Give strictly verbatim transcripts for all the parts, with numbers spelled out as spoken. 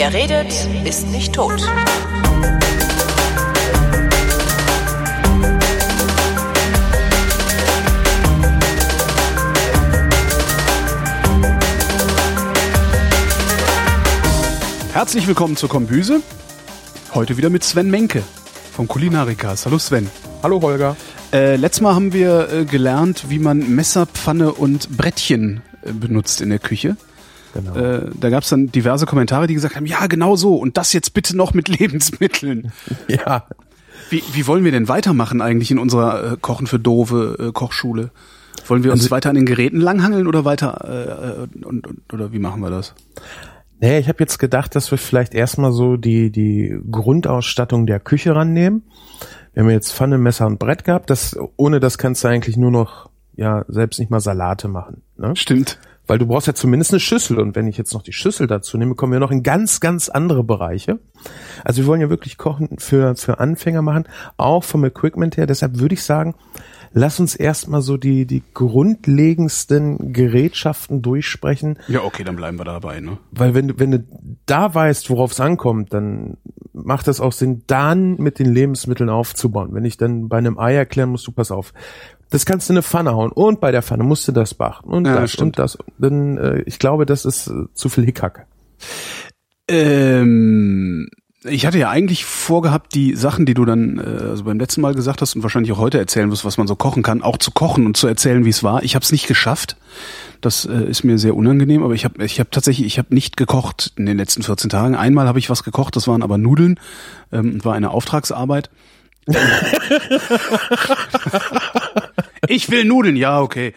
Wer redet, ist nicht tot. Herzlich willkommen zur Kombüse. Heute wieder mit Sven Menke vom Kulinarikas. Hallo Sven. Hallo Holger. Äh, letztes Mal haben wir äh, gelernt, wie man Messer, Pfanne und Brettchen äh, benutzt in der Küche. Genau. Äh, da gab es dann diverse Kommentare, die gesagt haben, ja genau so und das jetzt bitte noch mit Lebensmitteln. Ja. Wie, wie wollen wir denn weitermachen eigentlich in unserer äh, Kochen für Doofe äh, Kochschule? Wollen wir uns also, weiter an den Geräten langhangeln oder weiter äh, und, und, oder wie machen wir das? Nee, ich habe jetzt gedacht, dass wir vielleicht erstmal so die die Grundausstattung der Küche rannehmen. Wir haben jetzt Pfanne, Messer und Brett gehabt. Das, ohne das kannst du eigentlich nur noch, ja, selbst nicht mal Salate machen. Ne? Stimmt. Weil du brauchst ja zumindest eine Schüssel. Und wenn ich jetzt noch die Schüssel dazu nehme, kommen wir noch in ganz, ganz andere Bereiche. Also wir wollen ja wirklich Kochen für für Anfänger machen, auch vom Equipment her. Deshalb würde ich sagen, lass uns erstmal so die die grundlegendsten Gerätschaften durchsprechen. Ja, okay, dann bleiben wir dabei, ne? Weil wenn du wenn du da weißt, worauf es ankommt, dann macht das auch Sinn, dann mit den Lebensmitteln aufzubauen. Wenn ich dann bei einem Ei erklären muss, du pass auf, das kannst du in eine Pfanne hauen und bei der Pfanne musst du das beachten und ja, das stimmt. und das. Dann, äh, ich glaube, das ist äh, zu viel Hickhack. Ähm... Ich hatte ja eigentlich vorgehabt, die Sachen, die du dann äh, also beim letzten Mal gesagt hast und wahrscheinlich auch heute erzählen wirst, was man so kochen kann, auch zu kochen und zu erzählen, wie es war. Ich habe es nicht geschafft. Das äh, ist mir sehr unangenehm, aber ich habe ich habe tatsächlich, ich habe nicht gekocht in den letzten vierzehn Tagen. Einmal habe ich was gekocht, das waren aber Nudeln, ähm, war eine Auftragsarbeit. Ich will Nudeln, ja, okay.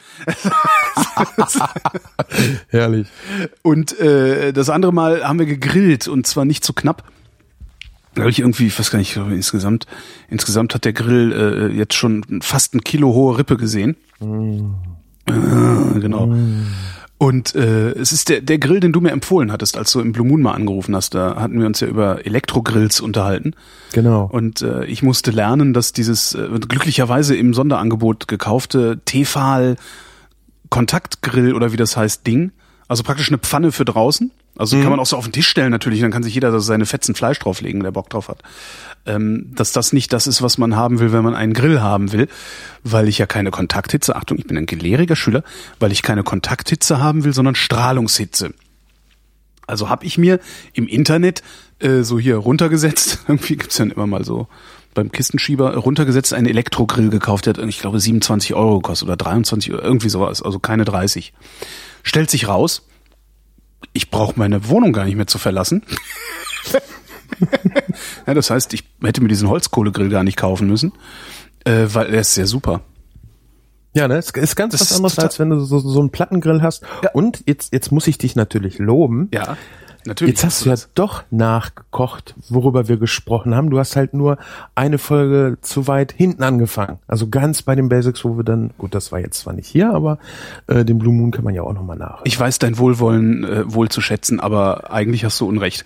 Herrlich. Und äh, das andere Mal haben wir gegrillt und zwar nicht so knapp. Da habe ich irgendwie, ich weiß gar nicht, insgesamt, insgesamt hat der Grill äh, jetzt schon fast ein Kilo hohe Rippe gesehen. Mm. Äh, genau. Mm. Und äh, es ist der der Grill, den du mir empfohlen hattest, als du im Blue Moon mal angerufen hast. Da hatten wir uns ja über Elektrogrills unterhalten. Genau. Und äh, ich musste lernen, dass dieses äh, glücklicherweise im Sonderangebot gekaufte Tefal Kontaktgrill oder wie das heißt Ding, also praktisch eine Pfanne für draußen. Also mhm. kann man auch so auf den Tisch stellen natürlich, dann kann sich jeder seine Fetzen Fleisch drauflegen, der Bock drauf hat. Ähm, dass das nicht das ist, was man haben will, wenn man einen Grill haben will, weil ich ja keine Kontakthitze, Achtung, ich bin ein gelehriger Schüler, weil ich keine Kontakthitze haben will, sondern Strahlungshitze. Also habe ich mir im Internet äh, so hier runtergesetzt, irgendwie gibt's dann immer mal so beim Kistenschieber runtergesetzt, einen Elektrogrill gekauft, der hat, ich glaube, siebenundzwanzig Euro gekostet oder dreiundzwanzig Euro, irgendwie sowas, also keine dreißig. Stellt sich raus, ich brauche meine Wohnung gar nicht mehr zu verlassen. Ja, das heißt, ich hätte mir diesen Holzkohlegrill gar nicht kaufen müssen, äh, weil er ist sehr super. Ja, ne, es ist ganz das was anderes, als wenn du so, so einen Plattengrill hast. Ja. Und jetzt jetzt muss ich dich natürlich loben. Ja, natürlich. Jetzt hast du ja doch nachgekocht, worüber wir gesprochen haben. Du hast halt nur eine Folge zu weit hinten angefangen. Also ganz bei den Basics, wo wir dann, gut, das war jetzt zwar nicht hier, aber äh, den Blue Moon kann man ja auch nochmal nach. Ich weiß dein Wohlwollen äh, wohl zu schätzen, aber eigentlich hast du Unrecht.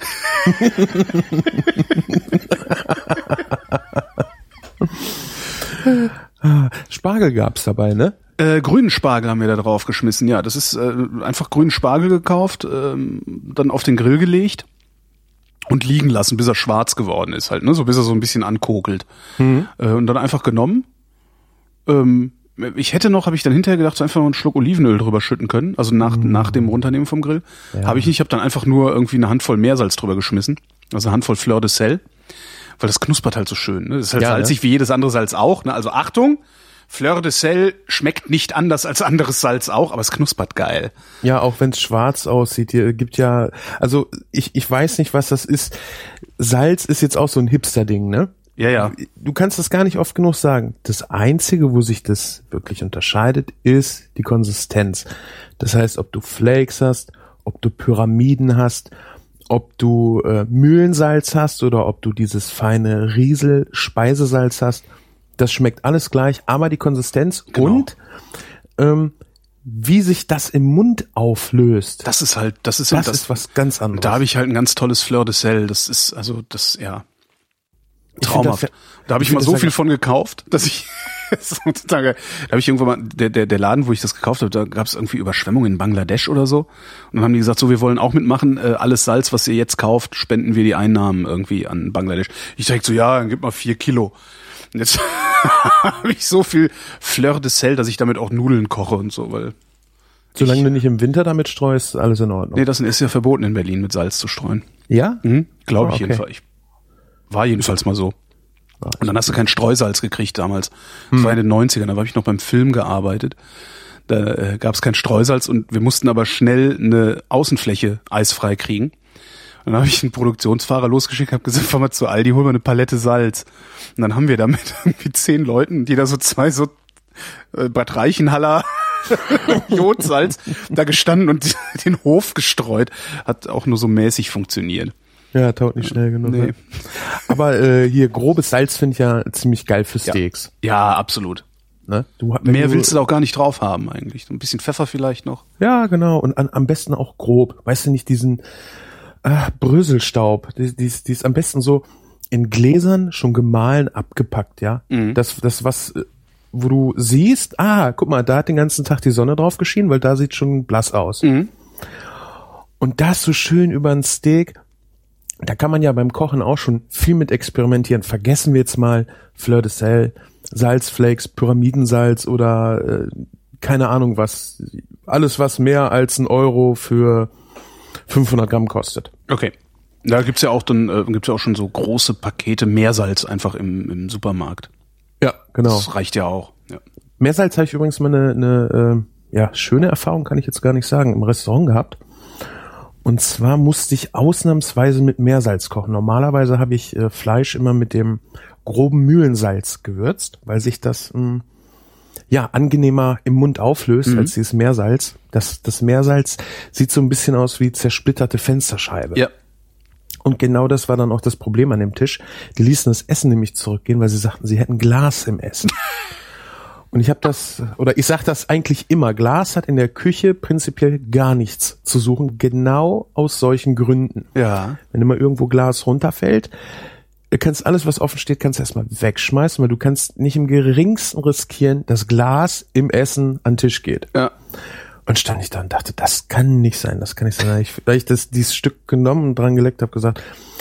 Spargel gab's dabei, ne? Äh, grünen Spargel haben wir da drauf geschmissen, ja. Das ist äh, einfach grünen Spargel gekauft, ähm, dann auf den Grill gelegt und liegen lassen, bis er schwarz geworden ist halt, ne? So bis er so ein bisschen ankokelt. Mhm. Äh, und dann einfach genommen. Ähm, ich hätte noch, habe ich dann hinterher gedacht, so einfach noch einen Schluck Olivenöl drüber schütten können, also nach mhm. nach dem Runternehmen vom Grill. Ja. Habe ich nicht, ich habe dann einfach nur irgendwie eine Handvoll Meersalz drüber geschmissen, also eine Handvoll Fleur de Sel, weil das knuspert halt so schön, ne? Das ist halt ja, salzig, ne? Wie jedes andere Salz auch, ne? Also Achtung! Fleur de Sel schmeckt nicht anders als anderes Salz auch, aber es knuspert geil. Ja, auch wenn es schwarz aussieht. Hier gibt ja, also ich ich weiß nicht, was das ist. Salz ist jetzt auch so ein Hipster-Ding, ne? Ja, ja. Du kannst das gar nicht oft genug sagen. Das Einzige, wo sich das wirklich unterscheidet, ist die Konsistenz. Das heißt, ob du Flakes hast, ob du Pyramiden hast, ob du äh, Mühlensalz hast oder ob du dieses feine Riesel-Speisesalz hast. Das schmeckt alles gleich, aber die Konsistenz genau. und ähm, wie sich das im Mund auflöst. Das ist halt, das ist das, das ist was ganz anderes. Da habe ich halt ein ganz tolles Fleur de Sel. Das ist also das ja traumhaft. Das, da habe ich, ich mal so viel von gekauft, dass ich Das ist total geil. Da habe ich irgendwann mal, der, der, der Laden, wo ich das gekauft habe, da gab es irgendwie Überschwemmungen in Bangladesch oder so. Und dann haben die gesagt, so, wir wollen auch mitmachen, äh, alles Salz, was ihr jetzt kauft, spenden wir die Einnahmen irgendwie an Bangladesch. Ich direkt so, ja, dann gib mal vier Kilo. Und jetzt habe ich so viel Fleur de Sel, dass ich damit auch Nudeln koche und so, weil... Solange ich, du nicht im Winter damit streust, alles in Ordnung. Nee, das ist ja verboten in Berlin, mit Salz zu streuen. Ja? Mhm, Glaube oh, ich okay. jedenfalls. Ich war jedenfalls mal so. Und dann hast du kein Streusalz gekriegt damals. Das hm. war in den neunzigern, da habe ich noch beim Film gearbeitet. Da äh, gab es kein Streusalz und wir mussten aber schnell eine Außenfläche eisfrei kriegen. Und dann habe ich einen Produktionsfahrer losgeschickt, habe gesagt, fahr mal zu Aldi, hol mal eine Palette Salz. Und dann haben wir damit irgendwie zehn Leuten, jeder so zwei so äh, Bad Reichenhaller Jodsalz da gestanden und den Hof gestreut. Hat auch nur so mäßig funktioniert. Ja, taut nicht schnell genug. Nee. Ne? Aber äh, hier grobes Salz finde ich ja ziemlich geil für Steaks. Ja, ja, absolut. Ne? Du, Mehr du, willst du da auch gar nicht drauf haben eigentlich. Ein bisschen Pfeffer vielleicht noch. Ja, genau. Und an, am besten auch grob. Weißt du, nicht diesen äh, Bröselstaub. Die, die, die ist am besten so in Gläsern schon gemahlen abgepackt, ja. Mhm. Das, das was, wo du siehst, ah, guck mal, da hat den ganzen Tag die Sonne drauf geschienen, weil da sieht schon blass aus. Mhm. Und das so schön über ein Steak. Da kann man ja beim Kochen auch schon viel mit experimentieren. Vergessen wir jetzt mal Fleur de Sel, Salzflakes, Pyramidensalz oder äh, keine Ahnung was. Alles, was mehr als ein Euro für fünfhundert Gramm kostet. Okay. Da gibt's ja auch dann äh, gibt's ja auch schon so große Pakete Meersalz einfach im, im Supermarkt. Ja, genau. Das reicht ja auch. Ja. Meersalz habe ich übrigens mal eine, eine äh, ja, schöne Erfahrung, kann ich jetzt gar nicht sagen, im Restaurant gehabt. Und zwar musste ich ausnahmsweise mit Meersalz kochen. Normalerweise habe ich äh, Fleisch immer mit dem groben Mühlensalz gewürzt, weil sich das mh, ja angenehmer im Mund auflöst mhm. als dieses Meersalz. Das, das Meersalz sieht so ein bisschen aus wie zersplitterte Fensterscheibe. Ja. Und genau das war dann auch das Problem an dem Tisch. Die ließen das Essen nämlich zurückgehen, weil sie sagten, sie hätten Glas im Essen. Und ich habe das, oder ich sage das eigentlich immer, Glas hat in der Küche prinzipiell gar nichts zu suchen, genau aus solchen Gründen. Ja. Wenn immer irgendwo Glas runterfällt, du kannst alles, was offen steht, kannst du erstmal wegschmeißen, weil du kannst nicht im geringsten riskieren, dass Glas im Essen an den Tisch geht. Ja. Und stand ich da und dachte, das kann nicht sein, das kann nicht sein. Ich, da ich das, dieses Stück genommen und dran geleckt habe, gesagt,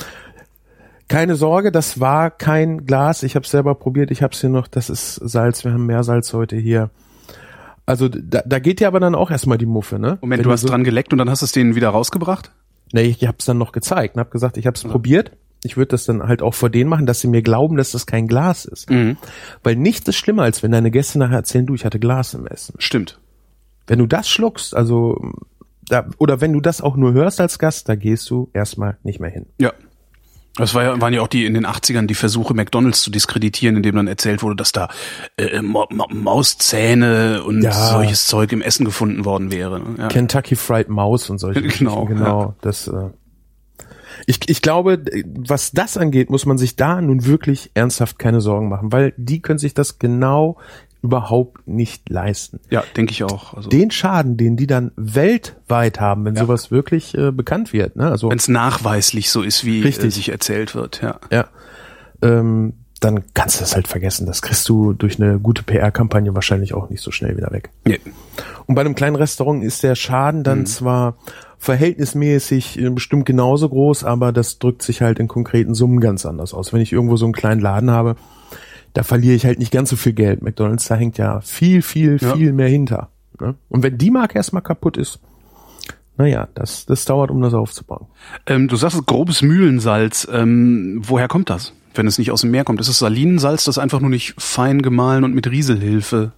keine Sorge, das war kein Glas. Ich habe es selber probiert. Ich habe es hier noch. Das ist Salz. Wir haben Meersalz heute hier. Also da, da geht ja aber dann auch erstmal die Muffe, ne? Moment, Wenn du hast so, dran geleckt und dann hast du es denen wieder rausgebracht? Nee, ich habe es dann noch gezeigt und habe gesagt, ich habe es ja. probiert. Ich würde das dann halt auch vor denen machen, dass sie mir glauben, dass das kein Glas ist. Mhm. Weil nichts ist schlimmer, als wenn deine Gäste nachher erzählen, du, ich hatte Glas im Essen. Stimmt. Wenn du das schluckst, also da, oder wenn du das auch nur hörst als Gast, da gehst du erstmal nicht mehr hin. Ja. Das war ja, waren ja auch die in den achtzigern die Versuche, McDonald's zu diskreditieren, indem dann erzählt wurde, dass da äh, Ma- Ma- Mauszähne und ja. solches Zeug im Essen gefunden worden wäre. Ja. Kentucky Fried Mouse und solche Genau, genau. Ja. Das, äh, ich, ich glaube, was das angeht, muss man sich da nun wirklich ernsthaft keine Sorgen machen, weil die können sich das genau überhaupt nicht leisten. Ja, denke ich auch. Also den Schaden, den die dann weltweit haben, wenn ja. sowas wirklich äh, bekannt wird, ne? Also wenn es nachweislich so ist, wie richtig. Äh, sich erzählt wird, ja. Ja. Ähm, dann kannst du das halt vergessen. Das kriegst du durch eine gute P R-Kampagne wahrscheinlich auch nicht so schnell wieder weg. Nee. Und bei einem kleinen Restaurant ist der Schaden dann mhm. zwar verhältnismäßig äh, bestimmt genauso groß, aber das drückt sich halt in konkreten Summen ganz anders aus. Wenn ich irgendwo so einen kleinen Laden habe, da verliere ich halt nicht ganz so viel Geld. McDonald's, da hängt ja viel, viel, ja. viel mehr hinter. Ne? Und wenn die Marke erstmal kaputt ist, naja, das, das dauert, um das aufzubauen. Ähm, du sagst grobes Mühlensalz. Ähm, woher kommt das, wenn es nicht aus dem Meer kommt? Ist es Salinensalz, das einfach nur nicht fein gemahlen und mit Rieselhilfe?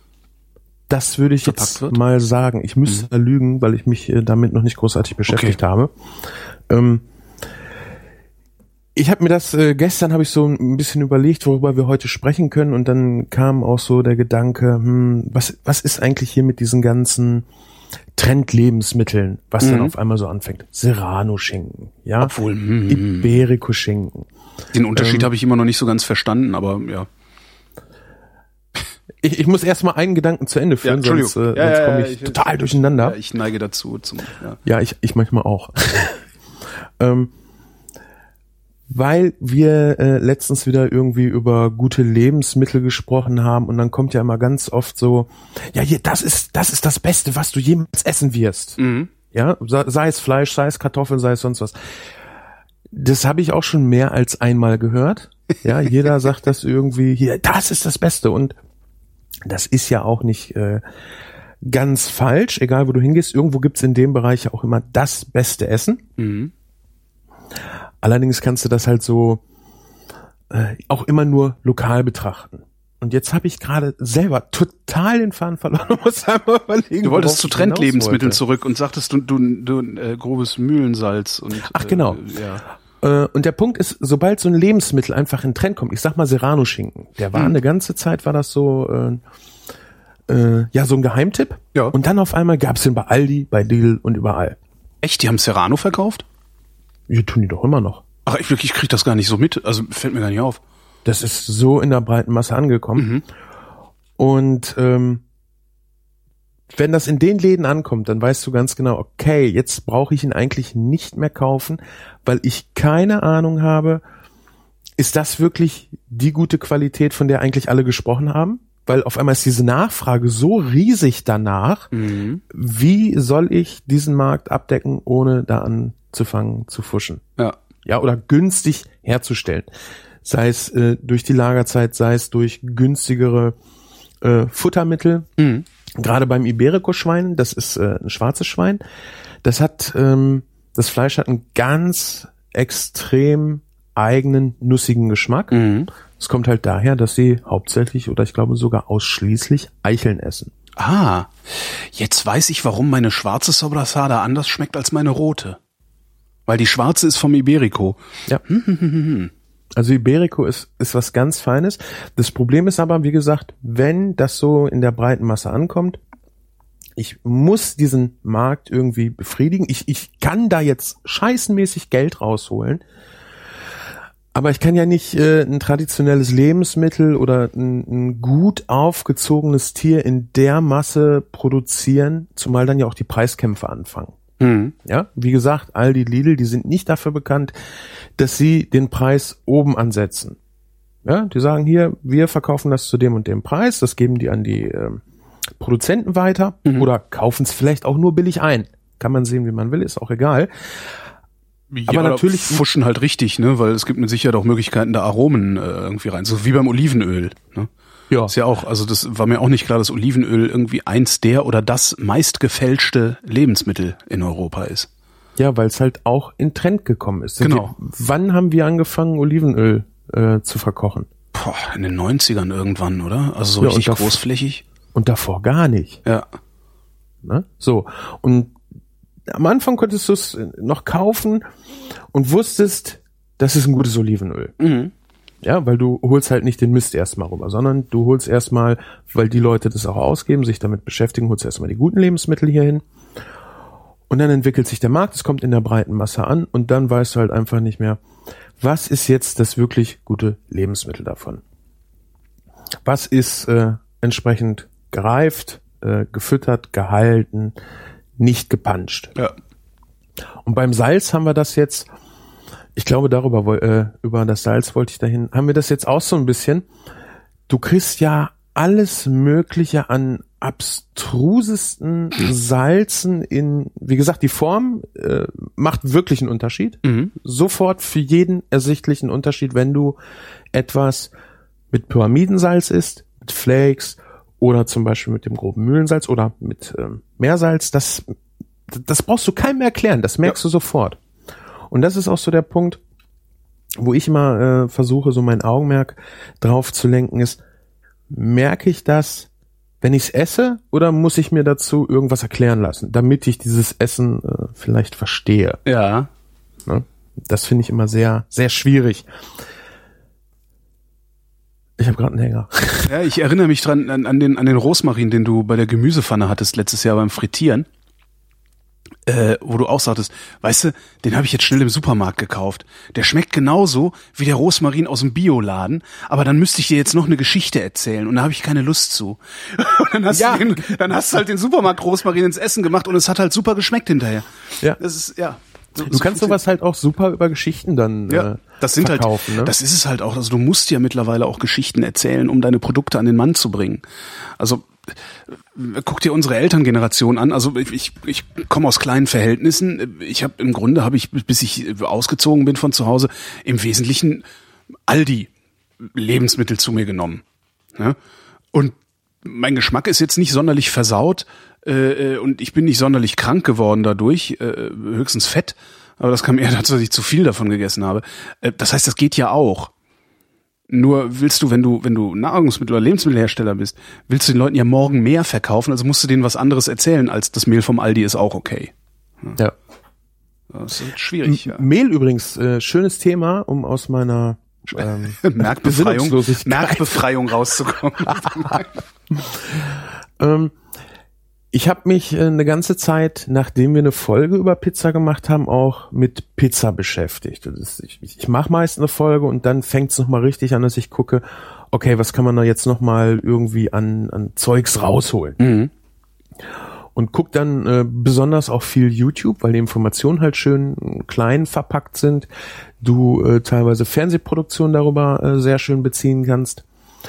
Das würde ich jetzt wird? mal sagen. Ich müsste mhm. da lügen, weil ich mich äh, damit noch nicht großartig beschäftigt okay. habe. Ähm, Ich habe mir das, äh, gestern habe ich so ein bisschen überlegt, worüber wir heute sprechen können, und dann kam auch so der Gedanke, hm, was was ist eigentlich hier mit diesen ganzen Trendlebensmitteln, was mhm. dann auf einmal so anfängt? Serrano-Schinken, ja, obwohl mm, Iberico-Schinken. Den Unterschied ähm, habe ich immer noch nicht so ganz verstanden, aber ja. Ich, ich muss erstmal einen Gedanken zu Ende führen, ja, sonst, äh, ja, sonst ja, komme ja, ich, ich total durcheinander. Ja, ich neige dazu. Zum, ja. ja, ich ich manchmal auch. ähm, weil wir äh, letztens wieder irgendwie über gute Lebensmittel gesprochen haben und dann kommt ja immer ganz oft so, ja, hier, das ist das ist das Beste, was du jemals essen wirst. Mhm. Ja, sei es Fleisch, sei es Kartoffeln, sei es sonst was. Das habe ich auch schon mehr als einmal gehört. Ja, jeder sagt das irgendwie, hier, das ist das Beste und das ist ja auch nicht äh, ganz falsch, egal wo du hingehst. Irgendwo gibt's in dem Bereich ja auch immer das beste Essen. Mhm. Allerdings kannst du das halt so äh, auch immer nur lokal betrachten. Und jetzt habe ich gerade selber total den Faden verloren und muss einmal überlegen. Du wolltest zu Trendlebensmitteln wollte. zurück und sagtest, du, du, du äh, grobes Mühlensalz. Und, Ach genau. Äh, ja. Äh, und der Punkt ist, sobald so ein Lebensmittel einfach in den Trend kommt, ich sag mal Serrano-Schinken, der war hm. eine ganze Zeit, war das so, äh, äh, ja, so ein Geheimtipp. Ja. Und dann auf einmal gab's den bei Aldi, bei Lidl und überall. Echt? Die haben Serrano verkauft? Ja, tun die doch immer noch. Ach, ich wirklich krieg das gar nicht so mit. Also fällt mir gar nicht auf. Das ist so in der breiten Masse angekommen. Mhm. Und ähm, wenn das in den Läden ankommt, dann weißt du ganz genau, okay, jetzt brauche ich ihn eigentlich nicht mehr kaufen, weil ich keine Ahnung habe, ist das wirklich die gute Qualität, von der eigentlich alle gesprochen haben? Weil auf einmal ist diese Nachfrage so riesig danach, Mhm. wie soll ich diesen Markt abdecken, ohne da anzufangen zu fuschen? Ja. Ja, oder günstig herzustellen. Sei es äh, durch die Lagerzeit, sei es durch günstigere äh, Futtermittel. Mhm. Gerade beim Iberico-Schwein, das ist äh, ein schwarzes Schwein, das hat, ähm, das Fleisch hat einen ganz extrem eigenen, nussigen Geschmack. Mhm. Es kommt halt daher, dass sie hauptsächlich oder ich glaube sogar ausschließlich Eicheln essen. Ah, jetzt weiß ich, warum meine schwarze Sobrasada anders schmeckt als meine rote. Weil die schwarze ist vom Iberico. Ja. Also Iberico ist, ist was ganz Feines. Das Problem ist aber, wie gesagt, wenn das so in der breiten Masse ankommt, ich muss diesen Markt irgendwie befriedigen. Ich, ich kann da jetzt scheißenmäßig Geld rausholen, aber ich kann ja nicht äh, ein traditionelles Lebensmittel oder ein, ein gut aufgezogenes Tier in der Masse produzieren, zumal dann ja auch die Preiskämpfe anfangen. Mhm. Ja, wie gesagt, Aldi, Lidl, die sind nicht dafür bekannt, dass sie den Preis oben ansetzen. Ja, die sagen hier, wir verkaufen das zu dem und dem Preis, das geben die an die äh, Produzenten weiter Mhm. oder kaufen es vielleicht auch nur billig ein. Kann man sehen, wie man will, ist auch egal. Ja, Aber oder natürlich- fuschen halt richtig, ne, weil es gibt mit Sicherheit auch Möglichkeiten, da Aromen äh, irgendwie rein, so wie beim Olivenöl, ne? Ja, Ist ja auch, also das war mir auch nicht klar, dass Olivenöl irgendwie eins der oder das meist gefälschte Lebensmittel in Europa ist. ja, weil es halt auch in Trend gekommen ist. Genau. Wir, wann haben wir angefangen, Olivenöl äh, zu verkochen? Boah, in den neunzigern irgendwann, oder? Also so Ja, richtig und da- großflächig. Und davor gar nicht. Ja. Ne? So, und am Anfang konntest du es noch kaufen und wusstest, das ist ein gutes Olivenöl. Mhm. Ja, weil du holst halt nicht den Mist erstmal rüber, sondern du holst erstmal, weil die Leute das auch ausgeben, sich damit beschäftigen, holst erstmal die guten Lebensmittel hier hin. Und dann entwickelt sich der Markt, es kommt in der breiten Masse an und dann weißt du halt einfach nicht mehr, was ist jetzt das wirklich gute Lebensmittel davon? Was ist äh, entsprechend gereift, äh, gefüttert, gehalten, nicht gepanscht? Ja. Und beim Salz haben wir das jetzt, ich glaube darüber, woll- äh, über das Salz wollte ich dahin, haben wir das jetzt auch so ein bisschen. Du kriegst ja alles Mögliche an abstrusesten Salzen in, wie gesagt, die Form äh, macht wirklich einen Unterschied. Mhm. Sofort für jeden ersichtlichen Unterschied, wenn du etwas mit Pyramidensalz isst, mit Flakes oder zum Beispiel mit dem groben Mühlensalz oder mit ähm, Meersalz, das, das brauchst du keinem mehr erklären, das merkst du sofort. Und das ist auch so der Punkt, wo ich immer äh, versuche, so mein Augenmerk drauf zu lenken, ist, merke ich das, wenn ich es esse, oder muss ich mir dazu irgendwas erklären lassen, damit ich dieses Essen äh, vielleicht verstehe? Ja. Ne? Das finde ich immer sehr, sehr schwierig. Ich habe gerade einen Hänger. Ja, ich erinnere mich dran an, an den an den Rosmarin, den du bei der Gemüsepfanne hattest letztes Jahr beim Frittieren. Äh, wo du auch sagtest, weißt du, den habe ich jetzt schnell im Supermarkt gekauft. Der schmeckt genauso wie der Rosmarin aus dem Bioladen, aber dann müsste ich dir jetzt noch eine Geschichte erzählen und da habe ich keine Lust zu. Und dann hast Ja. du den, dann hast du halt den Supermarkt Rosmarin ins Essen gemacht und es hat halt super geschmeckt hinterher. Ja. Das ist ja. So, du so kannst sowas halt auch super über Geschichten dann ja, äh, das sind verkaufen. Halt, ne? Das ist es halt auch. Also du musst ja mittlerweile auch Geschichten erzählen, um deine Produkte an den Mann zu bringen. Also guck dir unsere Elterngeneration an. Also ich, ich, ich komme aus kleinen Verhältnissen. Ich habe im Grunde habe ich, bis ich ausgezogen bin von zu Hause, im Wesentlichen Aldi Lebensmittel zu mir genommen. Ja? Und mein Geschmack ist jetzt nicht sonderlich versaut äh, und ich bin nicht sonderlich krank geworden dadurch, äh, höchstens fett. Aber das kam eher dazu, dass ich zu viel davon gegessen habe. Äh, das heißt, das geht ja auch. Nur willst du, wenn du, wenn du Nahrungsmittel- oder Lebensmittelhersteller bist, willst du den Leuten ja morgen mehr verkaufen, also musst du denen was anderes erzählen, als das Mehl vom Aldi ist auch okay. Ja. Das ist schwierig, ja. Mehl übrigens, äh, schönes Thema, um aus meiner ähm, Merkbefreiung, Merkbefreiung rauszukommen. ähm, ich habe mich äh, eine ganze Zeit, nachdem wir eine Folge über Pizza gemacht haben, auch mit Pizza beschäftigt. Das ist, ich ich mache meist eine Folge und dann fängt es nochmal richtig an, dass ich gucke, okay, was kann man da jetzt nochmal irgendwie an, an Zeugs rausholen? Mhm. Und guck dann äh, besonders auch viel YouTube, weil die Informationen halt schön klein verpackt sind. Du äh, teilweise Fernsehproduktionen darüber äh, sehr schön beziehen kannst.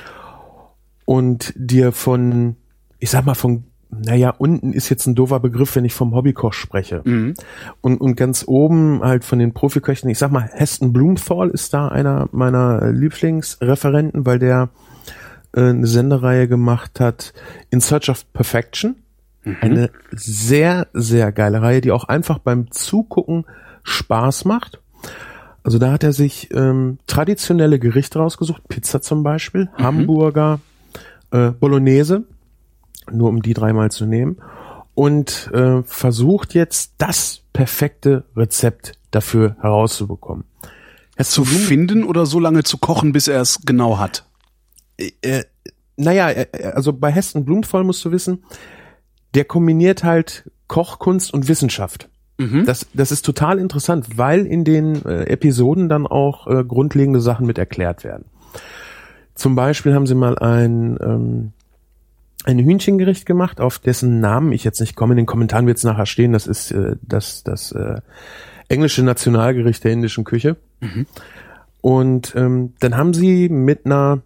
Und dir von, ich sag mal von, naja, unten ist jetzt ein doofer Begriff, wenn ich vom Hobbykoch spreche. Mhm. Und, und ganz oben halt von den Profiköchen, ich sag mal, Heston Blumenthal ist da einer meiner Lieblingsreferenten, weil der äh, eine Sendereihe gemacht hat, In Search of Perfection. Mhm. Eine sehr, sehr geile Reihe, die auch einfach beim Zugucken Spaß macht. Also da hat er sich ähm, traditionelle Gerichte rausgesucht, Pizza zum Beispiel, mhm. Hamburger, äh, Bolognese, nur um die dreimal zu nehmen, und äh, versucht jetzt das perfekte Rezept dafür herauszubekommen. Es zu finden oder so lange zu kochen, bis er es genau hat? Äh, äh, naja, äh, also bei Heston Blumenthal musst du wissen, der kombiniert halt Kochkunst und Wissenschaft. Mhm. Das, das ist total interessant, weil in den äh, Episoden dann auch äh, grundlegende Sachen mit erklärt werden. Zum Beispiel haben sie mal ein, ähm, ein Hühnchengericht gemacht, auf dessen Namen ich jetzt nicht komme. In den Kommentaren wird es nachher stehen. Das ist äh, das, das äh, englische Nationalgericht der indischen Küche. Mhm. Und ähm, dann haben sie mit einer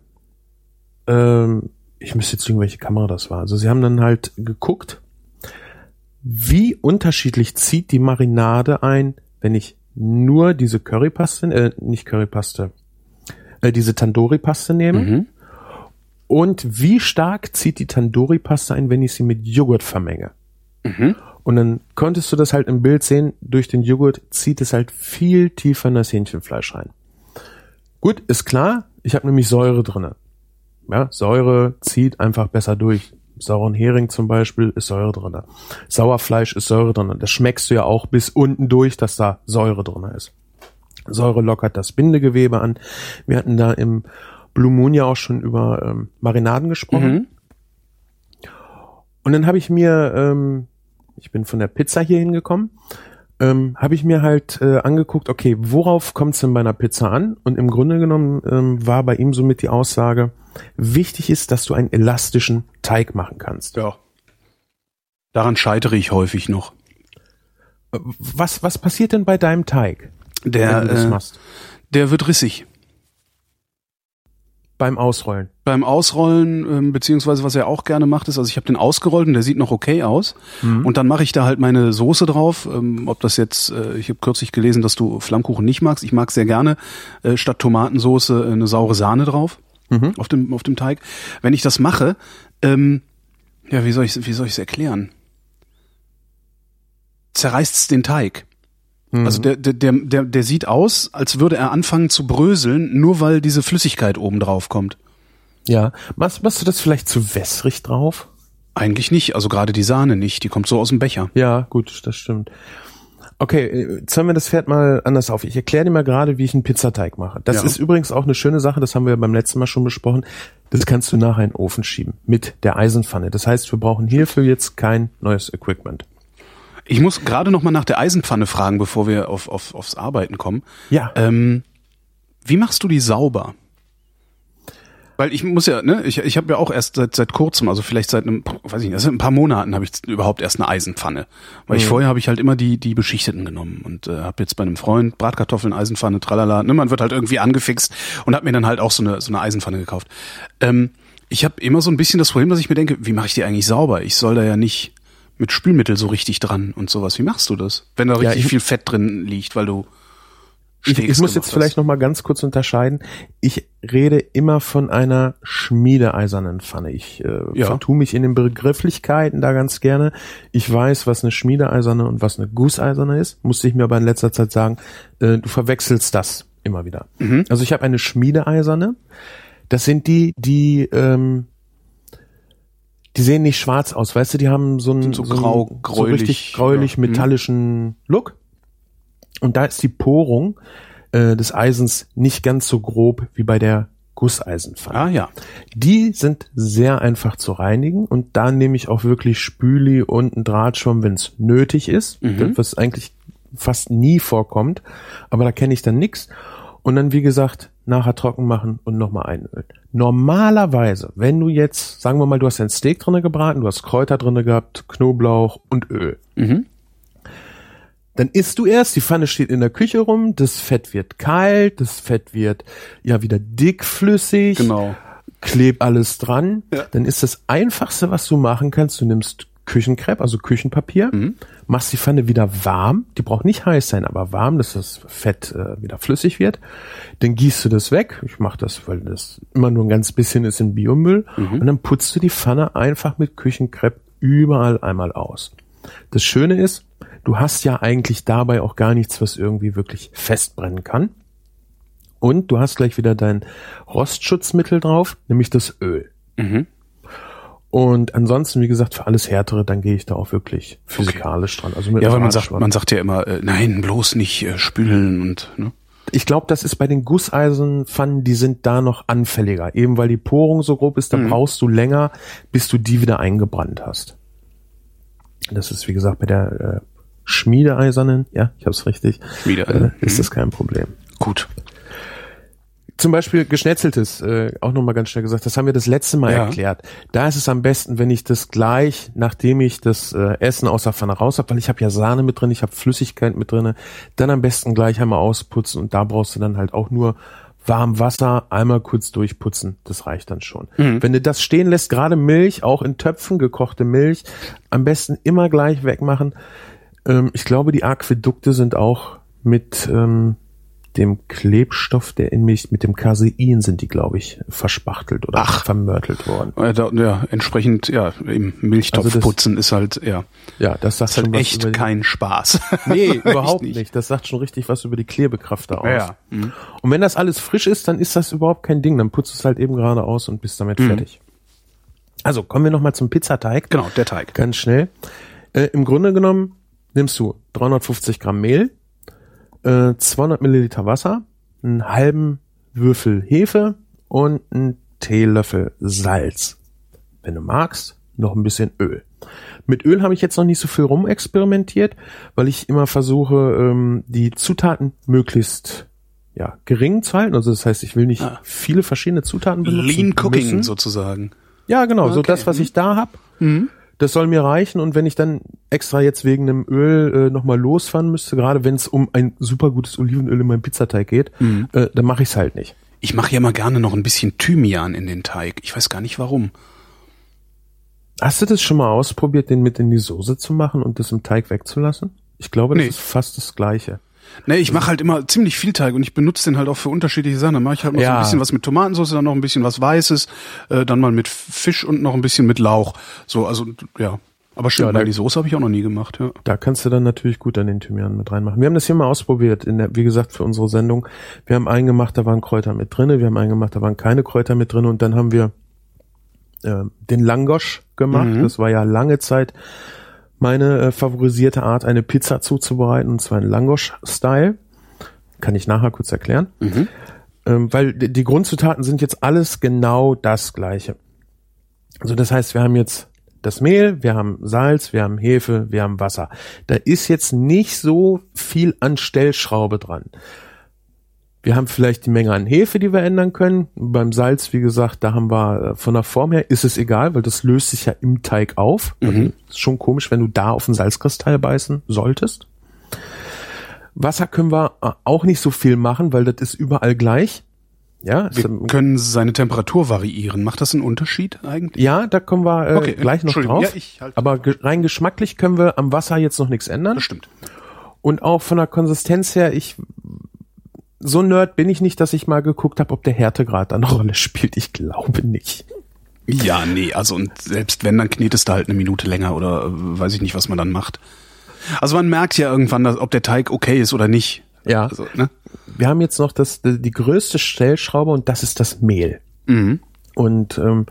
ähm, ich müsste jetzt lügen, welche Kamera das war. Also sie haben dann halt geguckt, wie unterschiedlich zieht die Marinade ein, wenn ich nur diese Currypaste, äh, nicht Currypaste, äh, diese Tandoori-Paste nehme. Mhm. Und wie stark zieht die Tandoori-Paste ein, wenn ich sie mit Joghurt vermenge. Mhm. Und dann konntest du das halt im Bild sehen, durch den Joghurt zieht es halt viel tiefer in das Hähnchenfleisch rein. Gut, ist klar, ich habe nämlich Säure drinne. Ja, Säure zieht einfach besser durch. Sauren Hering zum Beispiel ist Säure drin. Sauerfleisch ist Säure drin. Das schmeckst du ja auch bis unten durch, dass da Säure drin ist. Säure lockert das Bindegewebe an. Wir hatten da im Blue Moon ja auch schon über ähm, Marinaden gesprochen. Mhm. Und dann habe ich mir, ähm, ich bin von der Pizza hier hingekommen, ähm, habe ich mir halt äh, angeguckt, okay, worauf kommt es denn bei einer Pizza an? Und im Grunde genommen ähm, war bei ihm somit die Aussage, wichtig ist, dass du einen elastischen Teig machen kannst. Ja. Daran scheitere ich häufig noch. Was, was passiert denn bei deinem Teig, der, wenn du das äh, machst? Der wird rissig. Beim Ausrollen? Beim Ausrollen, ähm, beziehungsweise was er auch gerne macht, ist, also ich habe den ausgerollt und der sieht noch okay aus. Mhm. Und dann mache ich da halt meine Soße drauf. Ähm, ob das jetzt, äh, ich habe kürzlich gelesen, dass du Flammkuchen nicht magst. Ich mag sehr gerne äh, statt Tomatensoße äh, eine saure Sahne drauf. Mhm. Auf dem auf dem Teig. Wenn ich das mache, ähm, ja, wie soll ich wie soll ich es erklären? Zerreißt's den Teig. Mhm. Also der der der der der sieht aus, als würde er anfangen zu bröseln, nur weil diese Flüssigkeit oben drauf kommt. Ja, machst, machst du das vielleicht zu wässrig drauf? Eigentlich nicht, also gerade die Sahne nicht, die kommt so aus dem Becher. Ja, gut, das stimmt. Okay, jetzt haben wir das Pferd mal anders auf. Ich erkläre dir mal gerade, wie ich einen Pizzateig mache. Das ja. ist übrigens auch eine schöne Sache, das haben wir beim letzten Mal schon besprochen. Das kannst du nachher in den Ofen schieben mit der Eisenpfanne. Das heißt, wir brauchen hierfür jetzt kein neues Equipment. Ich muss gerade noch mal nach der Eisenpfanne fragen, bevor wir auf, auf, aufs Arbeiten kommen. Ja. Ähm, wie machst du die sauber? Weil ich muss ja, ne, ich ich habe ja auch erst seit seit kurzem, also vielleicht seit einem, weiß ich nicht, also ein paar Monaten habe ich überhaupt erst eine Eisenpfanne. Weil mhm. ich vorher habe ich halt immer die die beschichteten genommen und äh, habe jetzt bei einem Freund Bratkartoffeln, Eisenpfanne, tralala, ne, man wird halt irgendwie angefixt und habe mir dann halt auch so eine so eine Eisenpfanne gekauft. Ähm, ich habe immer so ein bisschen das Problem, dass ich mir denke, wie mache ich die eigentlich sauber? Ich soll da ja nicht mit Spülmittel so richtig dran und sowas. Wie machst du das? Wenn da richtig ja, ich, viel Fett drin liegt, weil du Ich, ich muss jetzt hast. vielleicht noch mal ganz kurz unterscheiden. Ich rede immer von einer schmiedeeisernen Pfanne. Ich äh, ja. vertue mich in den Begrifflichkeiten da ganz gerne. Ich weiß, was eine schmiedeeiserne und was eine gusseiserne ist. Musste ich mir aber in letzter Zeit sagen, äh, du verwechselst das immer wieder. Mhm. Also ich habe eine schmiedeeiserne. Das sind die, die ähm, die sehen nicht schwarz aus, weißt du? Die haben so einen so, so, grau, einen, gräulich, so richtig gräulich ja. metallischen mhm. Look. Und da ist die Porung äh, des Eisens nicht ganz so grob wie bei der Gusseisenpfanne. Ah ja. Die sind sehr einfach zu reinigen und da nehme ich auch wirklich Spüli und einen Drahtschwamm, wenn es nötig ist, mhm. was eigentlich fast nie vorkommt. Aber da kenne ich dann nichts. Und dann, wie gesagt, nachher trocken machen und nochmal einölen. Normalerweise, wenn du jetzt, sagen wir mal, du hast ein Steak drinne gebraten, du hast Kräuter drinne gehabt, Knoblauch und Öl. Mhm. Dann isst du erst, die Pfanne steht in der Küche rum, das Fett wird kalt, das Fett wird ja wieder dickflüssig, genau. klebt alles dran. Ja. Dann ist das Einfachste, was du machen kannst, du nimmst Küchenkrepp, also Küchenpapier, mhm. machst die Pfanne wieder warm, die braucht nicht heiß sein, aber warm, dass das Fett äh, wieder flüssig wird. Dann gießt du das weg, ich mache das, weil das immer nur ein ganz bisschen ist in Biomüll, mhm. und dann putzt du die Pfanne einfach mit Küchenkrepp überall einmal aus. Das Schöne ist, du hast ja eigentlich dabei auch gar nichts, was irgendwie wirklich festbrennen kann. Und du hast gleich wieder dein Rostschutzmittel drauf, nämlich das Öl. Mhm. Und ansonsten, wie gesagt, für alles Härtere, dann gehe ich da auch wirklich physikalisch okay. dran. Also mit ja, weil man sagt, man sagt ja immer, äh, nein, bloß nicht äh, spülen und, ne? Ich glaube, das ist bei den Gusseisenpfannen, die sind da noch anfälliger. Eben weil die Porung so grob ist, da mhm. brauchst du länger, bis du die wieder eingebrannt hast. Das ist, wie gesagt, bei der äh, Schmiedeeisernen, ja, ich hab's richtig, Schmiedeeisern. äh, ist das kein Problem. Gut. Zum Beispiel Geschnetzeltes, äh, auch nochmal ganz schnell gesagt, das haben wir das letzte Mal ja. erklärt. Da ist es am besten, wenn ich das gleich, nachdem ich das äh, Essen aus der Pfanne raus habe, weil ich habe ja Sahne mit drin, ich habe Flüssigkeit mit drin, dann am besten gleich einmal ausputzen und da brauchst du dann halt auch nur warm Wasser, einmal kurz durchputzen, das reicht dann schon. Mhm. Wenn du das stehen lässt, gerade Milch, auch in Töpfen gekochte Milch, am besten immer gleich wegmachen. Ähm, ich glaube, die Aquädukte sind auch mit ähm, dem Klebstoff, der in Milch, mit dem Casein sind die, glaube ich, verspachtelt oder Ach. vermörtelt worden. Ja, da, ja, entsprechend, ja, im Milchtopf also das, putzen ist halt, ja. Ja, das sagt das schon halt was echt über die, kein Spaß. Nee, überhaupt nicht. nicht. Das sagt schon richtig was über die Klebekraft da aus. Ja. Mhm. Und wenn das alles frisch ist, dann ist das überhaupt kein Ding. Dann putzt du es halt eben gerade aus und bist damit mhm. fertig. Also, kommen wir nochmal zum Pizzateig. Genau, der Teig. Ganz schnell. Äh, im Grunde genommen nimmst du dreihundertfünfzig Gramm Mehl, äh, zweihundert Milliliter Wasser, einen halben Würfel Hefe und einen Teelöffel Salz. Wenn du magst, noch ein bisschen Öl. Mit Öl habe ich jetzt noch nicht so viel rumexperimentiert, weil ich immer versuche, ähm, die Zutaten möglichst ja gering zu halten. Also das heißt, ich will nicht ah. viele verschiedene Zutaten benutzen. Lean Cooking müssen. sozusagen. Ja, genau. Okay. So das, was ich da habe. Mhm. Das soll mir reichen und wenn ich dann extra jetzt wegen dem Öl äh, nochmal losfahren müsste, gerade wenn es um ein super gutes Olivenöl in meinem Pizzateig geht, mhm. äh, dann mache ich es halt nicht. Ich mache ja mal gerne noch ein bisschen Thymian in den Teig. Ich weiß gar nicht warum. Hast du das schon mal ausprobiert, den mit in die Soße zu machen und das im Teig wegzulassen? Ich glaube, das nee. ist fast das Gleiche. Nee, ich mache halt immer ziemlich viel Teig und ich benutze den halt auch für unterschiedliche Sachen. Dann mache ich halt mal ja. so ein bisschen was mit Tomatensauce, dann noch ein bisschen was Weißes, äh, dann mal mit Fisch und noch ein bisschen mit Lauch. So, also ja. Aber stimmt, ja, weil die Soße habe ich auch noch nie gemacht. Ja. Da kannst du dann natürlich gut an den Thymian mit reinmachen. Wir haben das hier mal ausprobiert, in der, wie gesagt, für unsere Sendung. Wir haben einen gemacht, da waren Kräuter mit drinne. Wir haben einen gemacht, da waren keine Kräuter mit drinne. Und dann haben wir äh, den Langosch gemacht. Mhm. Das war ja lange Zeit meine äh, favorisierte Art, eine Pizza zuzubereiten, und zwar in Langosch-Style. Kann ich nachher kurz erklären. Mhm. Ähm, weil die, die Grundzutaten sind jetzt alles genau das Gleiche. Also das heißt, wir haben jetzt das Mehl, wir haben Salz, wir haben Hefe, wir haben Wasser. Da ist jetzt nicht so viel an Stellschraube dran. Wir Wir haben vielleicht die Menge an Hefe, die wir ändern können. Beim Salz, wie gesagt, da haben wir von der Form her, ist es egal, weil das löst sich ja im Teig auf. Mhm. Also ist schon komisch, wenn du da auf einen Salzkristall beißen solltest. Wasser können wir auch nicht so viel machen, weil das ist überall gleich. Ja, wir es, können seine Temperatur variieren. Macht das einen Unterschied eigentlich? Ja, da kommen wir äh, okay, gleich noch drauf. Ja, ich halt Aber ge- rein geschmacklich können wir am Wasser jetzt noch nichts ändern. Das stimmt. Und auch von der Konsistenz her, ich so Nerd bin ich nicht, dass ich mal geguckt habe, ob der Härtegrad eine Rolle spielt. Ich glaube nicht. Ja, nee, also und selbst wenn, dann knetest du halt eine Minute länger oder äh, weiß ich nicht, was man dann macht. Also man merkt ja irgendwann, dass, ob der Teig okay ist oder nicht. Ja. Also, ne? Wir haben jetzt noch das die größte Stellschraube und das ist das Mehl. Mhm. Und ähm,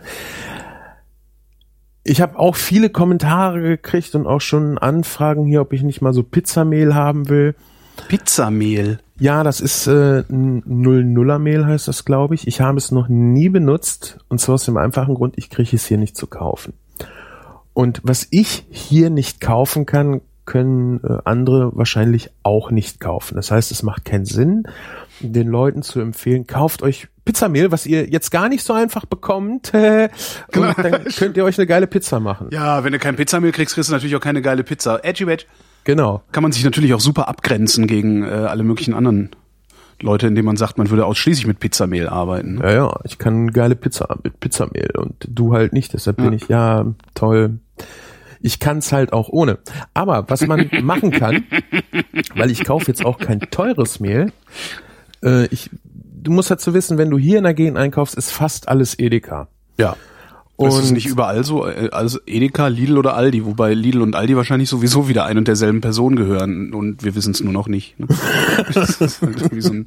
ich habe auch viele Kommentare gekriegt und auch schon Anfragen hier, ob ich nicht mal so Pizzamehl haben will. Pizzamehl? Ja, das ist äh, ein Null-Nuller-Mehl heißt das, glaube ich. Ich habe es noch nie benutzt und zwar aus dem einfachen Grund, ich kriege es hier nicht zu kaufen. Und was ich hier nicht kaufen kann, können äh, andere wahrscheinlich auch nicht kaufen. Das heißt, es macht keinen Sinn, den Leuten zu empfehlen, kauft euch Pizzamehl, was ihr jetzt gar nicht so einfach bekommt, und Genau. dann könnt ihr euch eine geile Pizza machen. Ja, wenn du kein Pizzamehl kriegst, kriegst du natürlich auch keine geile Pizza. Edgy Wedge. Genau. Kann man sich natürlich auch super abgrenzen gegen äh, alle möglichen anderen Leute, indem man sagt, man würde ausschließlich mit Pizzamehl arbeiten. Ne? Ja, ja, ich kann geile Pizza mit Pizzamehl und du halt nicht, deshalb bin Ja. ich, ja, toll. Ich kann's halt auch ohne. Aber was man machen kann, weil ich kaufe jetzt auch kein teures Mehl, äh, ich, du musst dazu wissen, wenn du hier in der Gegend einkaufst, ist fast alles Edeka. Ja. Und das ist nicht überall so, also Edeka, Lidl oder Aldi, wobei Lidl und Aldi wahrscheinlich sowieso wieder ein und derselben Person gehören und wir wissen es nur noch nicht. Ne? Das ist halt irgendwie so ein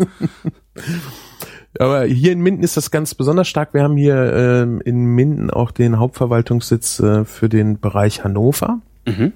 Aber hier in Minden ist das ganz besonders stark. Wir haben hier ähm, in Minden auch den Hauptverwaltungssitz äh, für den Bereich Hannover. Mhm.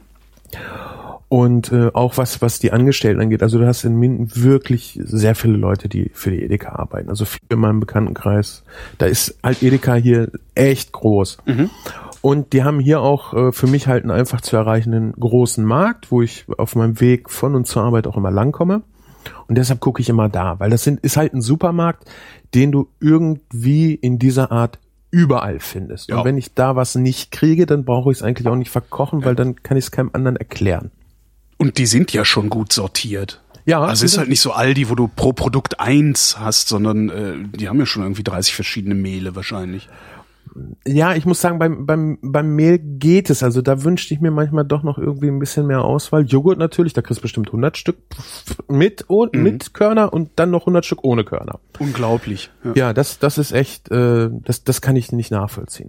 Und äh, auch was was die Angestellten angeht. Also du hast in Minden wirklich sehr viele Leute, die für die Edeka arbeiten. Also viele in meinem Bekanntenkreis. Da ist halt Edeka hier echt groß. Mhm. Und die haben hier auch äh, für mich halt einen einfach zu erreichenden großen Markt, wo ich auf meinem Weg von und zur Arbeit auch immer langkomme. Und deshalb gucke ich immer da, weil das sind, ist halt ein Supermarkt, den du irgendwie in dieser Art überall findest. Ja. Und wenn ich da was nicht kriege, dann brauche ich es eigentlich auch nicht verkochen, weil dann kann ich es keinem anderen erklären. Und die sind ja schon gut sortiert. Ja, Also es ist halt nicht so Aldi, wo du pro Produkt eins hast, sondern äh, die haben ja schon irgendwie dreißig verschiedene Mehle wahrscheinlich. Ja, ich muss sagen, beim, beim, beim Mehl geht es. Also da wünschte ich mir manchmal doch noch irgendwie ein bisschen mehr Auswahl. Joghurt natürlich, da kriegst du bestimmt hundert Stück mit, oh, Mhm. mit Körner und dann noch hundert Stück ohne Körner. Unglaublich. Ja. Ja, das, das ist echt, äh, das, das kann ich nicht nachvollziehen.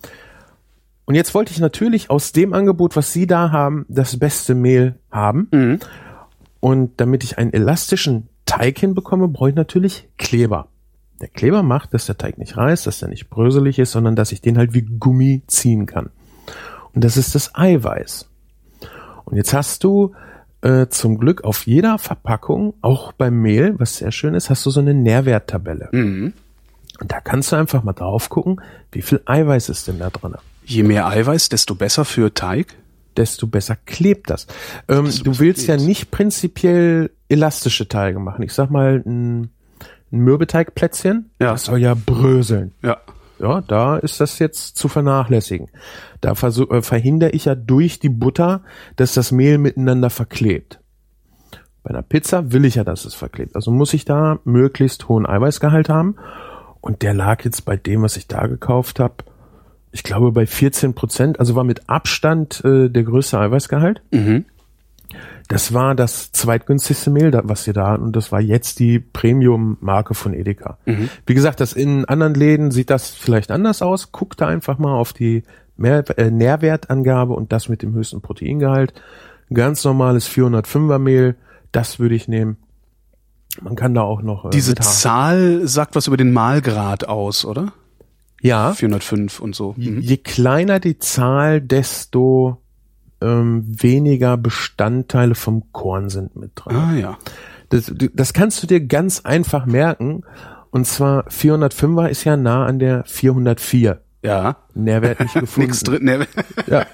Und jetzt wollte ich natürlich aus dem Angebot, was Sie da haben, das beste Mehl haben. Mhm. Und damit ich einen elastischen Teig hinbekomme, brauche ich natürlich Kleber. Der Kleber macht, dass der Teig nicht reißt, dass der nicht bröselig ist, sondern dass ich den halt wie Gummi ziehen kann. Und das ist das Eiweiß. Und jetzt hast du äh, zum Glück auf jeder Verpackung, auch beim Mehl, was sehr schön ist, hast du so eine Nährwerttabelle. Mhm. Und da kannst du einfach mal drauf gucken, wie viel Eiweiß ist denn da drin. Je mehr Eiweiß, desto besser für Teig. Desto besser klebt das. Ähm, Desto du besser willst ja klebt's. nicht prinzipiell elastische Teige machen. Ich sag mal, ein, ein Mürbeteigplätzchen, Ja. das soll ja bröseln. Ja. Ja, da ist das jetzt zu vernachlässigen. Da versuch, äh, verhindere ich ja durch die Butter, dass das Mehl miteinander verklebt. Bei einer Pizza will ich ja, dass es verklebt. Also muss ich da möglichst hohen Eiweißgehalt haben. Und der lag jetzt bei dem, was ich da gekauft habe, ich glaube bei vierzehn Prozent, also war mit Abstand äh, der größte Eiweißgehalt. Mhm. Das war das zweitgünstigste Mehl, da, was wir da hatten, und das war jetzt die Premium-Marke von Edeka. Mhm. Wie gesagt, das in anderen Läden sieht das vielleicht anders aus. Guck da einfach mal auf die Mehr, äh, Nährwertangabe und das mit dem höchsten Proteingehalt. Ganz normales vierhundertfünfer Mehl, das würde ich nehmen. Man kann da auch noch... Äh, Diese mit Hafer- Zahl sagt was über den Mahlgrad aus, oder? Ja, vierhundertfünf und so. je, Mhm. je kleiner die Zahl, desto ähm, weniger Bestandteile vom Korn sind mit drin. Ah ja. Das, das kannst du dir ganz einfach merken. Und zwar vierhundertfünfer ist ja nah an der vierhundertvier. Ja. Nährwert nicht gefunden. Nix drin. Ne. Ja.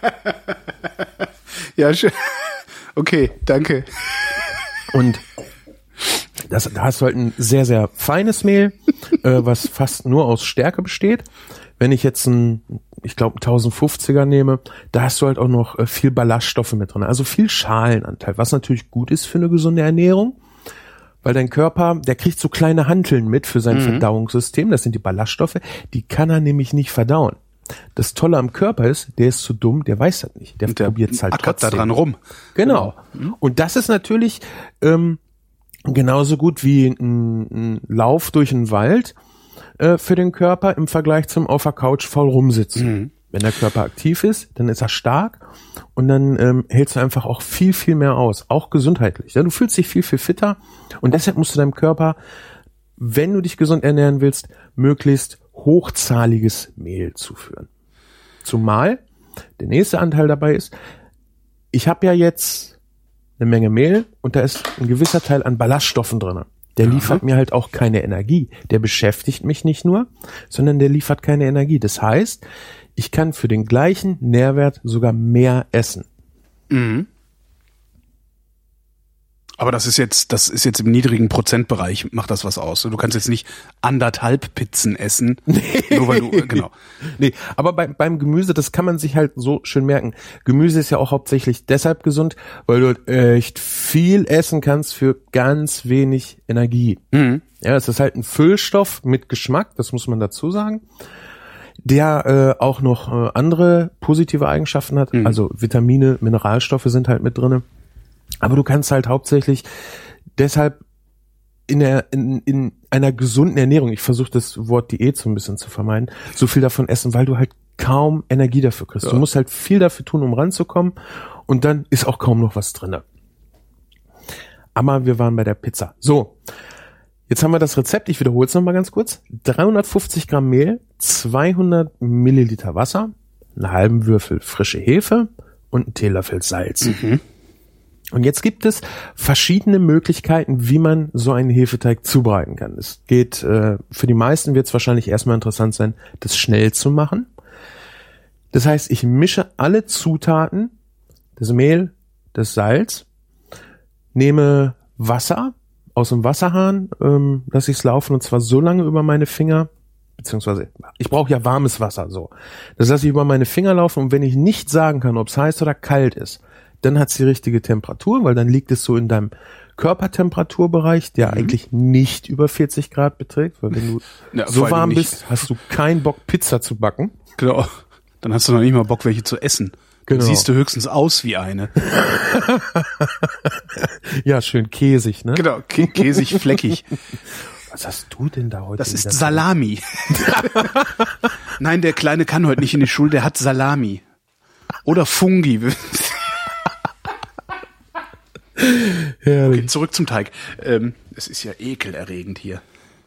Ja, schön. Okay, danke. Und Das, da hast du halt ein sehr, sehr feines Mehl, äh, was fast nur aus Stärke besteht. Wenn ich jetzt ein, ich glaube, ein tausendfünfziger nehme, da hast du halt auch noch äh, viel Ballaststoffe mit drin, also viel Schalenanteil, was natürlich gut ist für eine gesunde Ernährung, weil dein Körper, der kriegt so kleine Hanteln mit für sein mhm. Verdauungssystem, das sind die Ballaststoffe, die kann er nämlich nicht verdauen. Das Tolle am Körper ist, der ist zu dumm, der weiß das nicht, der, der probiert es halt trotzdem. Da dran rum. Genau. genau. Und das ist natürlich ähm, genauso gut wie ein, ein Lauf durch den Wald für den Körper im Vergleich zum auf der Couch faul rumsitzen. Mhm. Wenn der Körper aktiv ist, dann ist er stark und dann ähm, hältst du einfach auch viel, viel mehr aus, auch gesundheitlich. Ja, du fühlst dich viel, viel fitter und deshalb musst du deinem Körper, wenn du dich gesund ernähren willst, möglichst hochzahliges Mehl zuführen. Zumal der nächste Anteil dabei ist, ich habe ja jetzt eine Menge Mehl und da ist ein gewisser Teil an Ballaststoffen drin. Der liefert mir halt auch keine Energie. Der beschäftigt mich nicht nur, sondern der liefert keine Energie. Das heißt, ich kann für den gleichen Nährwert sogar mehr essen. Mhm. Aber das ist jetzt, das ist jetzt im niedrigen Prozentbereich, macht das was aus. Du kannst jetzt nicht anderthalb Pizzen essen, nee. nur weil du, genau. Nee, aber bei, beim Gemüse, das kann man sich halt so schön merken. Gemüse ist ja auch hauptsächlich deshalb gesund, weil du echt viel essen kannst für ganz wenig Energie. Mhm. Ja, es ist halt ein Füllstoff mit Geschmack, das muss man dazu sagen, der äh, auch noch äh, andere positive Eigenschaften hat. Mhm. Also Vitamine, Mineralstoffe sind halt mit drinne. Aber du kannst halt hauptsächlich deshalb in, der, in, in einer gesunden Ernährung, ich versuche das Wort Diät so ein bisschen zu vermeiden, so viel davon essen, weil du halt kaum Energie dafür kriegst. Ja. Du musst halt viel dafür tun, um ranzukommen und dann ist auch kaum noch was drin. Aber wir waren bei der Pizza. So, jetzt haben wir das Rezept, ich wiederhole es nochmal ganz kurz. dreihundertfünfzig Gramm Mehl, zweihundert Milliliter Wasser, einen halben Würfel frische Hefe und einen Teelöffel Salz. Mhm. Und jetzt gibt es verschiedene Möglichkeiten, wie man so einen Hefeteig zubereiten kann. Es geht, äh, für die meisten wird es wahrscheinlich erstmal interessant sein, das schnell zu machen. Das heißt, ich mische alle Zutaten, das Mehl, das Salz, nehme Wasser aus dem Wasserhahn, ähm, lasse ich es laufen und zwar so lange über meine Finger, beziehungsweise ich brauche ja warmes Wasser, so. Das lasse ich über meine Finger laufen und wenn ich nicht sagen kann, ob es heiß oder kalt ist, dann hat es die richtige Temperatur, weil dann liegt es so in deinem Körpertemperaturbereich, der mhm. eigentlich nicht über vierzig Grad beträgt, weil wenn du ja, so warm bist, hast du keinen Bock, Pizza zu backen. Genau. Dann hast du noch nicht mal Bock, welche zu essen. Genau. Dann siehst du höchstens aus wie eine. Ja, schön käsig, ne? Genau, kä- käsig, fleckig. Was hast du denn da heute? Das ist Salami. Nein, der Kleine kann heute nicht in die Schule, der hat Salami. Oder Fungi. Okay, zurück zum Teig. Ähm, es ist ja ekelerregend hier.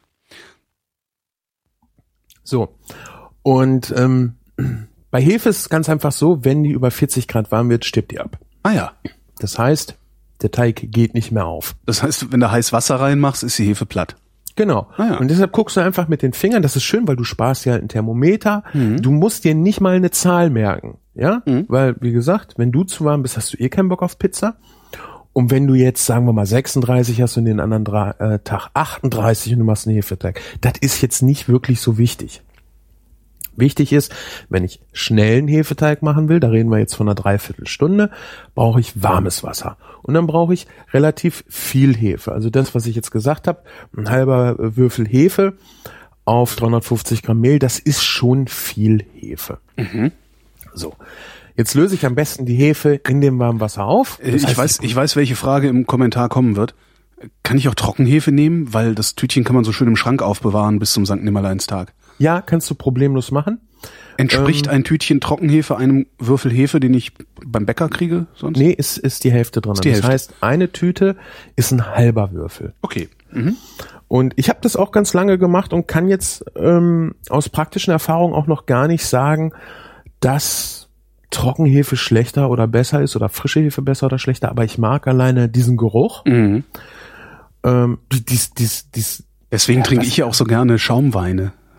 So, und ähm, bei Hefe ist es ganz einfach so, wenn die über vierzig Grad warm wird, stirbt die ab. Ah ja. Das heißt, der Teig geht nicht mehr auf. Das heißt, wenn du heiß Wasser reinmachst, ist die Hefe platt. Genau. Ah ja. Und deshalb guckst du einfach mit den Fingern, das ist schön, weil du sparst ja ein Thermometer. Mhm. Du musst dir nicht mal eine Zahl merken. Ja, mhm. Weil, wie gesagt, wenn du zu warm bist, hast du eh keinen Bock auf Pizza. Und wenn du jetzt, sagen wir mal, sechsunddreißig hast und den anderen Dra- äh, Tag achtunddreißig und du machst einen Hefeteig, das ist jetzt nicht wirklich so wichtig. Wichtig ist, wenn ich schnell einen Hefeteig machen will, da reden wir jetzt von einer Dreiviertelstunde, brauche ich warmes Wasser. Und dann brauche ich relativ viel Hefe. Also das, was ich jetzt gesagt habe, ein halber Würfel Hefe auf dreihundertfünfzig Gramm Mehl, das ist schon viel Hefe. Mhm. So. Jetzt löse ich am besten die Hefe in dem warmen Wasser auf. Das ich heißt, weiß, ich weiß, welche Frage im Kommentar kommen wird. Kann ich auch Trockenhefe nehmen? Weil das Tütchen kann man so schön im Schrank aufbewahren bis zum Sankt Nimmerleinstag. Ja, kannst du problemlos machen. Entspricht ähm, ein Tütchen Trockenhefe einem Würfel Hefe, den ich beim Bäcker kriege sonst? Nee, ist, ist die Hälfte drin. Ist die Hälfte. Das heißt, eine Tüte ist ein halber Würfel. Okay. Mhm. Und ich habe das auch ganz lange gemacht und kann jetzt ähm, aus praktischen Erfahrungen auch noch gar nicht sagen, dass Trockenhefe schlechter oder besser ist oder frische Hefe besser oder schlechter, aber ich mag alleine diesen Geruch. Mhm. Ähm, dies, dies, dies, Deswegen ja, trinke ich ja auch so gerne Schaumweine,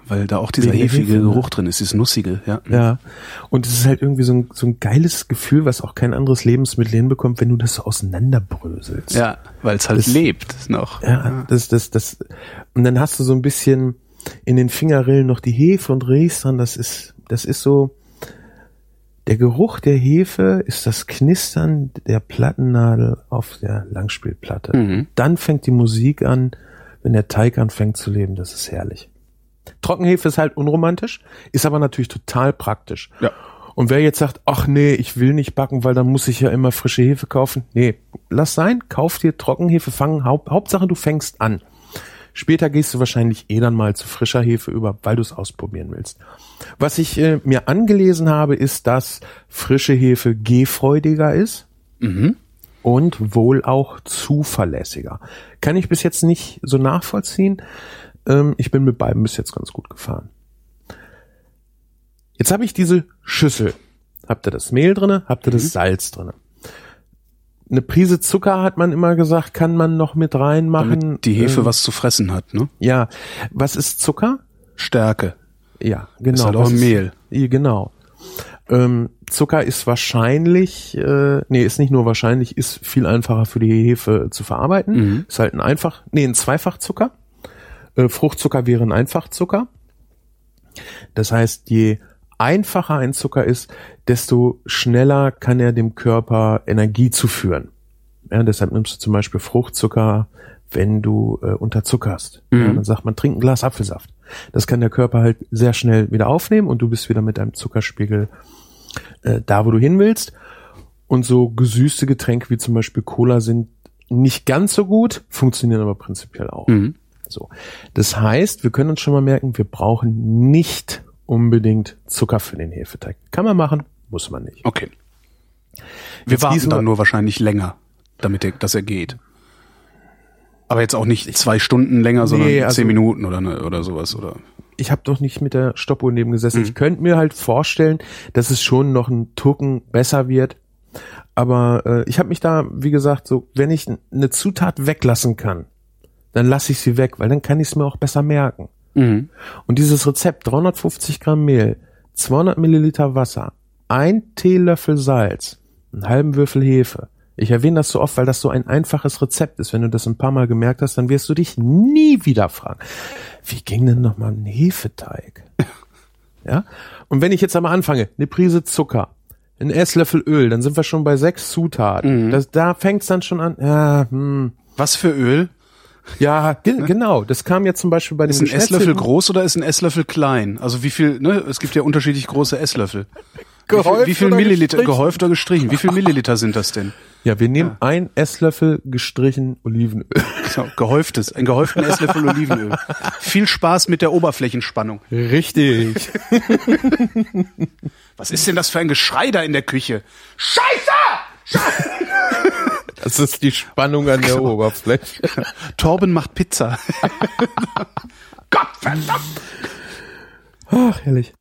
weil da auch dieser Wegen der hefige Hefe, ne? Geruch drin ist, dieses Nussige, ja. Ja. Und es ist halt irgendwie so ein, so ein geiles Gefühl, was auch kein anderes Lebensmittel hinbekommt, wenn du das so auseinanderbröselst. Ja, weil es halt Das- lebt noch. Ja, das, das, das, und dann hast du so ein bisschen in den Fingerrillen noch die Hefe und riechst dran, das ist, das ist so, der Geruch der Hefe ist das Knistern der Plattennadel auf der Langspielplatte. Mhm. Dann fängt die Musik an, wenn der Teig anfängt zu leben, das ist herrlich. Trockenhefe ist halt unromantisch, ist aber natürlich total praktisch. Ja. Und wer jetzt sagt, ach nee, ich will nicht backen, weil dann muss ich ja immer frische Hefe kaufen. Nee, lass sein, kauf dir Trockenhefe, fang, Haupt, Hauptsache du fängst an. Später gehst du wahrscheinlich eh dann mal zu frischer Hefe über, weil du es ausprobieren willst. Was ich äh, mir angelesen habe, ist, dass frische Hefe gehfreudiger ist Mhm. und wohl auch zuverlässiger. Kann ich bis jetzt nicht so nachvollziehen. Ähm, ich bin mit beiden bis jetzt ganz gut gefahren. Jetzt habe ich diese Schüssel. Habt ihr das Mehl drinne? Habt ihr das Salz drinne? Eine Prise Zucker, hat man immer gesagt, kann man noch mit reinmachen. Damit die Hefe Ähm, was zu fressen hat, ne? Ja. Was ist Zucker? Stärke. Ja, genau. Ist halt auch Was Mehl. Ja, genau. Ähm, Zucker ist wahrscheinlich, äh, nee, ist nicht nur wahrscheinlich, ist viel einfacher für die Hefe zu verarbeiten. Mhm. Ist halt ein einfach, nee, ein Zweifachzucker. Äh, Fruchtzucker wäre ein Einfachzucker. Das heißt, je einfacher ein Zucker ist, desto schneller kann er dem Körper Energie zuführen. Ja, deshalb nimmst du zum Beispiel Fruchtzucker, wenn du äh, unterzuckerst. Mhm. Ja, dann sagt man, trink ein Glas Apfelsaft. Das kann der Körper halt sehr schnell wieder aufnehmen und du bist wieder mit deinem Zuckerspiegel äh, da, wo du hin willst. Und so gesüßte Getränke wie zum Beispiel Cola sind nicht ganz so gut, funktionieren aber prinzipiell auch. Mhm. So. Das heißt, wir können uns schon mal merken, wir brauchen nicht unbedingt Zucker für den Hefeteig. Kann man machen, muss man nicht. Okay. Wir Jetzt warten gießen wir- dann nur wahrscheinlich länger, damit er, dass er geht. Aber jetzt auch nicht zwei Stunden länger, sondern Nee, also- zehn Minuten oder ne, oder sowas, oder? Ich habe doch nicht mit der Stoppuhr neben gesessen. Mhm. Ich könnte mir halt vorstellen, dass es schon noch ein Tucken besser wird. Aber äh, ich habe mich da, wie gesagt, so, wenn ich n- eine Zutat weglassen kann, dann lasse ich sie weg, weil dann kann ich es mir auch besser merken. Mhm. Und dieses Rezept, dreihundertfünfzig Gramm Mehl, zweihundert Milliliter Wasser, ein Teelöffel Salz, einen halben Würfel Hefe. Ich erwähne das so oft, weil das so ein einfaches Rezept ist. Wenn du das ein paar Mal gemerkt hast, dann wirst du dich nie wieder fragen, wie ging denn nochmal ein Hefeteig? Ja? Und wenn ich jetzt einmal anfange, eine Prise Zucker, ein Esslöffel Öl, dann sind wir schon bei sechs Zutaten. Mhm. Das, da fängt's dann schon an, ja, hm, Was für Öl? ja, ge- genau. Das kam ja zum Beispiel bei dem Ist ein Esslöffel Geschnetzelten- groß oder ist ein Esslöffel klein? Also wie viel, ne? Es gibt ja unterschiedlich große Esslöffel. Wie viel, Gehäuft wie viel oder Milliliter, gestrichen? gehäuft oder gestrichen? Wie viel Milliliter sind das denn? Ja, wir nehmen ein Esslöffel gestrichen Olivenöl. So, gehäuftes, ein gehäuften Esslöffel Olivenöl. Viel Spaß mit der Oberflächenspannung. Richtig. Was ist denn das für ein Geschrei da in der Küche? Scheiße! Das ist die Spannung an der Oberfläche. Torben macht Pizza. Gott verdammt! Ach, herrlich.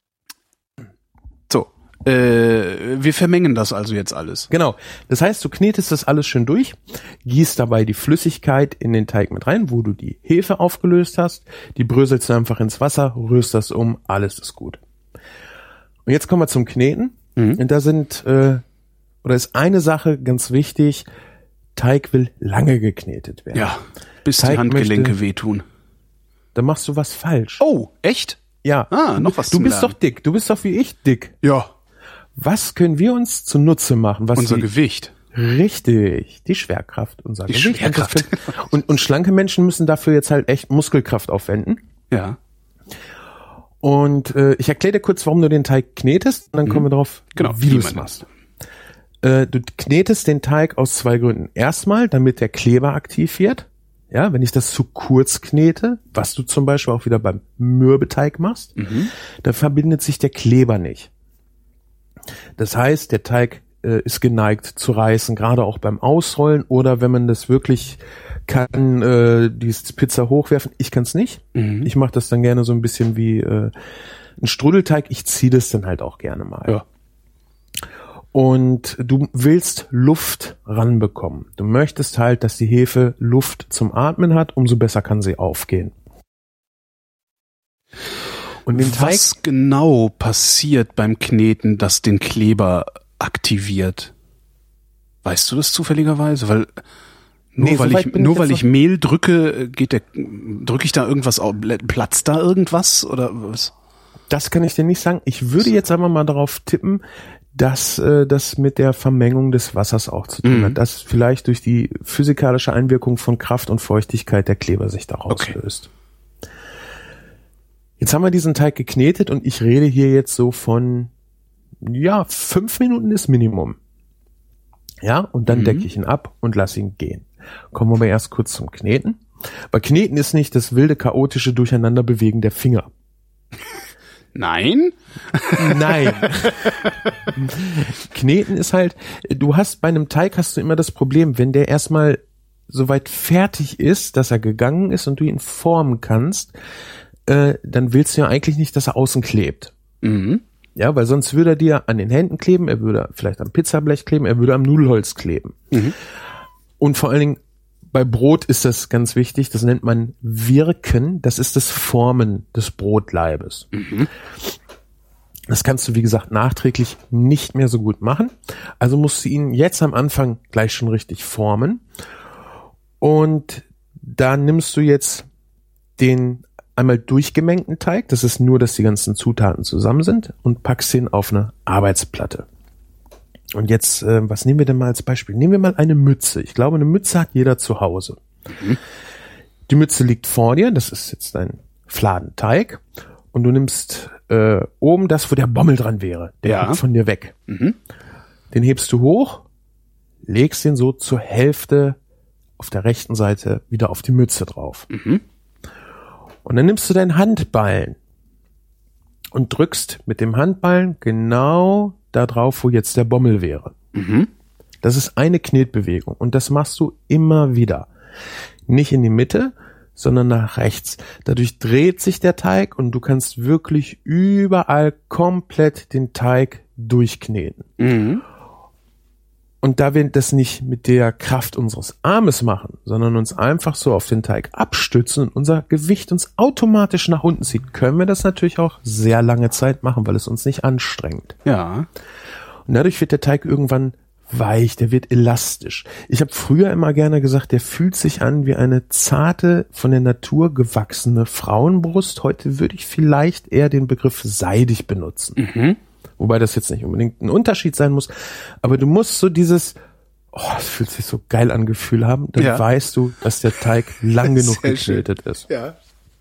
So, äh, wir vermengen das also jetzt alles. Genau. Das heißt, du knetest das alles schön durch, gießt dabei die Flüssigkeit in den Teig mit rein, wo du die Hefe aufgelöst hast, die bröselst du einfach ins Wasser, rührst das um, alles ist gut. Und jetzt kommen wir zum Kneten. Mhm. Und da sind, äh, oder ist eine Sache ganz wichtig, Teig will lange geknetet werden. Ja, bis die Teig Handgelenke möchte- wehtun. Da machst du was falsch. Oh, echt? Ja. Ah, noch was Du zum bist Lernen. doch dick. Du bist doch wie ich dick. Ja. Was können wir uns zunutze machen? Was Unser die, Gewicht. Richtig, die Schwerkraft, unser Die Gewicht. Schwerkraft. Und, und schlanke Menschen müssen dafür jetzt halt echt Muskelkraft aufwenden. Ja. Und äh, ich erkläre dir kurz, warum du den Teig knetest. Und dann kommen wir drauf, Genau, wie wie du es man machst. Äh, du knetest den Teig aus zwei Gründen. Erstmal, damit der Kleber aktiv wird. Ja, wenn ich das zu kurz knete, was du zum Beispiel auch wieder beim Mürbeteig machst, Mhm. da verbindet sich der Kleber nicht. Das heißt, der Teig äh, ist geneigt zu reißen, gerade auch beim Ausrollen oder wenn man das wirklich kann, äh, die Pizza hochwerfen. Ich kann es nicht. Mhm. Ich mache das dann gerne so ein bisschen wie äh, ein Strudelteig. Ich ziehe das dann halt auch gerne mal. Ja. Und du willst Luft ranbekommen. Du möchtest halt, dass die Hefe Luft zum Atmen hat, umso besser kann sie aufgehen. Und den Teig, was genau passiert beim Kneten, das den Kleber aktiviert? Weißt du das zufälligerweise? Weil nur Nee, weil soweit ich bin ich nur jetzt weil noch- ich Mehl drücke, geht der drücke ich da irgendwas auf, platzt da irgendwas oder was? das kann ich dir nicht sagen. Ich würde jetzt aber mal darauf tippen, dass äh, das mit der Vermengung des Wassers auch zu tun Mhm. hat. Dass vielleicht durch die physikalische Einwirkung von Kraft und Feuchtigkeit der Kleber sich daraus Okay. löst. Jetzt haben wir diesen Teig geknetet und ich rede hier jetzt so von, ja, fünf Minuten ist Minimum. Ja, und dann Mhm. decke ich ihn ab und lasse ihn gehen. Kommen wir aber erst kurz zum Kneten. Bei Kneten ist nicht das wilde, chaotische Durcheinanderbewegen der Finger. Nein? Nein. Kneten ist halt, du hast bei einem Teig hast du immer das Problem, wenn der erstmal soweit fertig ist, dass er gegangen ist und du ihn formen kannst, äh, dann willst du ja eigentlich nicht, dass er außen klebt. Mhm. Ja, weil sonst würde er dir an den Händen kleben, er würde vielleicht am Pizzablech kleben, er würde am Nudelholz kleben. Mhm. Und vor allen Dingen bei Brot ist das ganz wichtig, das nennt man Wirken, das ist das Formen des Brotleibes. Mhm. Das kannst du, wie gesagt, nachträglich nicht mehr so gut machen. Also musst du ihn jetzt am Anfang gleich schon richtig formen. Und da nimmst du jetzt den einmal durchgemengten Teig, das ist nur, dass die ganzen Zutaten zusammen sind, und packst ihn auf eine Arbeitsplatte. Und jetzt, äh, was nehmen wir denn mal als Beispiel? Nehmen wir mal eine Mütze. Ich glaube, eine Mütze hat jeder zu Hause. Mhm. Die Mütze liegt vor dir, das ist jetzt ein Fladenteig. Und du nimmst äh, oben das, wo der Bommel dran wäre. Der Ja. liegt von dir weg. Mhm. Den hebst du hoch, legst den so zur Hälfte auf der rechten Seite wieder auf die Mütze drauf. Mhm. Und dann nimmst du deinen Handballen und drückst mit dem Handballen genau da drauf, wo jetzt der Bommel wäre. Mhm. Das ist eine Knetbewegung und das machst du immer wieder. Nicht in die Mitte, sondern nach rechts. Dadurch dreht sich der Teig und du kannst wirklich überall komplett den Teig durchkneten. Mhm. Und da wir das nicht mit der Kraft unseres Armes machen, sondern uns einfach so auf den Teig abstützen und unser Gewicht uns automatisch nach unten zieht, können wir das natürlich auch sehr lange Zeit machen, weil es uns nicht anstrengt. Ja. Und dadurch wird der Teig irgendwann weich, der wird elastisch. Ich habe früher immer gerne gesagt, der fühlt sich an wie eine zarte, von der Natur gewachsene Frauenbrust. Heute würde ich vielleicht eher den Begriff seidig benutzen. Mhm. Wobei das jetzt nicht unbedingt ein Unterschied sein muss. Aber du musst so dieses, oh, es fühlt sich so geil an Gefühl haben, dann Ja. weißt du, dass der Teig lang genug Sehr schön. geknetet ist. Ja.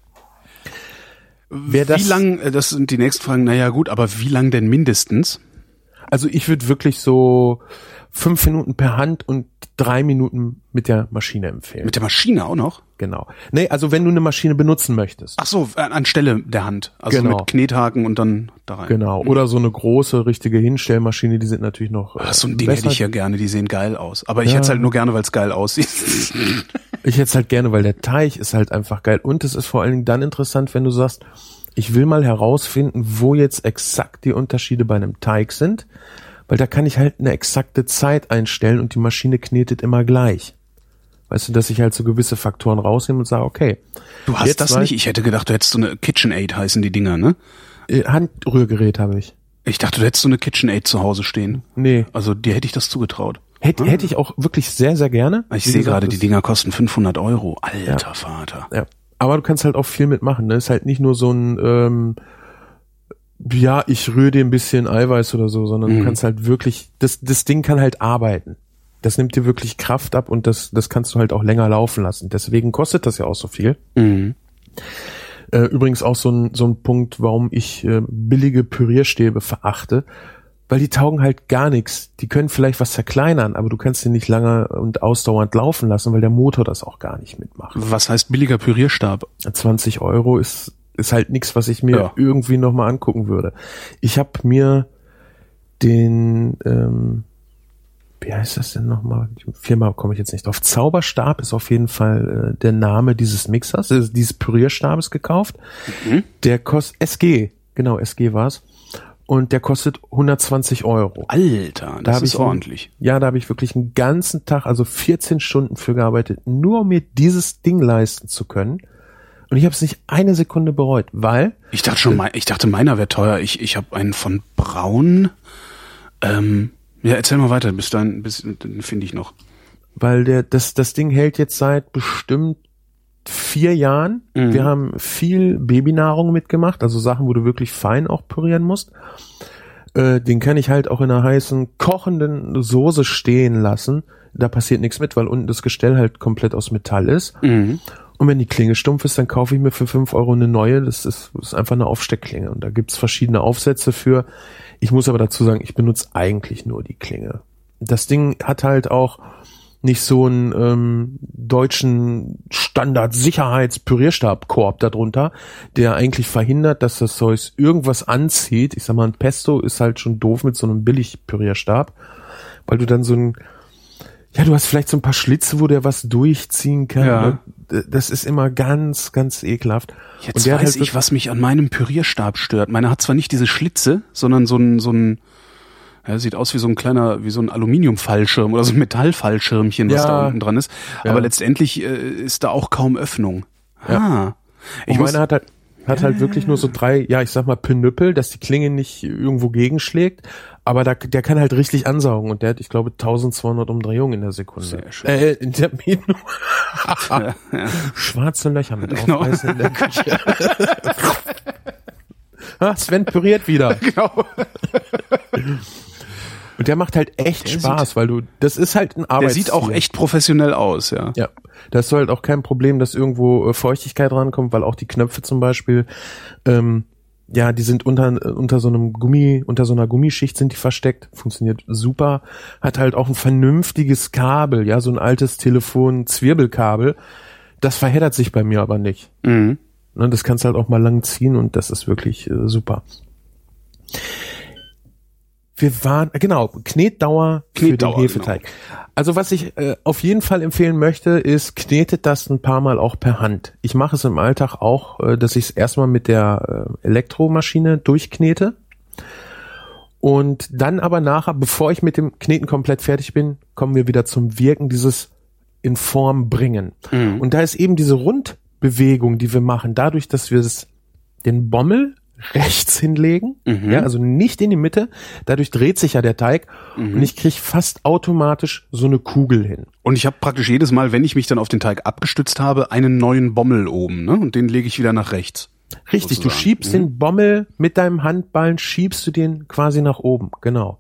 Wer Wie das, lang, äh, das sind die nächsten Fragen, naja gut, aber wie lang denn mindestens? Also ich würde wirklich so fünf Minuten per Hand und drei Minuten mit der Maschine empfehlen. Mit der Maschine auch noch? Genau. Nee, also wenn du eine Maschine benutzen möchtest. Ach so, an- anstelle der Hand. Also Genau. mit Knethaken und dann da rein. Genau. Oder so eine große, richtige Hinstellmaschine, die sind natürlich noch Ach, so ein äh, Ding besser. hätte ich ja gerne, die sehen geil aus. Aber ich Ja. hätte es halt nur gerne, weil es geil aussieht. Ich hätte es halt gerne, weil der Teig ist halt einfach geil. Und es ist vor allen Dingen dann interessant, wenn du sagst, ich will mal herausfinden, wo jetzt exakt die Unterschiede bei einem Teig sind. Weil da kann ich halt eine exakte Zeit einstellen und die Maschine knetet immer gleich. Weißt du, dass ich halt so gewisse Faktoren rausnehme und sage, okay. Du hast jetzt das weiß- nicht? Ich hätte gedacht, du hättest so eine KitchenAid heißen die Dinger, ne? Äh, Handrührgerät habe ich. Ich dachte, du hättest so eine KitchenAid zu Hause stehen. Nee. Also dir hätte ich das zugetraut. Hätte, hätte ich auch wirklich sehr, sehr gerne. Ich Wie sehe gesagt, gerade, die das- Dinger kosten fünfhundert Euro. Alter Ja. Vater. Ja. Aber du kannst halt auch viel mitmachen, ne? Ist halt nicht nur so ein, ähm, ja, ich rühre dir ein bisschen Eiweiß oder so, sondern Mhm. du kannst halt wirklich, das, das Ding kann halt arbeiten. Das nimmt dir wirklich Kraft ab und das, das kannst du halt auch länger laufen lassen. Deswegen kostet das ja auch so viel. Mhm. Äh, übrigens auch so ein, so ein Punkt, warum ich äh, billige Pürierstäbe verachte, weil die taugen halt gar nichts. Die können vielleicht was zerkleinern, aber du kannst sie nicht lange und ausdauernd laufen lassen, weil der Motor das auch gar nicht mitmacht. Was heißt billiger Pürierstab? zwanzig Euro ist, ist halt nichts, was ich mir Ja. irgendwie nochmal angucken würde. Ich habe mir den, ähm, wie heißt das denn nochmal? Die Firma komme ich jetzt nicht drauf. Zauberstab ist auf jeden Fall äh, der Name dieses Mixers, äh, dieses Pürierstabes gekauft. Mhm. Der kostet, S G, genau, S G war's. Und der kostet hundertzwanzig Euro. Alter, Da das hab ist ich ordentlich. Ja, da habe ich wirklich einen ganzen Tag, also vierzehn Stunden für gearbeitet, nur um mir dieses Ding leisten zu können. Und ich habe es nicht eine Sekunde bereut, weil... Ich dachte schon, ich dachte, meiner wäre teuer. Ich, ich habe einen von Braun. Ähm, ja, erzähl mal weiter, bis dann, bis, dann finde ich noch. Weil der, das, das Ding hält jetzt seit bestimmt vier Jahren. Mhm. Wir haben viel Babynahrung mitgemacht, also Sachen, wo du wirklich fein auch pürieren musst. Äh, den kann ich halt auch in einer heißen, kochenden Soße stehen lassen. Da passiert nichts mit, weil unten das Gestell halt komplett aus Metall ist. Mhm. Und wenn die Klinge stumpf ist, dann kaufe ich mir für fünf Euro eine neue. Das ist, das ist einfach eine Aufsteckklinge. Und da gibt's verschiedene Aufsätze für. Ich muss aber dazu sagen, ich benutze eigentlich nur die Klinge. Das Ding hat halt auch nicht so einen ähm, deutschen Standard-Sicherheits-Pürierstab-Korb darunter, der eigentlich verhindert, dass das Zeug irgendwas anzieht. Ich sag mal, ein Pesto ist halt schon doof mit so einem Billig-Pürierstab, weil du dann so ein, ja, du hast vielleicht so ein paar Schlitze, wo der was durchziehen kann. Ja. Das ist immer ganz, ganz ekelhaft. Jetzt Und der weiß halt ich, was mich an meinem Pürierstab stört. Meiner hat zwar nicht diese Schlitze, sondern so ein, so ein, ja, sieht aus wie so ein kleiner, wie so ein Aluminiumfallschirm oder so ein Metallfallschirmchen, was ja. da unten dran ist. Ja. Aber letztendlich äh, ist da auch kaum Öffnung. Ja. Ah. Ich meine, hat halt, hat ja. halt wirklich nur so drei, ja, ich sag mal Pinüppel, dass die Klinge nicht irgendwo gegenschlägt. Aber da, der kann halt richtig ansaugen und der hat, ich glaube, eintausendzweihundert Umdrehungen in der Sekunde. Sehr schön. Äh, in der Minute. ja, ja. Schwarze Löcher mit Genau. Aufreißen in der Küche. ah, Sven püriert wieder. Genau. Und der macht halt echt der Spaß, sieht, weil du, das ist halt ein Arbeitstier. Der sieht auch echt professionell aus, ja. Ja. Da hast du halt auch kein Problem, dass irgendwo äh, Feuchtigkeit rankommt, weil auch die Knöpfe zum Beispiel, ähm, ja, die sind unter unter so einem Gummi, unter so einer Gummischicht sind die versteckt. Funktioniert super. Hat halt auch ein vernünftiges Kabel, ja, so ein altes Telefon-Zwirbelkabel. Das verheddert sich bei mir aber nicht. Mhm. Ne, das kannst du halt auch mal lang ziehen und das ist wirklich äh, super. Wir waren, genau, Knetdauer, Knetdauer für den Hefeteig. Genau. Also was ich äh, auf jeden Fall empfehlen möchte, ist, knetet das ein paar Mal auch per Hand. Ich mache es im Alltag auch, äh, dass ich es erstmal mit der äh, Elektromaschine durchknete und dann aber nachher, bevor ich mit dem Kneten komplett fertig bin, kommen wir wieder zum Wirken, dieses in Form bringen. Mhm. Und da ist eben diese Rundbewegung, die wir machen, dadurch, dass wir es, den Bommel rechts hinlegen, mhm. ja, also nicht in die Mitte, dadurch dreht sich ja der Teig mhm. und ich kriege fast automatisch so eine Kugel hin. Und ich habe praktisch jedes Mal, wenn ich mich dann auf den Teig abgestützt habe, einen neuen Bommel oben, ne? Und den lege ich wieder nach rechts. Richtig, sozusagen. Du schiebst mhm. den Bommel mit deinem Handballen, schiebst du den quasi nach oben, genau.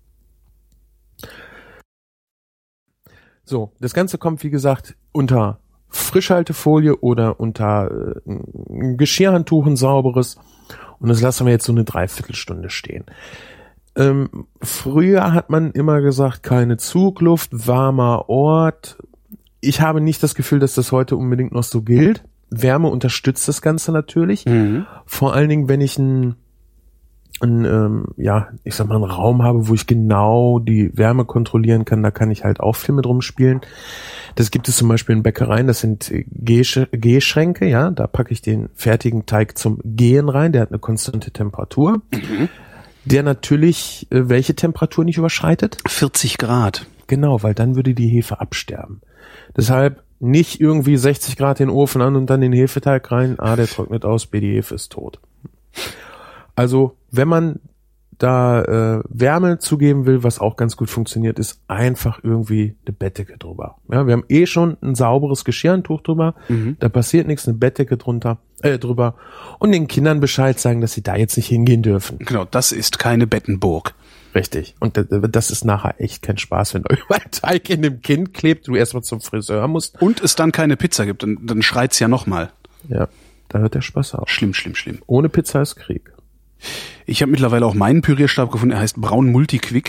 So, das Ganze kommt, wie gesagt, unter Frischhaltefolie oder unter äh, ein Geschirrhandtuch, ein sauberes. Und das lassen wir jetzt so eine Dreiviertelstunde stehen. Ähm, früher hat man immer gesagt, keine Zugluft, warmer Ort. Ich habe nicht das Gefühl, dass das heute unbedingt noch so gilt. Wärme unterstützt das Ganze natürlich. Mhm. Vor allen Dingen, wenn ich ein, ein ähm, ja, ich sag mal, einen Raum habe, wo ich genau die Wärme kontrollieren kann, da kann ich halt auch viel mit rumspielen. Das gibt es zum Beispiel in Bäckereien, das sind Gehschränke, ja, da packe ich den fertigen Teig zum Gehen rein, der hat eine konstante Temperatur, mhm. der natürlich äh, welche Temperatur nicht überschreitet? vierzig Grad. Genau, weil dann würde die Hefe absterben. Deshalb nicht irgendwie sechzig Grad den Ofen an und dann den Hefeteig rein, A, der trocknet aus, B, die Hefe ist tot. Also, wenn man da äh, Wärme zugeben will, was auch ganz gut funktioniert, ist einfach irgendwie eine Bettdecke drüber. Ja, wir haben eh schon ein sauberes Geschirrtuch drüber, mhm. da passiert nichts, eine Bettdecke drunter, äh, drüber und den Kindern Bescheid sagen, dass sie da jetzt nicht hingehen dürfen. Genau, das ist keine Bettenburg. Richtig. Und das ist nachher echt kein Spaß, wenn da überall Teig in dem Kind klebt, du erstmal zum Friseur musst. Und es dann keine Pizza gibt, dann, dann schreit's ja nochmal. Ja, da hört der Spaß auf. Schlimm, schlimm, schlimm. Ohne Pizza ist Krieg. Ich habe mittlerweile auch meinen Pürierstab gefunden, er heißt Braun Multiquick.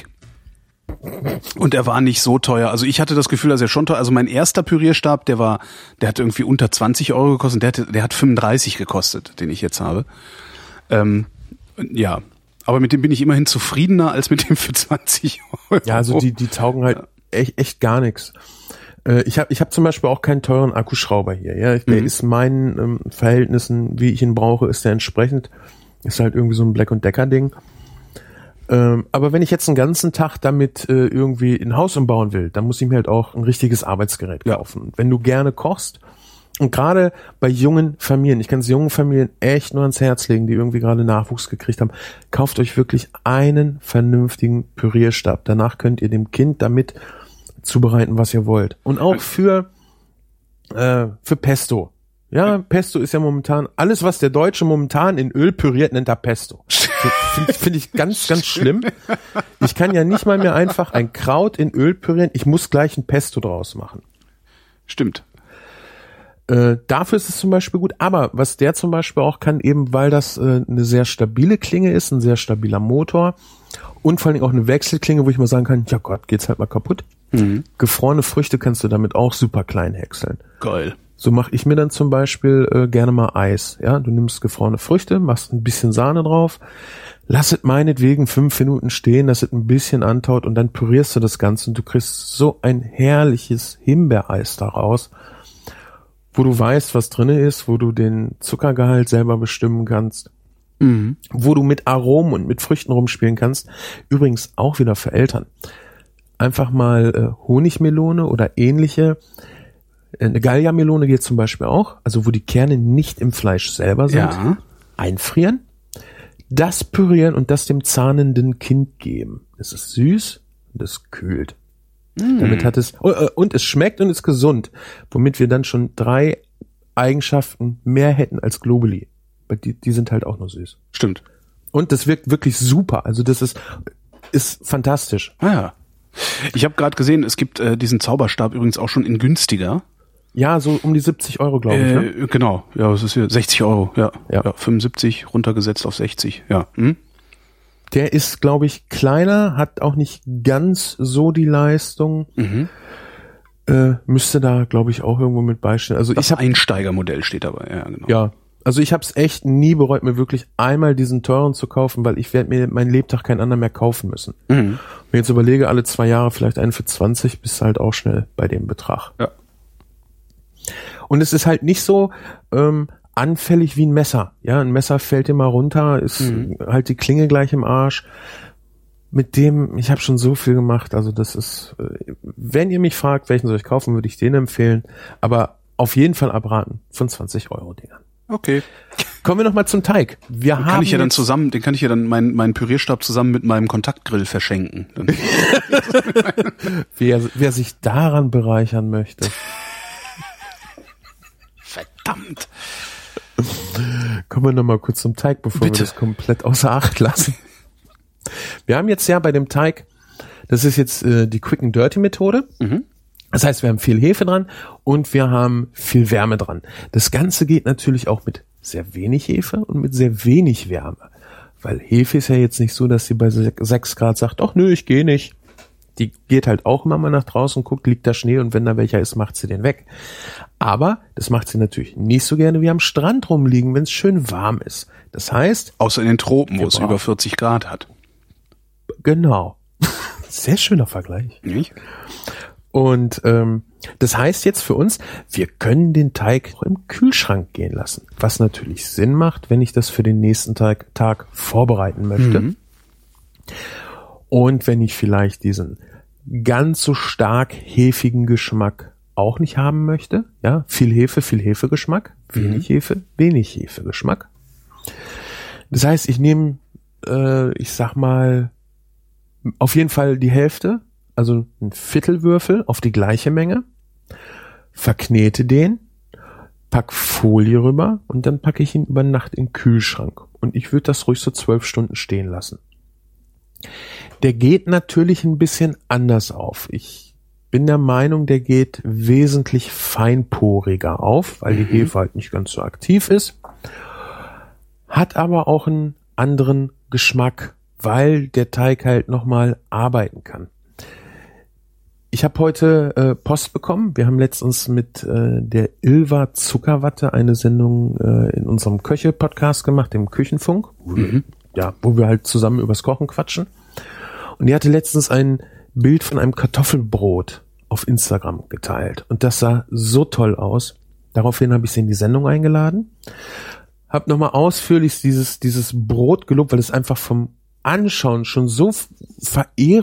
Und er war nicht so teuer. Also ich hatte das Gefühl, dass er schon teuer. Also mein erster Pürierstab, der war, der hat irgendwie unter zwanzig Euro gekostet. Der hat, der hat fünfunddreißig gekostet, den ich jetzt habe. Ähm, ja, aber mit dem bin ich immerhin zufriedener als mit dem für zwanzig Euro. Ja, also die, die taugen halt ja. echt, echt gar nichts. Äh, ich habe, ich habe zum Beispiel auch keinen teuren Akkuschrauber hier. Ja, der mhm. ist meinen ähm, Verhältnissen, wie ich ihn brauche, ist der entsprechend. Ist halt irgendwie so ein Black- und Decker-Ding. Ähm, aber wenn ich jetzt einen ganzen Tag damit äh, irgendwie ein Haus umbauen will, dann muss ich mir halt auch ein richtiges Arbeitsgerät kaufen. Ja. Wenn du gerne kochst, Und gerade bei jungen Familien, ich kann es jungen Familien echt nur ans Herz legen, die irgendwie gerade Nachwuchs gekriegt haben, kauft euch wirklich einen vernünftigen Pürierstab. Danach könnt ihr dem Kind damit zubereiten, was ihr wollt. Und auch für äh, für Pesto. Ja, Pesto ist ja momentan, alles was der Deutsche momentan in Öl püriert, nennt er Pesto. Finde find ich ganz, ganz schlimm. Ich kann ja nicht mal mehr einfach ein Kraut in Öl pürieren, ich muss gleich ein Pesto draus machen. Stimmt. Äh, dafür ist es zum Beispiel gut, aber was der zum Beispiel auch kann, eben weil das äh, eine sehr stabile Klinge ist, ein sehr stabiler Motor und vor allem auch eine Wechselklinge, wo ich mal sagen kann, ja Gott, geht's halt mal kaputt. Mhm. Gefrorene Früchte kannst du damit auch super klein häckseln. Geil. So mache ich mir dann zum Beispiel äh, gerne mal Eis. Ja, du nimmst gefrorene Früchte, machst ein bisschen Sahne drauf, lass es meinetwegen fünf Minuten stehen, dass es ein bisschen antaut und dann pürierst du das Ganze und du kriegst so ein herrliches Himbeereis daraus, wo du weißt, was drinne ist, wo du den Zuckergehalt selber bestimmen kannst, mhm. wo du mit Aromen und mit Früchten rumspielen kannst. Übrigens auch wieder für Eltern. Einfach mal äh, Honigmelone oder ähnliche. Eine Gallia-Melone geht zum Beispiel auch, also wo die Kerne nicht im Fleisch selber sind. Ja. Einfrieren, das pürieren und das dem zahnenden Kind geben. Es ist süß und es kühlt. Mm. Damit hat es, und es schmeckt und ist gesund, womit wir dann schon drei Eigenschaften mehr hätten als Globuli. Die, die sind halt auch nur süß. Stimmt. Und das wirkt wirklich super. Also das ist, ist fantastisch. Ah ja. Ich habe gerade gesehen, es gibt äh, diesen Zauberstab übrigens auch schon in günstiger. Ja, so um die siebzig Euro, glaube ich. Äh, ne? Genau, ja, es ist hier sechzig Euro, ja. Ja. ja fünfundsiebzig runtergesetzt auf sechzig, ja. Hm? Der ist, glaube ich, kleiner, hat auch nicht ganz so die Leistung. Mhm. Äh, müsste da, glaube ich, auch irgendwo mit beistehen. Also das ich hab, Einsteigermodell steht dabei, ja, genau. Ja, also ich habe es echt nie bereut, mir wirklich einmal diesen teuren zu kaufen, weil ich werde mir meinen Lebtag keinen anderen mehr kaufen müssen. Mhm. Wenn ich jetzt überlege, alle zwei Jahre vielleicht einen für zwanzig, bist halt auch schnell bei dem Betrag. Ja. Und es ist halt nicht so ähm, anfällig wie ein Messer. Ja, ein Messer fällt dir mal runter, ist mhm. halt die Klinge gleich im Arsch. Mit dem, ich habe schon so viel gemacht, also das ist, äh, wenn ihr mich fragt, welchen soll ich kaufen, würde ich den empfehlen, aber auf jeden Fall abraten von zwanzig Euro Dingern. Okay. Kommen wir noch mal zum Teig. Wir den haben kann ich ja dann zusammen, den kann ich ja dann meinen meinen Pürierstab zusammen mit meinem Kontaktgrill verschenken. wer, wer sich daran bereichern möchte. Verdammt. Kommen wir noch mal kurz zum Teig, bevor Bitte. wir das komplett außer Acht lassen. Wir haben jetzt ja bei dem Teig, das ist jetzt äh, die Quick and Dirty Methode. Mhm. Das heißt, wir haben viel Hefe dran und wir haben viel Wärme dran. Das Ganze geht natürlich auch mit sehr wenig Hefe und mit sehr wenig Wärme. Weil Hefe ist ja jetzt nicht so, dass sie bei sechs Grad sagt, ach nö, ich gehe nicht. Die geht halt auch immer mal nach draußen, guckt, liegt da Schnee und wenn da welcher ist, macht sie den weg. Aber das macht sie natürlich nicht so gerne wie am Strand rumliegen, wenn es schön warm ist. Das heißt... Außer in den Tropen, wo es über vierzig Grad hat. Genau. Sehr schöner Vergleich. Nicht? Und ähm, das heißt jetzt für uns, wir können den Teig auch im Kühlschrank gehen lassen. Was natürlich Sinn macht, wenn ich das für den nächsten Tag, Tag vorbereiten möchte. Mhm. Und wenn ich vielleicht diesen ganz so stark hefigen Geschmack auch nicht haben möchte. Ja, viel Hefe, viel Hefegeschmack. Wenig mhm. Hefe, wenig Hefegeschmack. Das heißt, ich nehme, äh, ich sag mal, auf jeden Fall die Hälfte, also ein Viertelwürfel auf die gleiche Menge, verknete den, pack Folie rüber und dann packe ich ihn über Nacht in den Kühlschrank. Und ich würde das ruhig so zwölf Stunden stehen lassen. Der geht natürlich ein bisschen anders auf. Ich bin der Meinung, der geht wesentlich feinporiger auf, weil die mhm. Hefe halt nicht ganz so aktiv ist. Hat aber auch einen anderen Geschmack, weil der Teig halt nochmal arbeiten kann. Ich habe heute äh, Post bekommen. Wir haben letztens mit äh, der Ilva Zuckerwatte eine Sendung äh, in unserem Köche-Podcast gemacht, dem Küchenfunk. Mhm. Ja, wo wir halt zusammen übers Kochen quatschen. Und die hatte letztens ein Bild von einem Kartoffelbrot auf Instagram geteilt. Und das sah so toll aus. Daraufhin habe ich sie in die Sendung eingeladen. Hab nochmal ausführlich dieses, dieses Brot gelobt, weil es einfach vom Anschauen schon so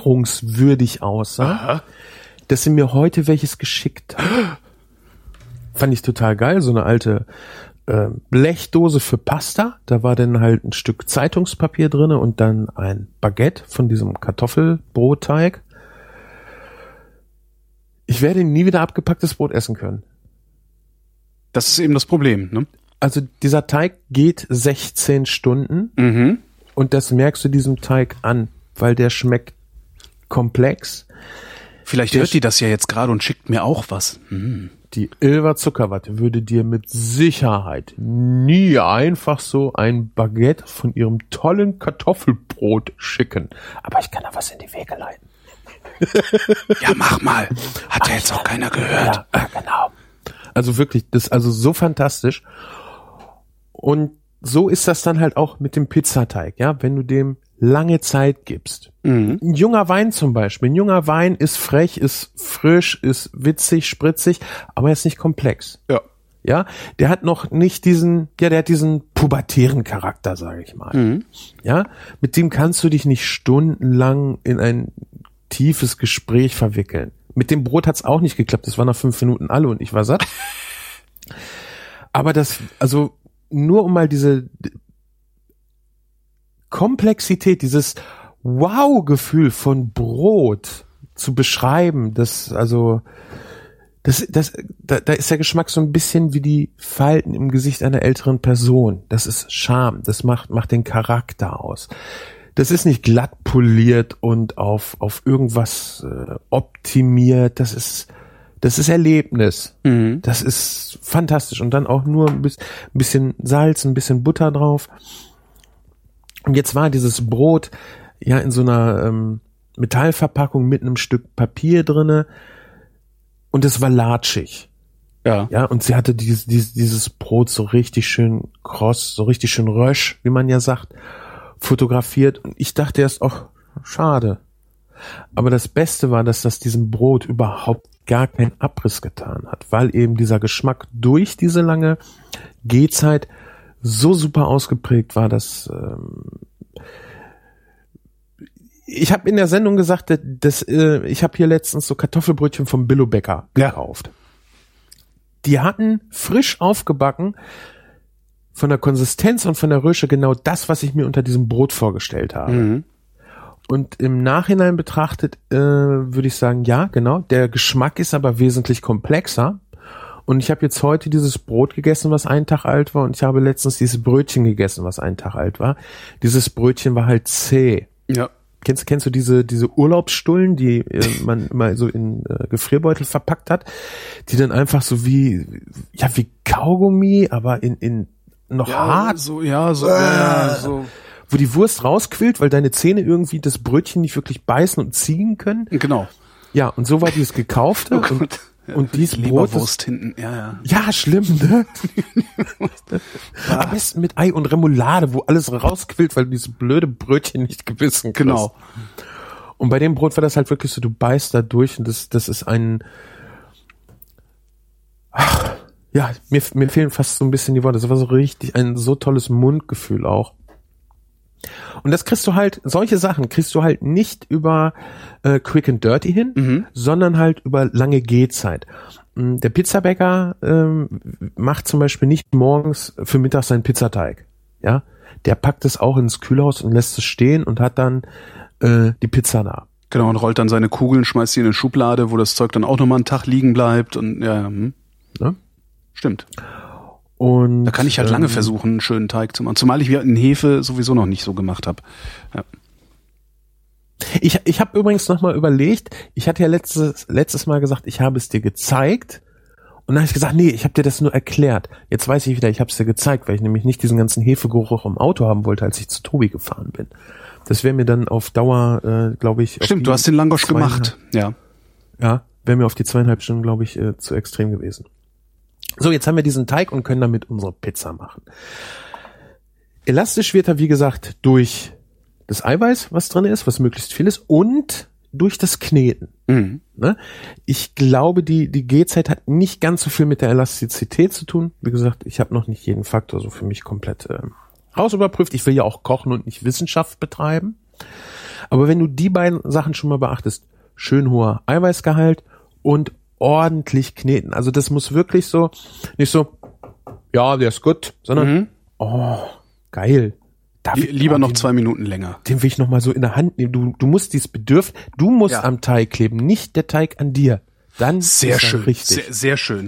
verehrungswürdig aussah, Aha. dass sie mir heute welches geschickt hat. fand ich total geil, so eine alte äh, Blechdose für Pasta. Da war dann halt ein Stück Zeitungspapier drinne und dann ein Baguette von diesem Kartoffelbrotteig. Ich werde nie wieder abgepacktes Brot essen können. Das ist eben das Problem, ne? Also dieser Teig geht sechzehn Stunden Mhm. und das merkst du diesem Teig an, weil der schmeckt komplex. Vielleicht Der hört die das ja jetzt gerade und schickt mir auch was. Hm. Die Ilva Zuckerwatte würde dir mit Sicherheit nie einfach so ein Baguette von ihrem tollen Kartoffelbrot schicken. Aber ich kann da was in die Wege leiten. Ja, mach mal. Hat ja jetzt auch keiner gehört. Ja, genau. Also wirklich, das ist also so fantastisch. Und so ist das dann halt auch mit dem Pizzateig, ja, wenn du dem lange Zeit gibst. Mhm. Ein junger Wein zum Beispiel. Ein junger Wein ist frech, ist frisch, ist witzig, spritzig, aber er ist nicht komplex. Ja. Ja, der hat noch nicht diesen, ja, der hat diesen pubertären Charakter, sage ich mal. Mhm. Ja, mit dem kannst du dich nicht stundenlang in ein tiefes Gespräch verwickeln. Mit dem Brot hat's auch nicht geklappt. Das war nach fünf Minuten alle und ich war satt. Aber das, also nur um mal diese Komplexität, dieses Wow-Gefühl von Brot zu beschreiben, das, also, das, das, da, da ist der Geschmack so ein bisschen wie die Falten im Gesicht einer älteren Person. Das ist Charme. Das macht, macht den Charakter aus. Das ist nicht glatt poliert und auf, auf irgendwas äh, optimiert. Das ist, das ist Erlebnis. Mhm. Das ist fantastisch. Und dann auch nur ein bisschen Salz, ein bisschen Butter drauf. Und jetzt war dieses Brot ja in so einer ähm, Metallverpackung mit einem Stück Papier drinne und es war latschig. Ja. Ja, und sie hatte dieses, dieses, dieses Brot so richtig schön kross, so richtig schön rösch, wie man ja sagt, fotografiert. Und ich dachte erst, ach, schade. Aber das Beste war, dass das diesem Brot überhaupt gar keinen Abriss getan hat, weil eben dieser Geschmack durch diese lange Gehzeit so super ausgeprägt war, dass ähm, ich habe in der Sendung gesagt, dass, dass äh, ich habe hier letztens so Kartoffelbrötchen vom Billo Bäcker gekauft. Die hatten frisch aufgebacken, von der Konsistenz und von der Rösche genau das, was ich mir unter diesem Brot vorgestellt habe. Mhm. Und im Nachhinein betrachtet äh, würde ich sagen, ja, genau, der Geschmack ist aber wesentlich komplexer. Und ich habe jetzt heute dieses Brot gegessen, was einen Tag alt war, und ich habe letztens dieses Brötchen gegessen, was einen Tag alt war. Dieses Brötchen war halt zäh. Ja. Kennst, kennst du diese, diese Urlaubsstullen, die äh, man immer so in äh, Gefrierbeutel verpackt hat, die dann einfach so wie, ja, wie Kaugummi, aber in, in noch Ja, hart, so, ja, so, ja, ja, so. wo die Wurst rausquillt, weil deine Zähne irgendwie das Brötchen nicht wirklich beißen und ziehen können. Genau. Ja, und so war dieses gekaufte Oh und, Gott. Ja, und dieses Brot Leberwurst hinten, ja, ja. ja, schlimm, ne? Am besten mit Ei und Remoulade, wo alles rausquillt, weil du dieses blöde Brötchen nicht gebissen kriegst. Genau. Und bei dem Brot war das halt wirklich so, du beißt da durch und das, das ist ein, ach, ja, mir, mir fehlen fast so ein bisschen die Worte. Das war so richtig ein so tolles Mundgefühl auch. Und das kriegst du halt, solche Sachen kriegst du halt nicht über äh, Quick and Dirty hin, Mhm. sondern halt über lange Gehzeit. Mm, Der Pizzabäcker ähm, macht zum Beispiel nicht morgens für Mittag seinen Pizzateig. Ja, der packt es auch ins Kühlhaus und lässt es stehen und hat dann äh, die Pizza da. Genau, und rollt dann seine Kugeln, schmeißt sie in eine Schublade, wo das Zeug dann auch nochmal einen Tag liegen bleibt und ja, hm. Ne? Stimmt. Und Da kann ich halt lange ähm, versuchen, einen schönen Teig zu machen. Zumal ich in Hefe sowieso noch nicht so gemacht habe. Ja. Ich, ich habe übrigens nochmal überlegt, ich hatte ja letztes, letztes Mal gesagt, ich habe es dir gezeigt. Und dann habe ich gesagt, nee, ich habe dir das nur erklärt. Jetzt weiß ich wieder, ich habe es dir gezeigt, weil ich nämlich nicht diesen ganzen Hefegeruch im Auto haben wollte, als ich zu Tobi gefahren bin. Das wäre mir dann auf Dauer, äh, glaube ich... Stimmt, du hast den Langosch gemacht. Ja. Ja, wäre mir auf die zweieinhalb Stunden, glaube ich, äh, zu extrem gewesen. So, jetzt haben wir diesen Teig und können damit unsere Pizza machen. Elastisch wird er, wie gesagt, durch das Eiweiß, was drin ist, was möglichst viel ist, und durch das Kneten. Mhm. Ne? Ich glaube, die die Gehzeit hat nicht ganz so viel mit der Elastizität zu tun. Wie gesagt, ich habe noch nicht jeden Faktor so für mich komplett äh, rausüberprüft. Ich will ja auch kochen und nicht Wissenschaft betreiben. Aber wenn du die beiden Sachen schon mal beachtest, schön hoher Eiweißgehalt und ordentlich kneten. Also das muss wirklich so, nicht so, ja, der ist gut, sondern, Mhm. oh, geil. Darf Lie- ich- Lieber oh, noch den, zwei Minuten länger. Den will ich noch mal so in der Hand nehmen. Du, du musst dieses Bedürf, du musst Ja. am Teig kleben, nicht der Teig an dir. Dann Sehr ist er schön. richtig. Sehr, sehr schön.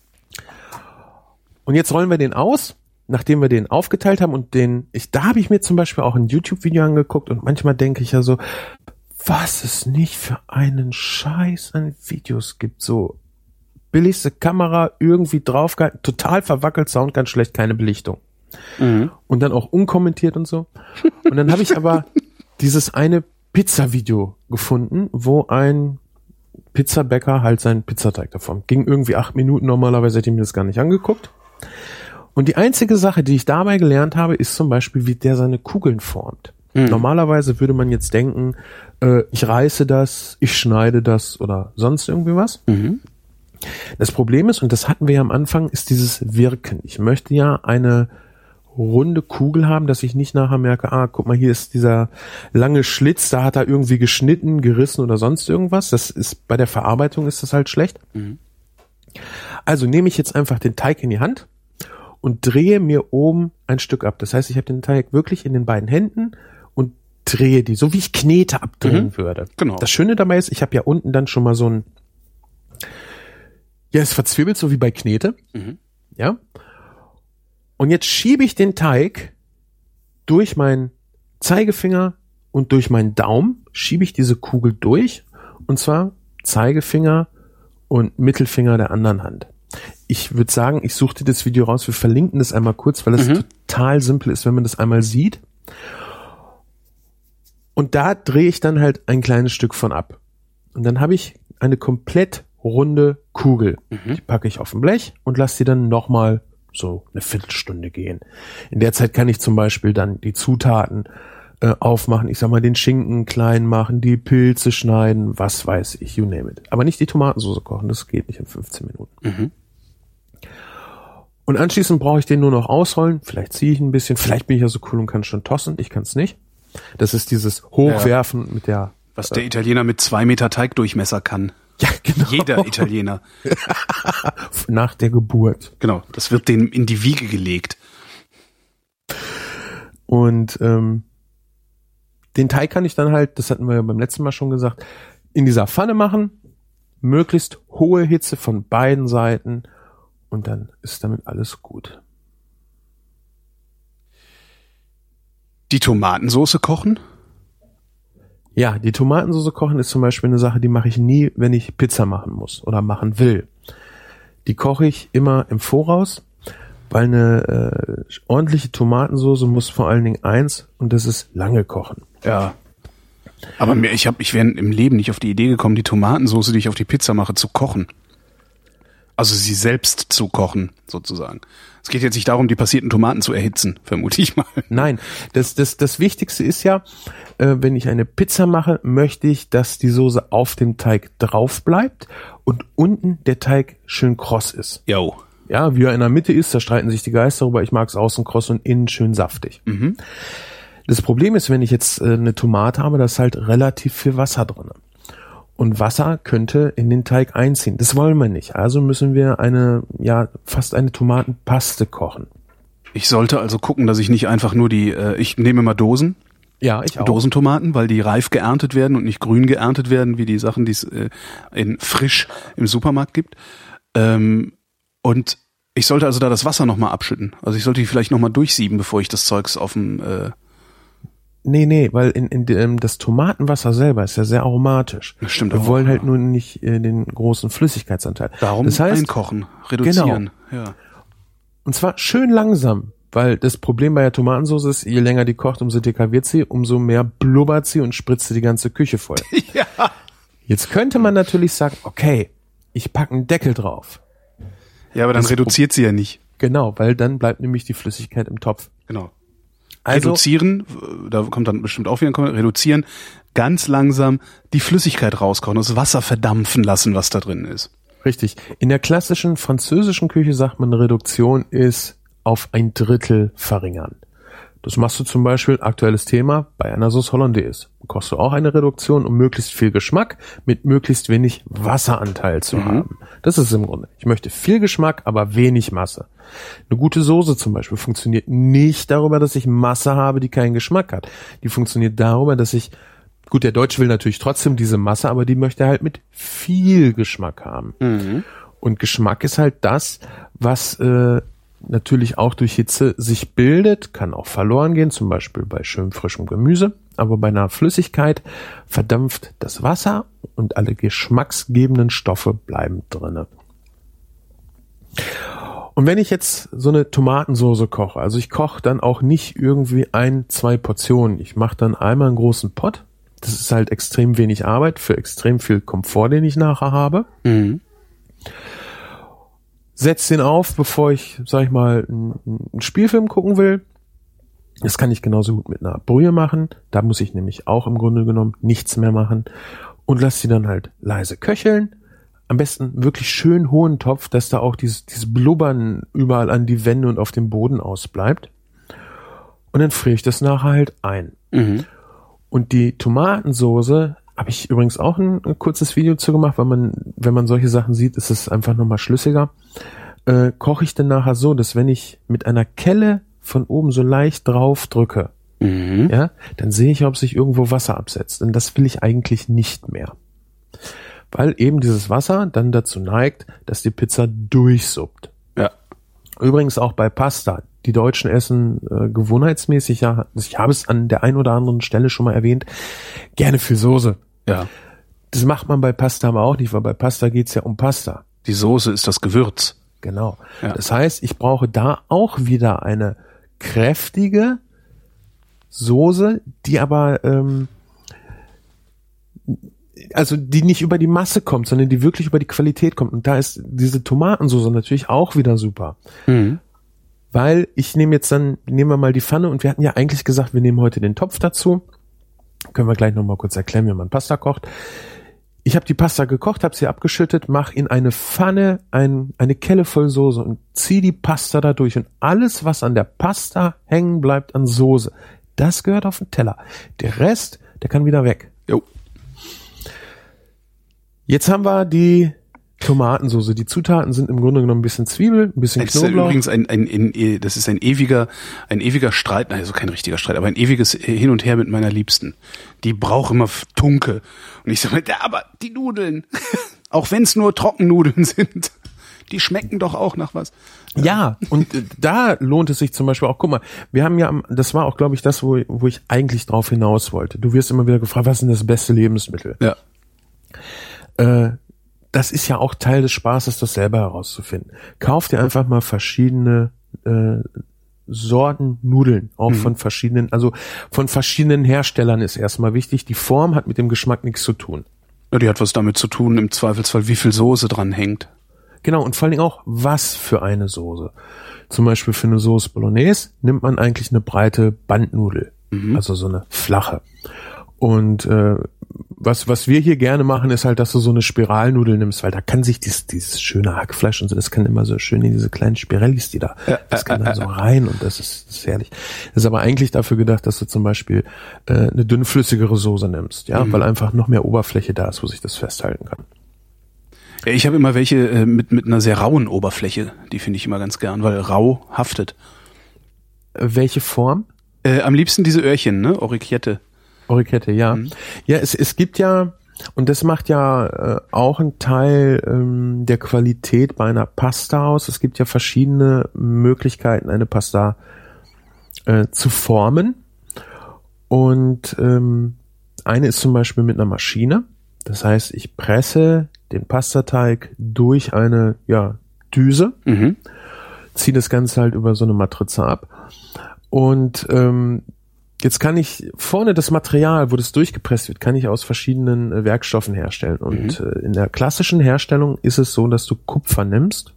Und jetzt rollen wir den aus, nachdem wir den aufgeteilt haben und den, ich, da habe ich mir zum Beispiel auch ein YouTube-Video angeguckt und manchmal denke ich ja so, was es nicht für einen Scheiß an Videos gibt, so billigste Kamera, irgendwie draufgehalten, total verwackelt, Sound ganz schlecht, keine Belichtung. Mhm. Und dann auch unkommentiert und so. Und dann habe ich aber dieses eine Pizza-Video gefunden, wo ein Pizzabäcker halt seinen Pizzateig davon. Ging irgendwie acht Minuten, normalerweise hätte ich mir das gar nicht angeguckt. Und die einzige Sache, die ich dabei gelernt habe, ist zum Beispiel, wie der seine Kugeln formt. Mhm. Normalerweise würde man jetzt denken, äh, ich reiße das, ich schneide das oder sonst irgendwie was. Mhm. Das Problem ist, und das hatten wir ja am Anfang, ist dieses Wirken. Ich möchte ja eine runde Kugel haben, dass ich nicht nachher merke, ah, guck mal, hier ist dieser lange Schlitz, da hat er irgendwie geschnitten, gerissen oder sonst irgendwas. Das ist, bei der Verarbeitung ist das halt schlecht. Mhm. Also nehme ich jetzt einfach den Teig in die Hand und drehe mir oben ein Stück ab. Das heißt, ich habe den Teig wirklich in den beiden Händen und drehe die, so wie ich Knete abdrehen Mhm. würde. Genau. Das Schöne dabei ist, ich habe ja unten dann schon mal so ein, ja, es verzwirbelt, so wie bei Knete. Mhm. Ja. Und jetzt schiebe ich den Teig durch meinen Zeigefinger und durch meinen Daumen, schiebe ich diese Kugel durch, und zwar Zeigefinger und Mittelfinger der anderen Hand. Ich würde sagen, ich suche dir das Video raus, wir verlinken das einmal kurz, weil es Mhm. total simpel ist, wenn man das einmal sieht. Und da drehe ich dann halt ein kleines Stück von ab. Und dann habe ich eine komplett runde Kugel. Mhm. Die packe ich auf ein Blech und lasse die dann nochmal so eine Viertelstunde gehen. In der Zeit kann ich zum Beispiel dann die Zutaten äh, aufmachen. Ich sag mal, den Schinken klein machen, die Pilze schneiden, was weiß ich, you name it. Aber nicht die Tomatensauce kochen, das geht nicht in fünfzehn Minuten. Mhm. Und anschließend brauche ich den nur noch ausrollen. Vielleicht ziehe ich ein bisschen, vielleicht bin ich ja so cool und kann schon tossen. Ich kann es nicht. Das ist dieses Hochwerfen mit der... Was der Italiener mit zwei Meter Teigdurchmesser kann. Ja, genau. Jeder Italiener. Nach der Geburt. Genau. Das wird denen in die Wiege gelegt. Und ähm, den Teig kann ich dann halt, das hatten wir ja beim letzten Mal schon gesagt, in dieser Pfanne machen. Möglichst hohe Hitze von beiden Seiten. Und dann ist damit alles gut. Die Tomatensauce kochen? Ja, die Tomatensauce kochen ist zum Beispiel eine Sache, die mache ich nie, wenn ich Pizza machen muss oder machen will. Die koche ich immer im Voraus, weil eine äh, ordentliche Tomatensauce muss vor allen Dingen eins, und das ist lange kochen. Ja. Aber mir, ich hab, ich wäre im Leben nicht auf die Idee gekommen, die Tomatensauce, die ich auf die Pizza mache, zu kochen. Also sie selbst zu kochen, sozusagen. Es geht jetzt nicht darum, die passierten Tomaten zu erhitzen, vermute ich mal. Nein, das, das, das Wichtigste ist ja, äh, wenn ich eine Pizza mache, möchte ich, dass die Soße auf dem Teig drauf bleibt und unten der Teig schön kross ist. Jo. Ja, wie er in der Mitte ist, da streiten sich die Geister darüber. Ich mag es außen kross und innen schön saftig. Mhm. Das Problem ist, wenn ich jetzt äh, eine Tomate habe, da ist halt relativ viel Wasser drin. Und Wasser könnte in den Teig einziehen. Das wollen wir nicht. Also müssen wir eine, ja, fast eine Tomatenpaste kochen. Ich sollte also gucken, dass ich nicht einfach nur die, äh, ich nehme mal Dosen, Ja, ich auch. Dosentomaten, weil die reif geerntet werden und nicht grün geerntet werden, wie die Sachen, die es äh, in frisch im Supermarkt gibt. Ähm, und ich sollte also da das Wasser nochmal abschütten. Also ich sollte die vielleicht nochmal durchsieben, bevor ich das Zeugs auf dem... Äh Nee, nee, weil in, in dem, das Tomatenwasser selber ist ja sehr aromatisch. Das stimmt Wir auch, wollen halt ja. nur nicht äh, den großen Flüssigkeitsanteil. Darum das heißt, einkochen, reduzieren. Ja. und zwar schön langsam, weil das Problem bei der Tomatensauce ist, je länger die kocht, umso dicker wird sie, umso mehr blubbert sie und spritzt sie die ganze Küche voll. Ja. Jetzt könnte man natürlich sagen, okay, ich packe einen Deckel drauf. Ja, aber dann Das reduziert sie ja nicht. Genau, weil dann bleibt nämlich die Flüssigkeit im Topf. Genau. Also, Reduzieren, da kommt dann bestimmt auch wieder ein Kommentar, reduzieren, ganz langsam die Flüssigkeit rauskochen, das Wasser verdampfen lassen, was da drin ist. richtig. In der klassischen französischen Küche sagt man, Reduktion ist auf ein Drittel verringern. Das machst du zum Beispiel, aktuelles Thema, bei einer Sauce Hollandaise. Kochst du auch eine Reduktion, um möglichst viel Geschmack mit möglichst wenig Wasseranteil zu mhm. haben. Das ist es im Grunde. Ich möchte viel Geschmack, aber wenig Masse. Eine gute Soße zum Beispiel funktioniert nicht darüber, dass ich Masse habe, die keinen Geschmack hat. Die funktioniert darüber, dass ich, gut, der Deutsche will natürlich trotzdem diese Masse, aber die möchte halt mit viel Geschmack haben. Mhm. Und Geschmack ist halt das, was äh, natürlich auch durch Hitze sich bildet, kann auch verloren gehen, zum Beispiel bei schön frischem Gemüse. Aber bei einer Flüssigkeit verdampft das Wasser und alle geschmacksgebenden Stoffe bleiben drinne. Und wenn ich jetzt so eine Tomatensoße koche, also ich koche dann auch nicht irgendwie ein, zwei Portionen. Ich mache dann einmal einen großen Pott. Das ist halt extrem wenig Arbeit für extrem viel Komfort, den ich nachher habe. Mhm. Setz den auf, bevor ich, sag ich mal, einen Spielfilm gucken will. Das kann ich genauso gut mit einer Brühe machen. Da muss ich nämlich auch im Grunde genommen nichts mehr machen. Und lass sie dann halt leise köcheln. Am besten wirklich schön hohen Topf, dass da auch dieses, dieses Blubbern überall an die Wände und auf dem Boden ausbleibt. Und dann friere ich das nachher halt ein. Mhm. Und die Tomatensoße habe ich übrigens auch ein, ein kurzes Video zu gemacht, weil man, wenn man solche Sachen sieht, ist es einfach nochmal schlüssiger. Äh, koche ich dann nachher so, dass wenn ich mit einer Kelle von oben so leicht drauf drücke, mhm. ja, dann sehe ich, ob sich irgendwo Wasser absetzt. Und das will ich eigentlich nicht mehr. Weil eben dieses Wasser dann dazu neigt, dass die Pizza durchsuppt. Ja. Übrigens auch bei Pasta. Die Deutschen essen äh, gewohnheitsmäßig, ja, ich habe es an der einen oder anderen Stelle schon mal erwähnt, gerne viel Soße. Ja. Das macht man bei Pasta aber auch nicht, weil bei Pasta geht's ja um Pasta. Die Soße ist das Gewürz. Genau. Ja. Das heißt, ich brauche da auch wieder eine kräftige Soße, die aber ähm, also die nicht über die Masse kommt, sondern die wirklich über die Qualität kommt. Und da ist diese Tomatensoße natürlich auch wieder super. Mhm. Weil ich nehme jetzt dann, nehmen wir mal die Pfanne und wir hatten ja eigentlich gesagt, wir nehmen heute den Topf dazu. Können wir gleich nochmal kurz erklären, wie man Pasta kocht. Ich habe die Pasta gekocht, habe sie abgeschüttet, mache in eine Pfanne ein, eine Kelle voll Soße und ziehe die Pasta da durch. Und alles, was an der Pasta hängen bleibt an Soße, das gehört auf den Teller. Der Rest, der kann wieder weg. Jo. Jetzt haben wir die Tomatensoße. Die Zutaten sind im Grunde genommen ein bisschen Zwiebel, ein bisschen das Knoblauch. Das ist übrigens ein, ein, ein, das ist ein ewiger, ein ewiger Streit, also kein richtiger Streit, aber ein ewiges Hin und Her mit meiner Liebsten. Die braucht immer Tunke. Und ich sage, ja, aber die Nudeln, auch wenn es nur Trockennudeln sind, die schmecken doch auch nach was. Ja, und äh, da lohnt es sich zum Beispiel auch, guck mal, wir haben ja, das war auch, glaube ich, das, wo, wo ich eigentlich drauf hinaus wollte. Du wirst immer wieder gefragt, was ist denn das beste Lebensmittel? Ja. Äh, das ist ja auch Teil des Spaßes, das selber herauszufinden. Kauf dir einfach mal verschiedene äh, Sorten Nudeln, auch mhm. von verschiedenen, also von verschiedenen Herstellern ist erstmal wichtig. Die Form hat mit dem Geschmack nichts zu tun. Ja, die hat was damit zu tun, im Zweifelsfall, wie viel Soße dran hängt. Genau, und vor allen Dingen auch, was für eine Soße. Zum Beispiel für eine Sauce Bolognese nimmt man eigentlich eine breite Bandnudel, mhm. also so eine flache. Und äh, was was wir hier gerne machen, ist halt, dass du so eine Spiralnudel nimmst, weil da kann sich dieses, dieses schöne Hackfleisch und so, das kann immer so schön in diese kleinen Spirellis, die da, das kann dann so rein und das ist, das ist herrlich. Das ist aber eigentlich dafür gedacht, dass du zum Beispiel äh, eine dünnflüssigere Soße nimmst, ja, mhm. weil einfach noch mehr Oberfläche da ist, wo sich das festhalten kann. Ja, ich habe immer welche äh, mit mit einer sehr rauen Oberfläche, die finde ich immer ganz gern, weil rau haftet. Welche Form? Äh, am liebsten diese Öhrchen, ne, Orecchiette. Orecchiette, ja. Mhm. Ja, es, es gibt ja, und das macht ja äh, auch einen Teil ähm, der Qualität bei einer Pasta aus. Es gibt ja verschiedene Möglichkeiten, eine Pasta äh, zu formen. Und ähm, eine ist zum Beispiel mit einer Maschine. Das heißt, ich presse den Pastateig durch eine ja, Düse, mhm. ziehe das Ganze halt über so eine Matrize ab. Und ähm, jetzt kann ich vorne das Material, wo das durchgepresst wird, kann ich aus verschiedenen äh, Werkstoffen herstellen. Und mhm. äh, in der klassischen Herstellung ist es so, dass du Kupfer nimmst.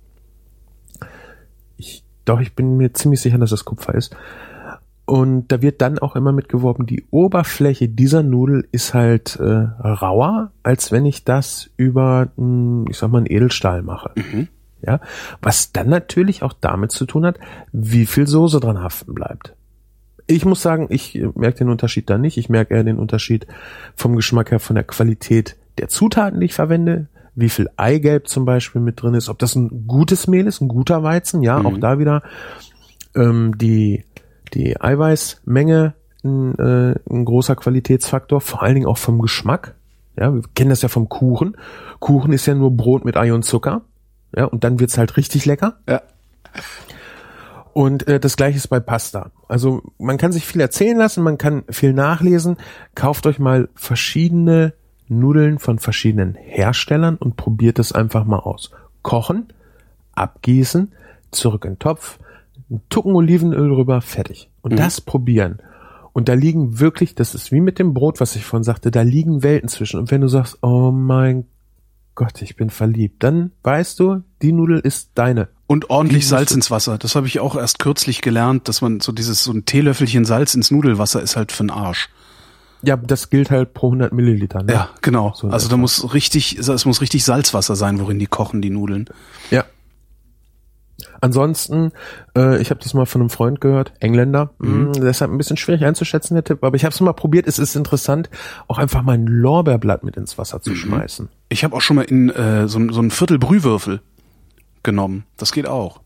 Ich, doch, ich bin mir ziemlich sicher, dass das Kupfer ist. Und da wird dann auch immer mitgeworben, die Oberfläche dieser Nudel ist halt äh, rauer, als wenn ich das über, mh, ich sag mal, einen Edelstahl mache. Mhm. Ja, was dann natürlich auch damit zu tun hat, wie viel Soße dran haften bleibt. Ich muss sagen, ich merke den Unterschied da nicht. Ich merke eher den Unterschied vom Geschmack her, von der Qualität der Zutaten, die ich verwende. Wie viel Eigelb zum Beispiel mit drin ist. Ob das ein gutes Mehl ist, ein guter Weizen. Ja, mhm. auch da wieder ähm, die, die Eiweißmenge ein, äh, ein großer Qualitätsfaktor. Vor allen Dingen auch vom Geschmack. Ja, wir kennen das ja vom Kuchen. Kuchen ist ja nur Brot mit Ei und Zucker. Ja, und dann wird's halt richtig lecker. Ja. Und äh, das Gleiche ist bei Pasta. Also man kann sich viel erzählen lassen, man kann viel nachlesen. Kauft euch mal verschiedene Nudeln von verschiedenen Herstellern und probiert es einfach mal aus. Kochen, abgießen, zurück in den Topf, einen Tucken Olivenöl rüber, fertig. Und mhm. das probieren. Und da liegen wirklich, das ist wie mit dem Brot, was ich vorhin sagte, da liegen Welten zwischen. Und wenn du sagst, oh mein Gott, ich bin verliebt, dann weißt du, die Nudel ist deine. Und ordentlich Salz ins Wasser. Das habe ich auch erst kürzlich gelernt, dass man so dieses, so ein Teelöffelchen Salz ins Nudelwasser ist halt für den Arsch. Ja, das gilt halt pro hundert Milliliter, ne? Ja, genau. So also da muss richtig, es muss richtig Salzwasser sein, worin die kochen, die Nudeln. Ja. Ansonsten, äh, ich habe das mal von einem Freund gehört, Engländer, mhm. mh, deshalb ein bisschen schwierig einzuschätzen, der Tipp, aber ich habe es mal probiert, es ist interessant, auch einfach mal ein Lorbeerblatt mit ins Wasser zu mhm. schmeißen. Ich habe auch schon mal in äh, so, so ein Viertel Brühwürfel genommen, das geht auch.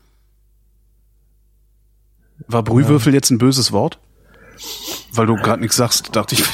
War Brühwürfel ja. jetzt ein böses Wort? Weil du gerade nichts sagst, dachte ich.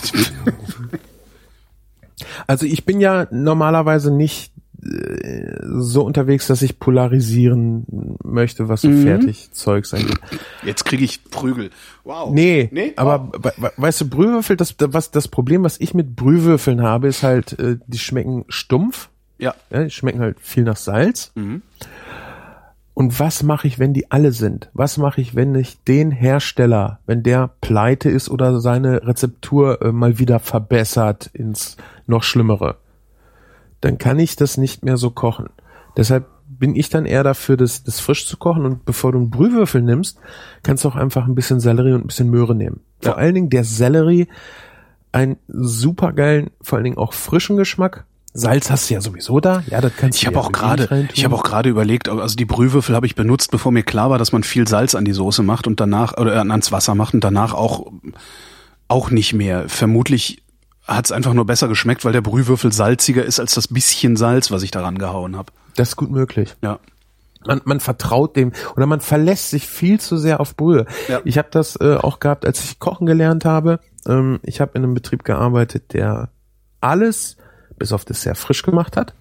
Also ich bin ja normalerweise nicht so unterwegs, dass ich polarisieren möchte, was so mhm. Fertigzeugs angeht. Jetzt kriege ich Prügel. Wow. Nee, nee? aber wow. we- weißt du, Brühwürfel, das, was, das Problem, was ich mit Brühwürfeln habe, ist halt, äh, die schmecken stumpf. Ja. ja. Die schmecken halt viel nach Salz. Mhm. Und was mache ich, wenn die alle sind? Was mache ich, wenn ich den Hersteller, wenn der pleite ist oder seine Rezeptur äh, mal wieder verbessert ins noch Schlimmere? Dann kann ich das nicht mehr so kochen. Deshalb bin ich dann eher dafür, das, das frisch zu kochen. Und bevor du einen Brühwürfel nimmst, kannst du auch einfach ein bisschen Sellerie und ein bisschen Möhre nehmen. Ja. Vor allen Dingen der Sellerie, einen supergeilen, vor allen Dingen auch frischen Geschmack. Salz hast du ja sowieso da. Ja, das kannst du. Ich habe auch gerade, ich habe auch gerade überlegt, also die Brühwürfel habe ich benutzt, bevor mir klar war, dass man viel Salz an die Soße macht und danach oder ans Wasser macht und danach auch auch nicht mehr. Vermutlich hat es einfach nur besser geschmeckt, weil der Brühwürfel salziger ist als das bisschen Salz, was ich daran gehauen habe. Das ist gut möglich. Ja. Man, man vertraut dem oder man verlässt sich viel zu sehr auf Brühe. Ja. Ich habe das äh, auch gehabt, als ich kochen gelernt habe. Ähm, ich habe in einem Betrieb gearbeitet, der alles bis auf Dessert frisch gemacht hat.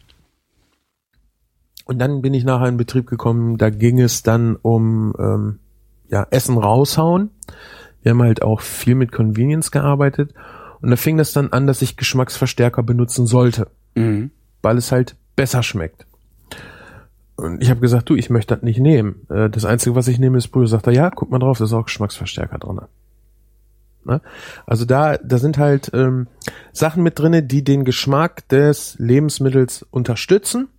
Und dann bin ich nachher in einen Betrieb gekommen, da ging es dann um ähm, ja Essen raushauen. Wir haben halt auch viel mit Convenience gearbeitet. Und da fing das dann an, dass ich Geschmacksverstärker benutzen sollte, mhm. weil es halt besser schmeckt. Und ich habe gesagt, du, ich möchte das nicht nehmen. Das Einzige, was ich nehme, ist Brühe. Sagt er, ja, guck mal drauf, da ist auch Geschmacksverstärker drin. Ne? Also da, da sind halt ähm, Sachen mit drinne, die den Geschmack des Lebensmittels unterstützen.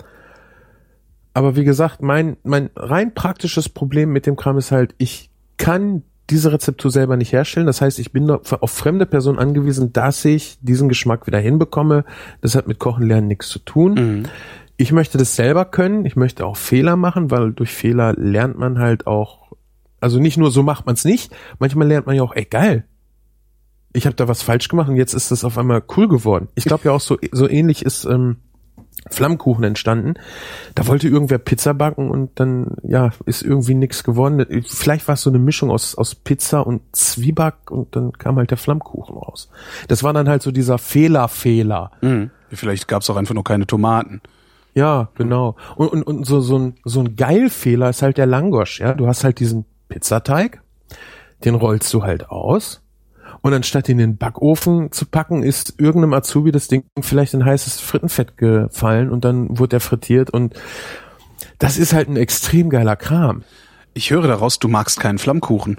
Aber wie gesagt, mein mein rein praktisches Problem mit dem Kram ist halt, ich kann diese Rezeptur selber nicht herstellen. Das heißt, ich bin auf fremde Personen angewiesen, dass ich diesen Geschmack wieder hinbekomme. Das hat mit Kochen lernen nichts zu tun. Mhm. Ich möchte das selber können. Ich möchte auch Fehler machen, weil durch Fehler lernt man halt auch, also nicht nur so macht man es nicht. Manchmal lernt man ja auch, ey geil, ich habe da was falsch gemacht und jetzt ist das auf einmal cool geworden. Ich glaube ja auch so so ähnlich ist ähm, Flammkuchen entstanden. Da wollte irgendwer Pizza backen und dann, ja, ist irgendwie nichts geworden. Vielleicht war es so eine Mischung aus aus Pizza und Zwieback und dann kam halt der Flammkuchen raus. Das war dann halt so dieser Fehler-Fehler. Mhm. Vielleicht gab es auch einfach nur keine Tomaten. Ja, genau. Und, und, und so, so ein, so ein Geilfehler ist halt der Langosch, ja. Du hast halt diesen Pizzateig, den rollst du halt aus. Und anstatt in den Backofen zu packen, ist irgendeinem Azubi das Ding vielleicht in heißes Frittenfett gefallen und dann wurde er frittiert und das ist halt ein extrem geiler Kram. Ich höre daraus, du magst keinen Flammkuchen.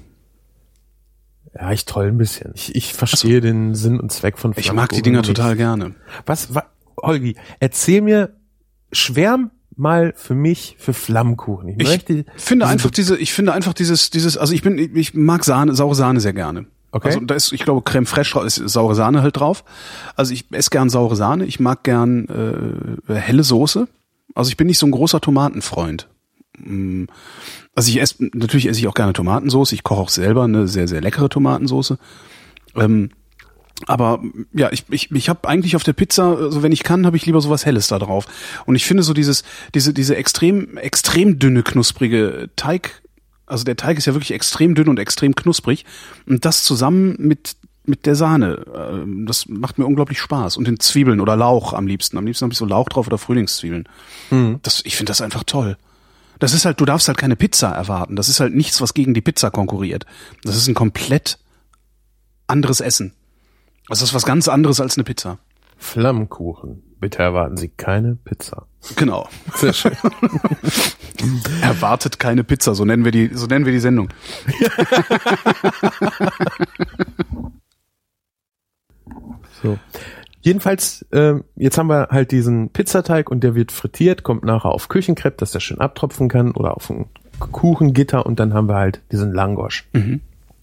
Ja, ich troll ein bisschen. Ich, ich verstehe so den Sinn und Zweck von Flammkuchen. Ich mag die Dinger nicht. Total gerne. Was, was, Holgi, erzähl mir, schwärm mal für mich für Flammkuchen. Ich, ich möchte finde einfach diese, ich finde einfach dieses, dieses, also ich bin, ich mag Sahne, saure Sahne sehr gerne. Okay. Also da ist, ich glaube, Creme Fraiche ist saure Sahne halt drauf. Also ich esse gern saure Sahne. Ich mag gern äh, helle Soße. Also ich bin nicht so ein großer Tomatenfreund, Also ich esse, natürlich esse ich auch gerne Tomatensauce. Ich koche auch selber eine sehr, sehr leckere Tomatensauce. Ähm, aber ja, ich ich ich habe eigentlich auf der Pizza, also wenn ich kann, habe ich lieber sowas Helles da drauf. Und ich finde so dieses diese diese extrem extrem dünne knusprige Teig, also der Teig ist ja wirklich extrem dünn und extrem knusprig, und das zusammen mit mit der Sahne, äh, das macht mir unglaublich Spaß. Und den Zwiebeln oder Lauch am liebsten. Am liebsten habe ich so Lauch drauf oder Frühlingszwiebeln. Mhm. Das, ich finde das einfach toll. Das ist halt, du darfst halt keine Pizza erwarten. Das ist halt nichts, was gegen die Pizza konkurriert. Das ist ein komplett anderes Essen. Das ist was ganz anderes als eine Pizza. Flammkuchen. Bitte erwarten Sie keine Pizza. Genau. Sehr schön. Erwartet keine Pizza, so nennen wir die, so nennen wir die Sendung. So. Jedenfalls, äh, jetzt haben wir halt diesen Pizzateig und der wird frittiert, kommt nachher auf Küchenkrepp, dass der schön abtropfen kann, oder auf ein Kuchengitter, und dann haben wir halt diesen Langosch. Mhm.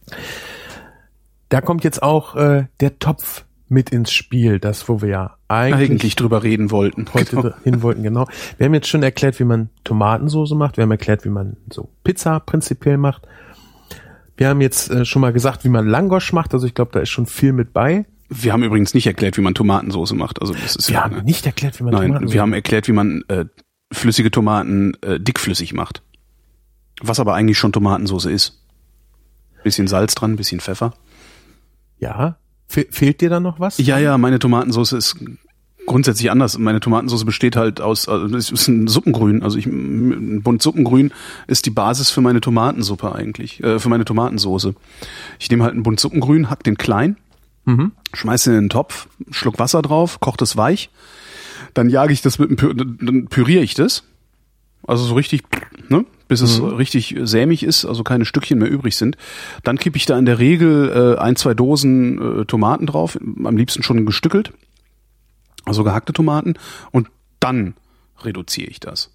Da kommt jetzt auch äh, der Topf mit ins Spiel, das, wo wir ja eigentlich, eigentlich drüber reden wollten. Heute genau. hin wollten, genau. Wir haben jetzt schon erklärt, wie man Tomatensoße macht, wir haben erklärt, wie man so Pizza prinzipiell macht. Wir haben jetzt äh, schon mal gesagt, wie man Langosch macht, also ich glaube, da ist schon viel mit bei. Wir haben übrigens nicht erklärt, wie man Tomatensauce macht. Also das ist wir ja, haben ne? nicht erklärt, wie man Nein, Tomatensauce wir haben erklärt, wie man äh, flüssige Tomaten äh, dickflüssig macht. Was aber eigentlich schon Tomatensauce ist. Bisschen Salz dran, bisschen Pfeffer. Ja. Fe- fehlt dir da noch was? Ja, ja, meine Tomatensauce ist grundsätzlich anders. Meine Tomatensauce besteht halt aus, also es ist ein Suppengrün. Also ich, ein Bund Suppengrün ist die Basis für meine Tomatensuppe eigentlich, äh, für meine Tomatensauce. Ich nehme halt einen Bund Suppengrün, hack den klein, mhm. schmeiß den in den Topf, Schluck Wasser drauf, koch das weich. Dann jage ich das mit dem Pü- dann püriere ich das. Also so richtig, ne? Bis es mhm. richtig sämig ist, also keine Stückchen mehr übrig sind. Dann kippe ich da in der Regel äh, ein, zwei Dosen äh, Tomaten drauf, am liebsten schon gestückelt, also gehackte Tomaten, und dann reduziere ich das.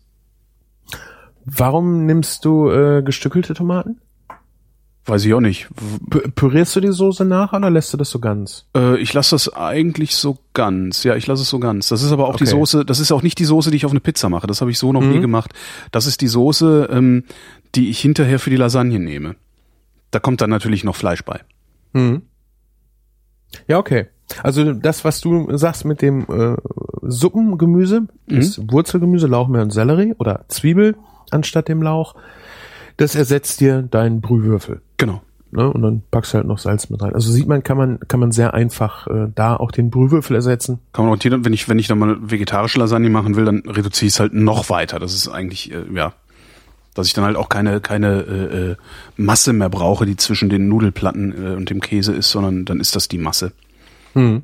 Warum nimmst du äh, gestückelte Tomaten? Weiß ich auch nicht. P- pürierst du die Soße nach oder lässt du das so ganz? Äh, ich lasse das eigentlich so ganz. Ja, ich lasse es so ganz. Das ist aber auch Okay. die Soße, das ist auch nicht die Soße, die ich auf eine Pizza mache. Das habe ich so noch mhm. nie gemacht. Das ist die Soße, ähm, die ich hinterher für die Lasagne nehme. Da kommt dann natürlich noch Fleisch bei. Mhm. Ja, okay. Also das, was du sagst mit dem äh, Suppengemüse, Mhm. ist Wurzelgemüse, Lauchmehl und Sellerie oder Zwiebel anstatt dem Lauch, das ersetzt dir deinen Brühwürfel. Genau. Ne? Und dann packst du halt noch Salz mit rein. Also sieht man, kann man kann man sehr einfach äh, da auch den Brühwürfel ersetzen. Kann man auch, wenn ich wenn ich dann mal vegetarische Lasagne machen will, dann reduziere ich es halt noch weiter. Das ist eigentlich, äh, ja, dass ich dann halt auch keine keine äh, äh, Masse mehr brauche, die zwischen den Nudelplatten äh, und dem Käse ist, sondern dann ist das die Masse. Hm.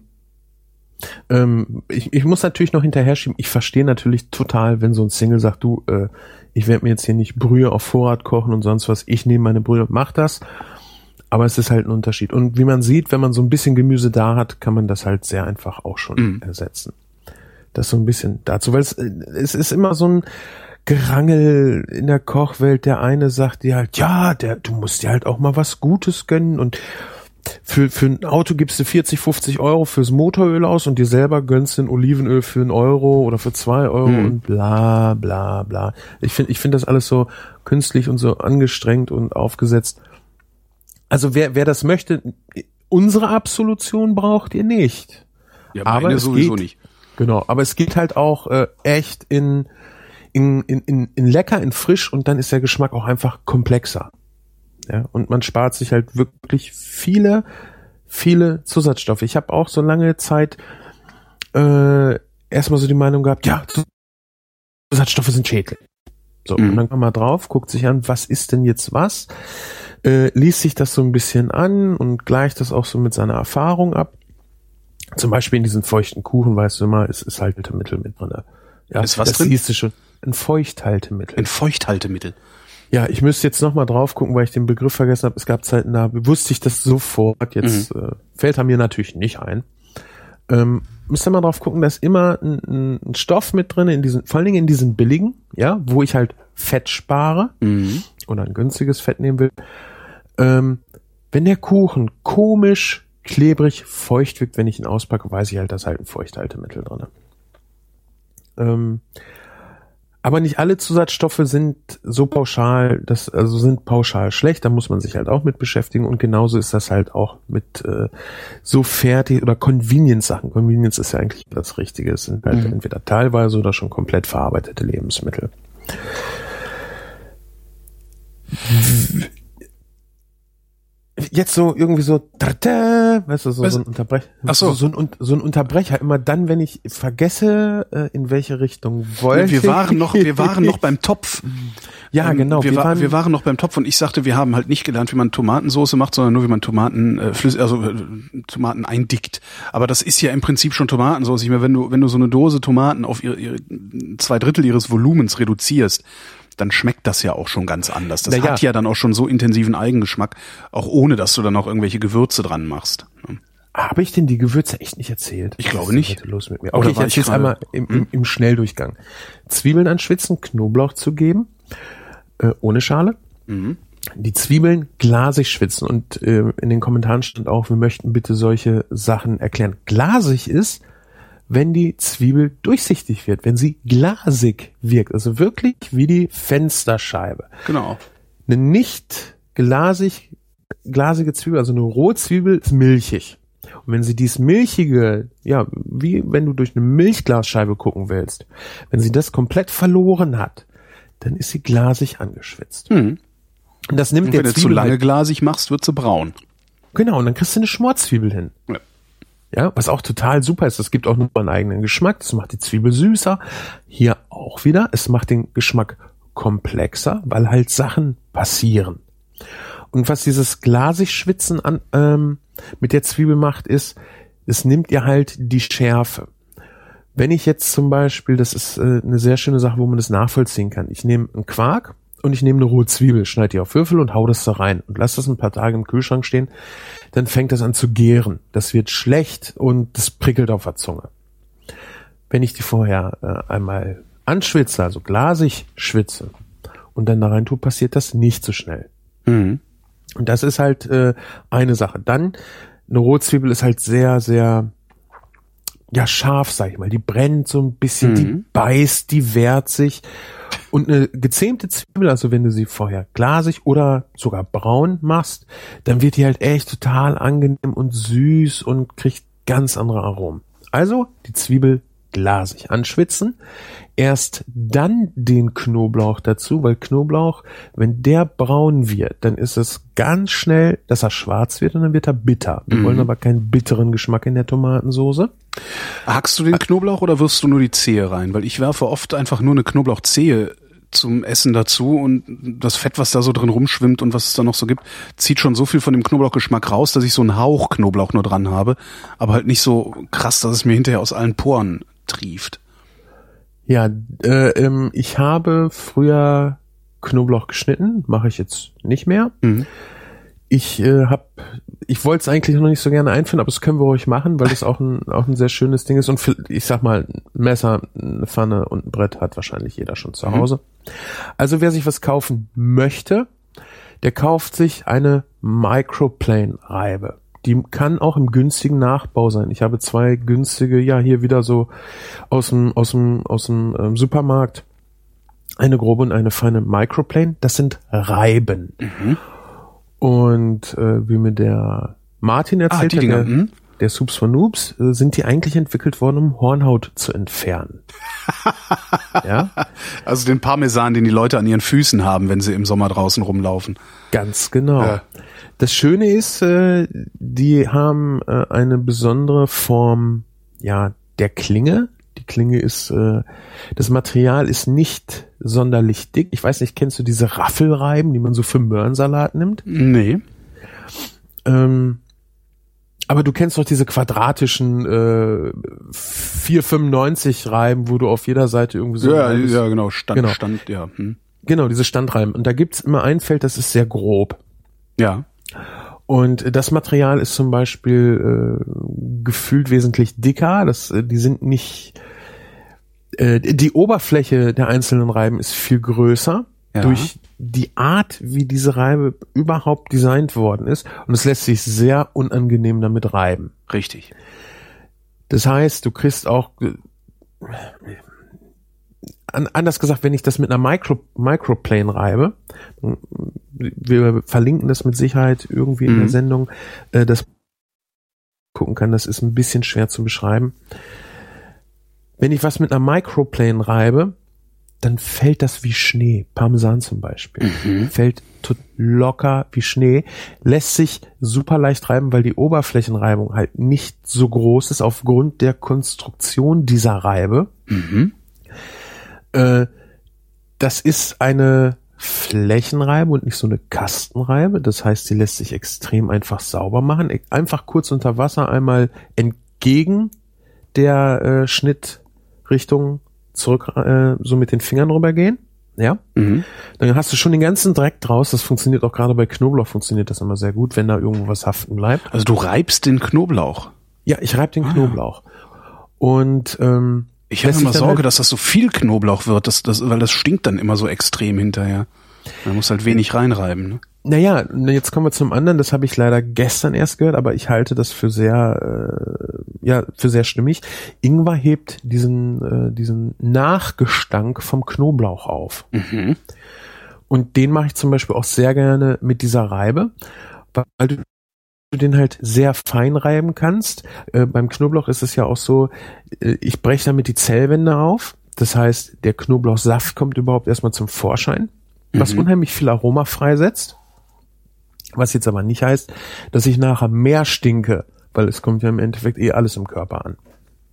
Ähm, ich, ich muss natürlich noch hinterher schieben, ich verstehe natürlich total, wenn so ein Single sagt, du, äh, ich werde mir jetzt hier nicht Brühe auf Vorrat kochen und sonst was, ich nehme meine Brühe, mach das, aber es ist halt ein Unterschied. Und wie man sieht, wenn man so ein bisschen Gemüse da hat, kann man das halt sehr einfach auch schon mhm. ersetzen. Das so ein bisschen dazu, weil es, es ist immer so ein Gerangel in der Kochwelt, der eine sagt dir halt, ja, der, du musst dir halt auch mal was Gutes gönnen, und Für, für ein Auto gibst du vierzig, fünfzig Euro fürs Motoröl aus und dir selber gönnst du ein Olivenöl für einen Euro oder für zwei Euro hm. und bla bla bla. Ich finde ich finde das alles so künstlich und so angestrengt und aufgesetzt. Also wer wer das möchte, unsere Absolution braucht ihr nicht. Ja, aber es sowieso geht, nicht. Genau, aber es geht halt auch äh, echt in, in, in, in, in lecker, in frisch, und dann ist der Geschmack auch einfach komplexer. Ja, und man spart sich halt wirklich viele, viele Zusatzstoffe. Ich habe auch so lange Zeit äh, erstmal so die Meinung gehabt, ja, Zusatzstoffe sind schädlich. So, mhm. und dann kommt man drauf, guckt sich an, was ist denn jetzt was, äh, liest sich das so ein bisschen an und gleicht das auch so mit seiner Erfahrung ab. Zum Beispiel in diesen feuchten Kuchen, weißt du immer, es ist Haltemittel mit drin. Ja, ist was das drin? siehst du schon. Ein Feuchthaltemittel. Ein Feuchthaltemittel. Ja, ich müsste jetzt nochmal drauf gucken, weil ich den Begriff vergessen habe. Es gab Zeiten, da wusste ich das sofort. Jetzt mhm. äh, fällt er mir natürlich nicht ein. Ähm, müsst ihr mal drauf gucken, da ist immer ein, ein Stoff mit drin, in diesen, vor allen Dingen in diesen billigen, ja, wo ich halt Fett spare mhm. oder ein günstiges Fett nehmen will. Ähm, wenn der Kuchen komisch, klebrig, feucht wirkt, wenn ich ihn auspacke, weiß ich halt, dass halt ein Feuchthaltemittel drin ist. Ähm, Aber nicht alle Zusatzstoffe sind so pauschal, das also sind pauschal schlecht, da muss man sich halt auch mit beschäftigen und genauso ist das halt auch mit äh, so fertig oder Convenience-Sachen. Convenience ist ja eigentlich das Richtige, es sind halt mhm. entweder teilweise oder schon komplett verarbeitete Lebensmittel. Jetzt so irgendwie so, weißt du, so, so ein Unterbrecher, Ach so. so, so, ein, so ein Unterbrecher. Immer dann, wenn ich vergesse, in welche Richtung wollte. Wir waren noch, wir waren noch beim Topf. Ja, genau. Wir, wir, waren, wir waren noch beim Topf und ich sagte, wir haben halt nicht gelernt, wie man Tomatensauce macht, sondern nur, wie man Tomaten, äh, Flüss, also äh, Tomaten eindickt. Aber das ist ja im Prinzip schon Tomatensauce. Ich meine, wenn du, wenn du so eine Dose Tomaten auf ihre, ihre zwei Drittel ihres Volumens reduzierst, dann schmeckt das ja auch schon ganz anders. Das naja. hat ja dann auch schon so intensiven Eigengeschmack, auch ohne, dass du dann noch irgendwelche Gewürze dran machst. Habe ich denn die Gewürze echt nicht erzählt? Ich glaube nicht. Was ist los mit mir? Okay, ich erzähle es einmal im, im, im Schnelldurchgang. Zwiebeln anschwitzen, Knoblauch zugeben, äh, ohne Schale. Mhm. Die Zwiebeln glasig schwitzen und äh, in den Kommentaren stand auch, wir möchten bitte solche Sachen erklären. Glasig ist, wenn die Zwiebel durchsichtig wird, wenn sie glasig wirkt, also wirklich wie die Fensterscheibe. Genau. Eine nicht glasig, glasige Zwiebel, also eine Rohzwiebel ist milchig. Und wenn sie dies milchige, ja, wie wenn du durch eine Milchglasscheibe gucken willst, wenn sie das komplett verloren hat, dann ist sie glasig angeschwitzt. Hm. Und das nimmt und der wenn Zwiebel du zu lange halt, glasig machst, wird sie braun. Genau, und dann kriegst du eine Schmorzwiebel hin. Ja. Ja, was auch total super ist, das gibt auch nur einen eigenen Geschmack, das macht die Zwiebel süßer. Hier auch wieder, es macht den Geschmack komplexer, weil halt Sachen passieren. Und was dieses glasig Schwitzen an, ähm, mit der Zwiebel macht, ist, es nimmt ihr halt die Schärfe. Wenn ich jetzt zum Beispiel, das ist äh, eine sehr schöne Sache, wo man das nachvollziehen kann, ich nehme einen Quark und ich nehme eine rohe Zwiebel, schneide die auf Würfel und hau das da rein und lasse das ein paar Tage im Kühlschrank stehen, dann fängt das an zu gären. Das wird schlecht und das prickelt auf der Zunge. Wenn ich die vorher äh, einmal anschwitze, also glasig schwitze und dann da rein tue, passiert das nicht so schnell. Mhm. Und das ist halt äh, eine Sache. Dann, eine Rohzwiebel ist halt sehr, sehr ja scharf, sag ich mal. Die brennt so ein bisschen, mhm. die beißt, die wehrt sich. Und eine gezähmte Zwiebel, also wenn du sie vorher glasig oder sogar braun machst, dann wird die halt echt total angenehm und süß und kriegt ganz andere Aromen. Also die Zwiebel glasig anschwitzen, erst dann den Knoblauch dazu, weil Knoblauch, wenn der braun wird, dann ist es ganz schnell, dass er schwarz wird und dann wird er bitter. Wir mhm. wollen aber keinen bitteren Geschmack in der Tomatensoße. Hackst du den Knoblauch oder wirfst du nur die Zehe rein? Weil ich werfe oft einfach nur eine Knoblauchzehe zum Essen dazu und das Fett, was da so drin rumschwimmt und was es da noch so gibt, zieht schon so viel von dem Knoblauchgeschmack raus, dass ich so einen Hauch Knoblauch nur dran habe, aber halt nicht so krass, dass es mir hinterher aus allen Poren trieft. Ja, äh, ähm, ich habe früher Knoblauch geschnitten, mache ich jetzt nicht mehr. Mhm. Ich äh, habe, ich wollte es eigentlich noch nicht so gerne einführen, aber das können wir ruhig machen, weil das auch ein auch ein sehr schönes Ding ist. Und für, ich sag mal, ein Messer, eine Pfanne und ein Brett hat wahrscheinlich jeder schon zu Hause. Mhm. Also wer sich was kaufen möchte, der kauft sich eine Microplane-Reibe. Die kann auch im günstigen Nachbau sein. Ich habe zwei günstige, ja hier wieder so aus dem aus dem aus dem ähm, Supermarkt, eine grobe und eine feine Microplane. Das sind Reiben. Mhm. Und äh, wie mir der Martin erzählt ah, hat, der, mhm. der Soups von Noobs, äh, sind die eigentlich entwickelt worden, um Hornhaut zu entfernen. Ja? Also den Parmesan, den die Leute an ihren Füßen haben, wenn sie im Sommer draußen rumlaufen. Ganz genau. Ja. Das Schöne ist, äh, die haben äh, eine besondere Form, ja, der Klinge. Die Klinge ist, äh, das Material ist nicht sonderlich dick. Ich weiß nicht, kennst du diese Raffelreiben, die man so für Möhrensalat nimmt? Nee. Ähm, aber du kennst doch diese quadratischen äh, vier fünfundneunzig Reiben, wo du auf jeder Seite irgendwie so... Ja, Reibes, ja genau, Stand, genau. Stand, ja. Hm. Genau, diese Standreiben. Und da gibt's immer ein Feld, das ist sehr grob. Ja. Und das Material ist zum Beispiel äh, gefühlt wesentlich dicker. Das, äh, die sind nicht. Äh, die Oberfläche der einzelnen Reiben ist viel größer ja. durch die Art, wie diese Reibe überhaupt designt worden ist. Und es lässt sich sehr unangenehm damit reiben. Richtig. Das heißt, du kriegst auch. an, anders gesagt, wenn ich das mit einer Micro, Microplane reibe, wir verlinken das mit Sicherheit irgendwie in Mhm. der Sendung, äh, das gucken kann, das ist ein bisschen schwer zu beschreiben. Wenn ich was mit einer Microplane reibe, dann fällt das wie Schnee. Parmesan zum Beispiel. Mhm. Fällt tot locker wie Schnee. Lässt sich super leicht reiben, weil die Oberflächenreibung halt nicht so groß ist aufgrund der Konstruktion dieser Reibe. Mhm. Äh, das ist eine Flächenreibe und nicht so eine Kastenreibe. Das heißt, sie lässt sich extrem einfach sauber machen. Einfach kurz unter Wasser einmal entgegen der äh, Schnittrichtung zurück, äh, so mit den Fingern rübergehen. Ja. Mhm. Dann hast du schon den ganzen Dreck draus. Das funktioniert auch gerade bei Knoblauch, funktioniert das immer sehr gut, wenn da irgendwo was haften bleibt. Also du reibst den Knoblauch. Ja, ich reibe den Ah, Knoblauch. Und ähm, Ich habe lässt immer sich dann Sorge, halt- dass das so viel Knoblauch wird, das, das, weil das stinkt dann immer so extrem hinterher. Man muss halt wenig reinreiben. Ne? Naja, jetzt kommen wir zum anderen, das habe ich leider gestern erst gehört, aber ich halte das für sehr, äh, ja, für sehr stimmig. Ingwer hebt diesen, äh, diesen Nachgestank vom Knoblauch auf. Mhm. Und den mache ich zum Beispiel auch sehr gerne mit dieser Reibe, weil du den halt sehr fein reiben kannst. Äh, beim Knoblauch ist es ja auch so, äh, ich breche damit die Zellwände auf. Das heißt, der Knoblauchsaft kommt überhaupt erstmal zum Vorschein, was Mhm. unheimlich viel Aroma freisetzt. Was jetzt aber nicht heißt, dass ich nachher mehr stinke, weil es kommt ja im Endeffekt eh alles im Körper an.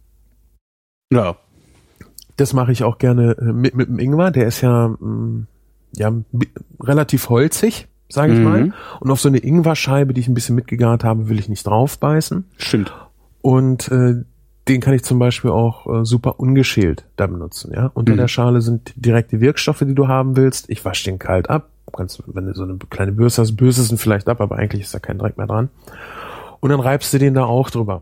Ja. Das mache ich auch gerne äh, mit, mit dem Ingwer. Der ist ja, mh, ja bi- relativ holzig, sage ich Mhm. mal. Und auf so eine Ingwerscheibe, die ich ein bisschen mitgegart habe, will ich nicht draufbeißen. Stimmt. Und äh, den kann ich zum Beispiel auch äh, super ungeschält da benutzen. Ja, unter Mhm. der Schale sind direkt die Wirkstoffe, die du haben willst. Ich wasche den kalt ab. Du kannst, wenn du so eine kleine Bürste hast, bürstest ihn vielleicht ab, aber eigentlich ist da kein Dreck mehr dran. Und dann reibst du den da auch drüber.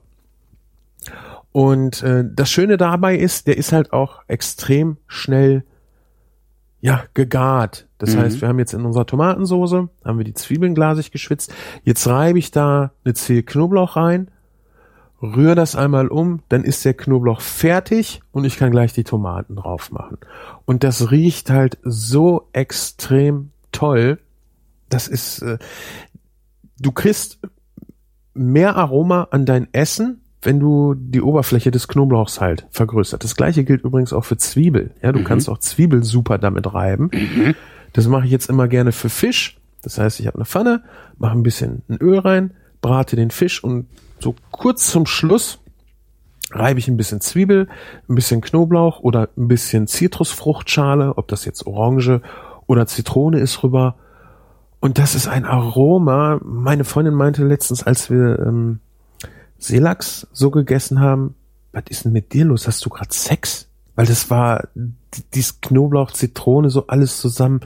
Und äh, das Schöne dabei ist, der ist halt auch extrem schnell ja gegart. Das Mhm. heißt, wir haben jetzt in unserer Tomatensoße, haben wir die Zwiebeln glasig geschwitzt. Jetzt reibe ich da eine Zehe Knoblauch rein, rühre das einmal um, dann ist der Knoblauch fertig und ich kann gleich die Tomaten drauf machen. Und das riecht halt so extrem toll. Das ist, äh, du kriegst mehr Aroma an dein Essen, wenn du die Oberfläche des Knoblauchs halt vergrößert. Das gleiche gilt übrigens auch für Zwiebel. Ja, du Mhm. kannst auch Zwiebel super damit reiben. Mhm. Das mache ich jetzt immer gerne für Fisch. Das heißt, ich habe eine Pfanne, mache ein bisschen ein Öl rein, brate den Fisch und so kurz zum Schluss reibe ich ein bisschen Zwiebel, ein bisschen Knoblauch oder ein bisschen Zitrusfruchtschale, ob das jetzt Orange oder Zitrone ist, rüber. Und das ist ein Aroma. Meine Freundin meinte letztens, als wir ähm, Seelachs so gegessen haben, was ist denn mit dir los? Hast du gerade Sex? Weil das war die- dieses Knoblauch, Zitrone, so alles zusammen.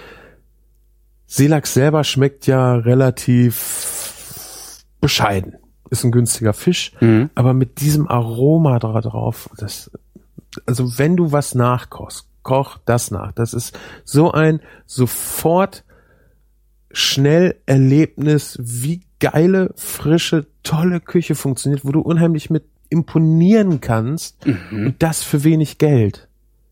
Seelachs selber schmeckt ja relativ bescheiden. Ist ein günstiger Fisch, Mhm. aber mit diesem Aroma da drauf, das, also wenn du was nachkochst, koch das nach. Das ist so ein sofort schnell Erlebnis, wie geile, frische, tolle Küche funktioniert, wo du unheimlich mit imponieren kannst Mhm. und das für wenig Geld.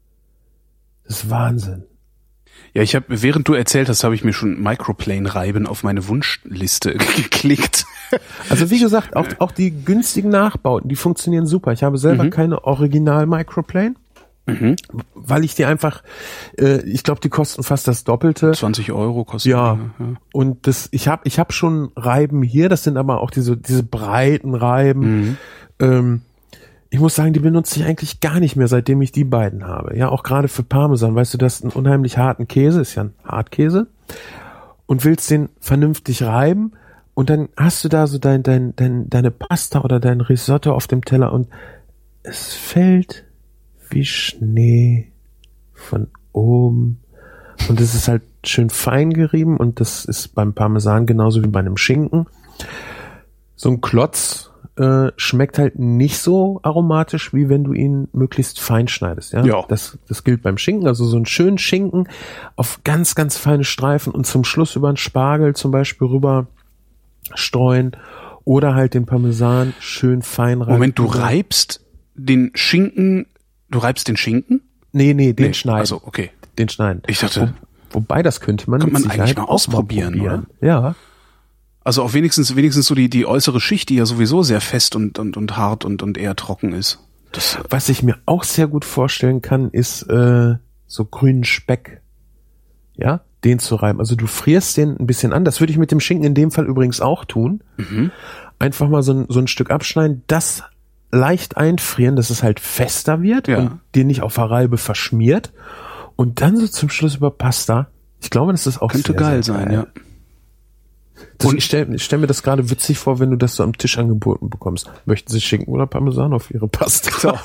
Das ist Wahnsinn. Ja, ich habe, während du erzählt hast, habe ich mir schon Microplane-Reiben auf meine Wunschliste geklickt. Also wie gesagt, auch, auch die günstigen Nachbauten, die funktionieren super. Ich habe selber Mhm. keine Original-Microplane, Mhm. weil ich die einfach, äh, ich glaube, die kosten fast das Doppelte. zwanzig Euro kostet Ja, die, ja. und das, ich habe ich hab schon Reiben hier, das sind aber auch diese, diese breiten Reiben. Mhm. Ähm, ich muss sagen, die benutze ich eigentlich gar nicht mehr, seitdem ich die beiden habe. Ja, auch gerade für Parmesan, weißt du, das ist einen unheimlich harten Käse, ist ja ein Hartkäse, und willst den vernünftig reiben und dann hast du da so dein, dein, dein, deine Pasta oder dein Risotto auf dem Teller und es fällt wie Schnee von oben und es ist halt schön fein gerieben und das ist beim Parmesan genauso wie bei einem Schinken. So ein Klotz äh, schmeckt halt nicht so aromatisch, wie wenn du ihn möglichst fein schneidest. Ja, Ja. Das, das gilt beim Schinken. Also so einen schönen Schinken auf ganz, ganz feine Streifen und zum Schluss über einen Spargel zum Beispiel rüber streuen oder halt den Parmesan schön fein reiben. Moment, du reibst den Schinken, du reibst den Schinken? Nee, nee, den Nee, schneiden. also, okay. Den schneiden. Ich dachte, Wo, wobei das könnte man, könnte man mit eigentlich Sicherheit mal auch ausprobieren, probieren. Ja. also auch wenigstens, wenigstens so die, die äußere Schicht, die ja sowieso sehr fest und, und, und hart und, und eher trocken ist. Das, Was ich mir auch sehr gut vorstellen kann, ist äh, so grünen Speck. Ja, den zu reiben. Also du frierst den ein bisschen an. Das würde ich mit dem Schinken in dem Fall übrigens auch tun. mhm. Einfach mal so ein, so ein Stück abschneiden, das leicht einfrieren, dass es halt fester wird Ja. und dir nicht auf der Reibe verschmiert. Und dann so zum Schluss über Pasta. Ich glaube, das ist auch Könnte sehr, geil sehr sein, geil. ja. Das, Und- ich stelle ich stell mir das gerade witzig vor, wenn du das so am Tisch angeboten bekommst. Möchten Sie Schinken oder Parmesan auf Ihre Pasta?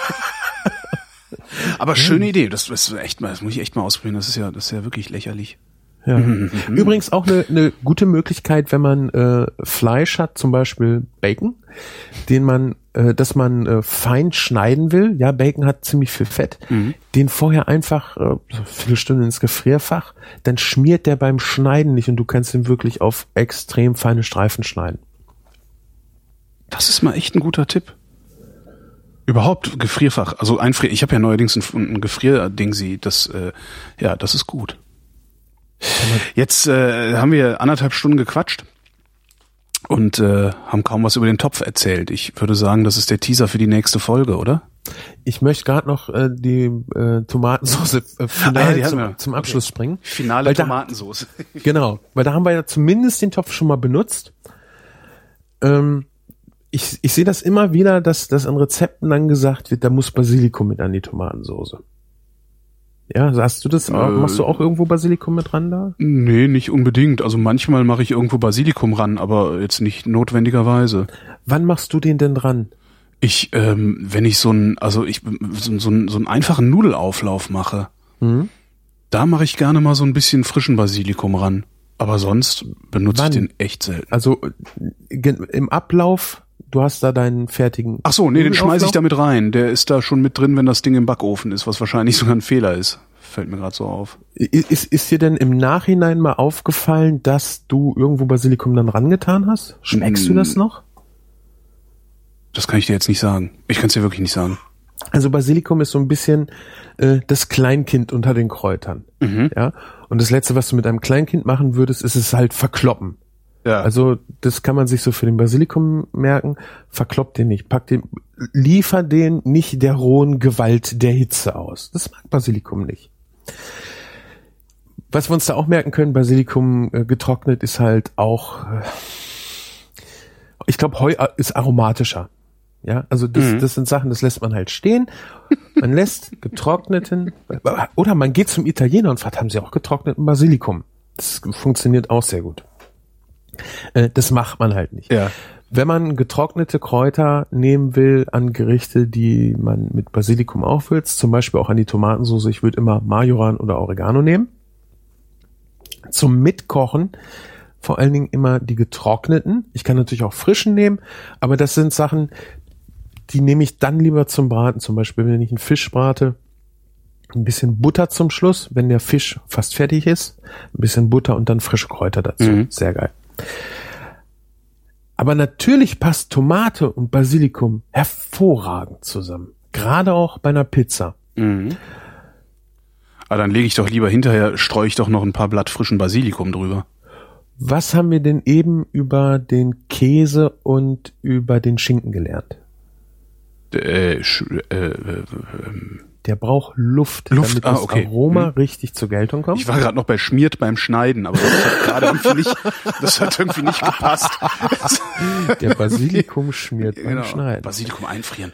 Aber schöne Idee, das, das ist echt mal, das muss ich echt mal ausprobieren, das ist ja, das ist ja wirklich lächerlich. Ja. Übrigens auch eine, eine gute Möglichkeit, wenn man äh, Fleisch hat, zum Beispiel Bacon, den man, äh, dass man äh, fein schneiden will. Ja, Bacon hat ziemlich viel Fett. Mhm. Den vorher einfach äh, so eine Viertelstunde ins Gefrierfach, dann schmiert der beim Schneiden nicht und du kannst ihn wirklich auf extrem feine Streifen schneiden. Das ist mal echt ein guter Tipp. Überhaupt Gefrierfach, also einfrier. Ich habe ja neuerdings ein, ein Gefrierding, sie, das, äh, ja, das ist gut. Jetzt äh, haben wir anderthalb Stunden gequatscht und äh, haben kaum was über den Topf erzählt. Ich würde sagen, das ist der Teaser für die nächste Folge, oder? Ich möchte gerade noch äh, die äh, Tomatensauce äh, final Ah ja, die hatten zum, wir. zum Abschluss Okay. springen. Finale Weil da- Tomatensauce. Genau, weil da haben wir ja zumindest den Topf schon mal benutzt. Ähm, ich ich sehe das immer wieder, dass dass an Rezepten dann gesagt wird, da muss Basilikum mit an die Tomatensauce. Ja, hast du das auch? Äh, Machst du auch irgendwo Basilikum mit dran da? Nee, nicht unbedingt. Also manchmal mache ich irgendwo Basilikum ran, aber jetzt nicht notwendigerweise. Wann machst du den denn dran? Ich, ähm, wenn ich so ein, also ich so, so, einen, so einen einfachen Nudelauflauf mache, Hm? da mache ich gerne mal so ein bisschen frischen Basilikum ran. Aber sonst benutze Wann? ich den echt selten. Also äh, gen- im Ablauf, du hast da deinen fertigen. Ach so, nee, den schmeiße ich Nudelauflauf? da mit rein. Der ist da schon mit drin, wenn das Ding im Backofen ist, was wahrscheinlich sogar ein Fehler ist. Fällt mir gerade so auf. Ist, ist dir denn im Nachhinein mal aufgefallen, dass du irgendwo Basilikum dann rangetan hast? Schmeckst du das noch? Das kann ich dir jetzt nicht sagen. Ich kann es dir wirklich nicht sagen. Also Basilikum ist so ein bisschen äh, das Kleinkind unter den Kräutern. Mhm. Ja. Und das Letzte, was du mit einem Kleinkind machen würdest, ist es halt verkloppen. Ja. Also das kann man sich so für den Basilikum merken. Verklopp den nicht. Pack den, liefer den nicht der rohen Gewalt der Hitze aus. Das mag Basilikum nicht. Was wir uns da auch merken können, Basilikum äh, getrocknet ist halt auch, äh, ich glaube, Heu ist aromatischer. Ja, also das, Mhm. das sind Sachen, das lässt man halt stehen. Man lässt getrockneten, oder man geht zum Italiener und fragt, haben sie auch getrockneten Basilikum? Das funktioniert auch sehr gut. Äh, das macht man halt nicht. Ja. Wenn man getrocknete Kräuter nehmen will an Gerichte, die man mit Basilikum aufwürzt, zum Beispiel auch an die Tomatensauce, ich würde immer Majoran oder Oregano nehmen. Zum Mitkochen vor allen Dingen immer die getrockneten. Ich kann natürlich auch frischen nehmen, aber das sind Sachen, die nehme ich dann lieber zum Braten. Zum Beispiel, wenn ich einen Fisch brate, ein bisschen Butter zum Schluss, wenn der Fisch fast fertig ist, ein bisschen Butter und dann frische Kräuter dazu. Mhm. Sehr geil. Aber natürlich passt Tomate und Basilikum hervorragend zusammen. Gerade auch bei einer Pizza. Mhm. Aber dann lege ich doch lieber hinterher, streue ich doch noch ein paar Blatt frischen Basilikum drüber. Was haben wir denn eben über den Käse und über den Schinken gelernt? Äh, sch- äh, äh, ähm. Der braucht Luft, Luft, damit ah, das okay. Aroma Hm. richtig zur Geltung kommt. Ich war gerade noch bei schmiert beim Schneiden, aber das hat gerade irgendwie nicht, das hat irgendwie nicht gepasst. Der Basilikum schmiert beim Genau. Schneiden. Basilikum einfrieren.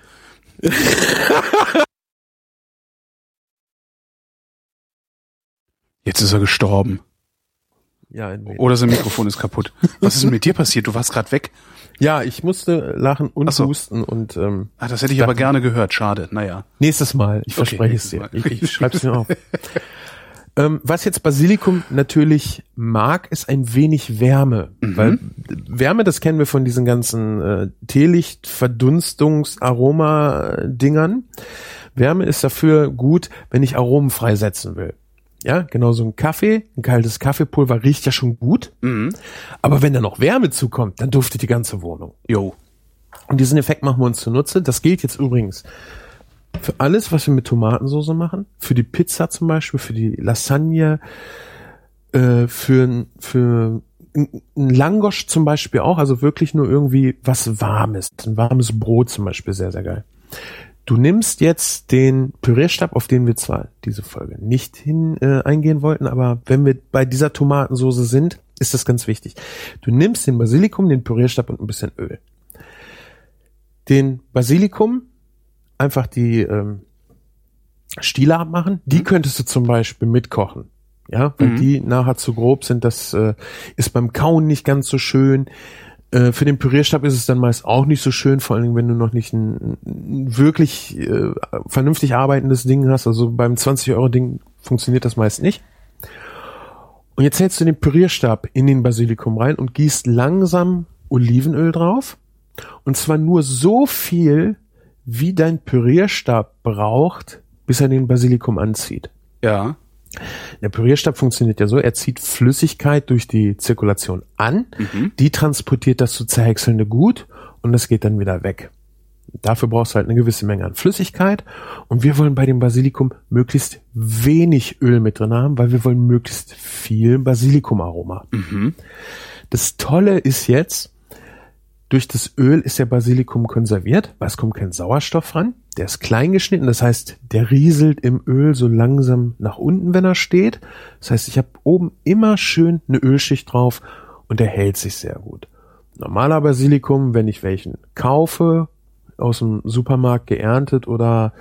Jetzt ist er gestorben. Ja, ein wenig. Oder sein Mikrofon ist kaputt. Was ist denn mit dir passiert? Du warst gerade weg. ja, ich musste lachen und Ach so. husten und ähm, Ah, das hätte ich aber gerne gehört. Schade. Naja. nächstes Mal. Ich Okay, verspreche es nächstes dir. Mal. Ich, ich schreibe es mir auf. ähm, was jetzt Basilikum natürlich mag, ist ein wenig Wärme. Mhm. Weil Wärme, das kennen wir von diesen ganzen äh, Teelicht, Verdunstungs-, Aroma-Dingern. Wärme ist dafür gut, wenn ich Aromen freisetzen will. Ja, genau so ein Kaffee, ein kaltes Kaffeepulver riecht ja schon gut. Mhm. Aber wenn da noch Wärme zukommt, dann duftet die ganze Wohnung. Jo. Und diesen Effekt machen wir uns zunutze. Das gilt jetzt übrigens Für alles, was wir mit Tomatensauce machen, für die Pizza zum Beispiel, für die Lasagne, äh, für, für ein Langosch zum Beispiel auch, also wirklich nur irgendwie was Warmes. Ein warmes Brot zum Beispiel, sehr, sehr geil. Du nimmst jetzt den Pürierstab, auf den wir zwar diese Folge nicht hin äh, eingehen wollten, aber wenn wir bei dieser Tomatensauce sind, ist das ganz wichtig. Du nimmst den Basilikum, den Pürierstab und ein bisschen Öl. Den Basilikum, einfach die ähm, Stiele abmachen, die mhm. könntest du zum Beispiel mitkochen. Ja, weil mhm. die nachher zu grob sind, das äh, ist beim Kauen nicht ganz so schön. Äh, für den Pürierstab ist es dann meist auch nicht so schön, vor allen Dingen, wenn du noch nicht ein, ein wirklich äh, vernünftig arbeitendes Ding hast. Also beim zwanzig-Euro-Ding funktioniert das meist nicht. Und jetzt hältst du den Pürierstab in den Basilikum rein und gießt langsam Olivenöl drauf. Und zwar nur so viel, wie dein Pürierstab braucht, bis er den Basilikum anzieht. Ja. Der Pürierstab funktioniert ja so, er zieht Flüssigkeit durch die Zirkulation an, mhm. die transportiert das zu zerhäckselnde Gut und das geht dann wieder weg. Dafür brauchst du halt eine gewisse Menge an Flüssigkeit und wir wollen bei dem Basilikum möglichst wenig Öl mit drin haben, weil wir wollen möglichst viel Basilikumaroma. Mhm. Das Tolle ist jetzt, durch das Öl ist der Basilikum konserviert, weil es kommt kein Sauerstoff ran. Der ist klein geschnitten, das heißt, der rieselt im Öl so langsam nach unten, wenn er steht. Das heißt, ich habe oben immer schön eine Ölschicht drauf und der hält sich sehr gut. Normaler Basilikum, wenn ich welchen kaufe, aus dem Supermarkt geerntet oder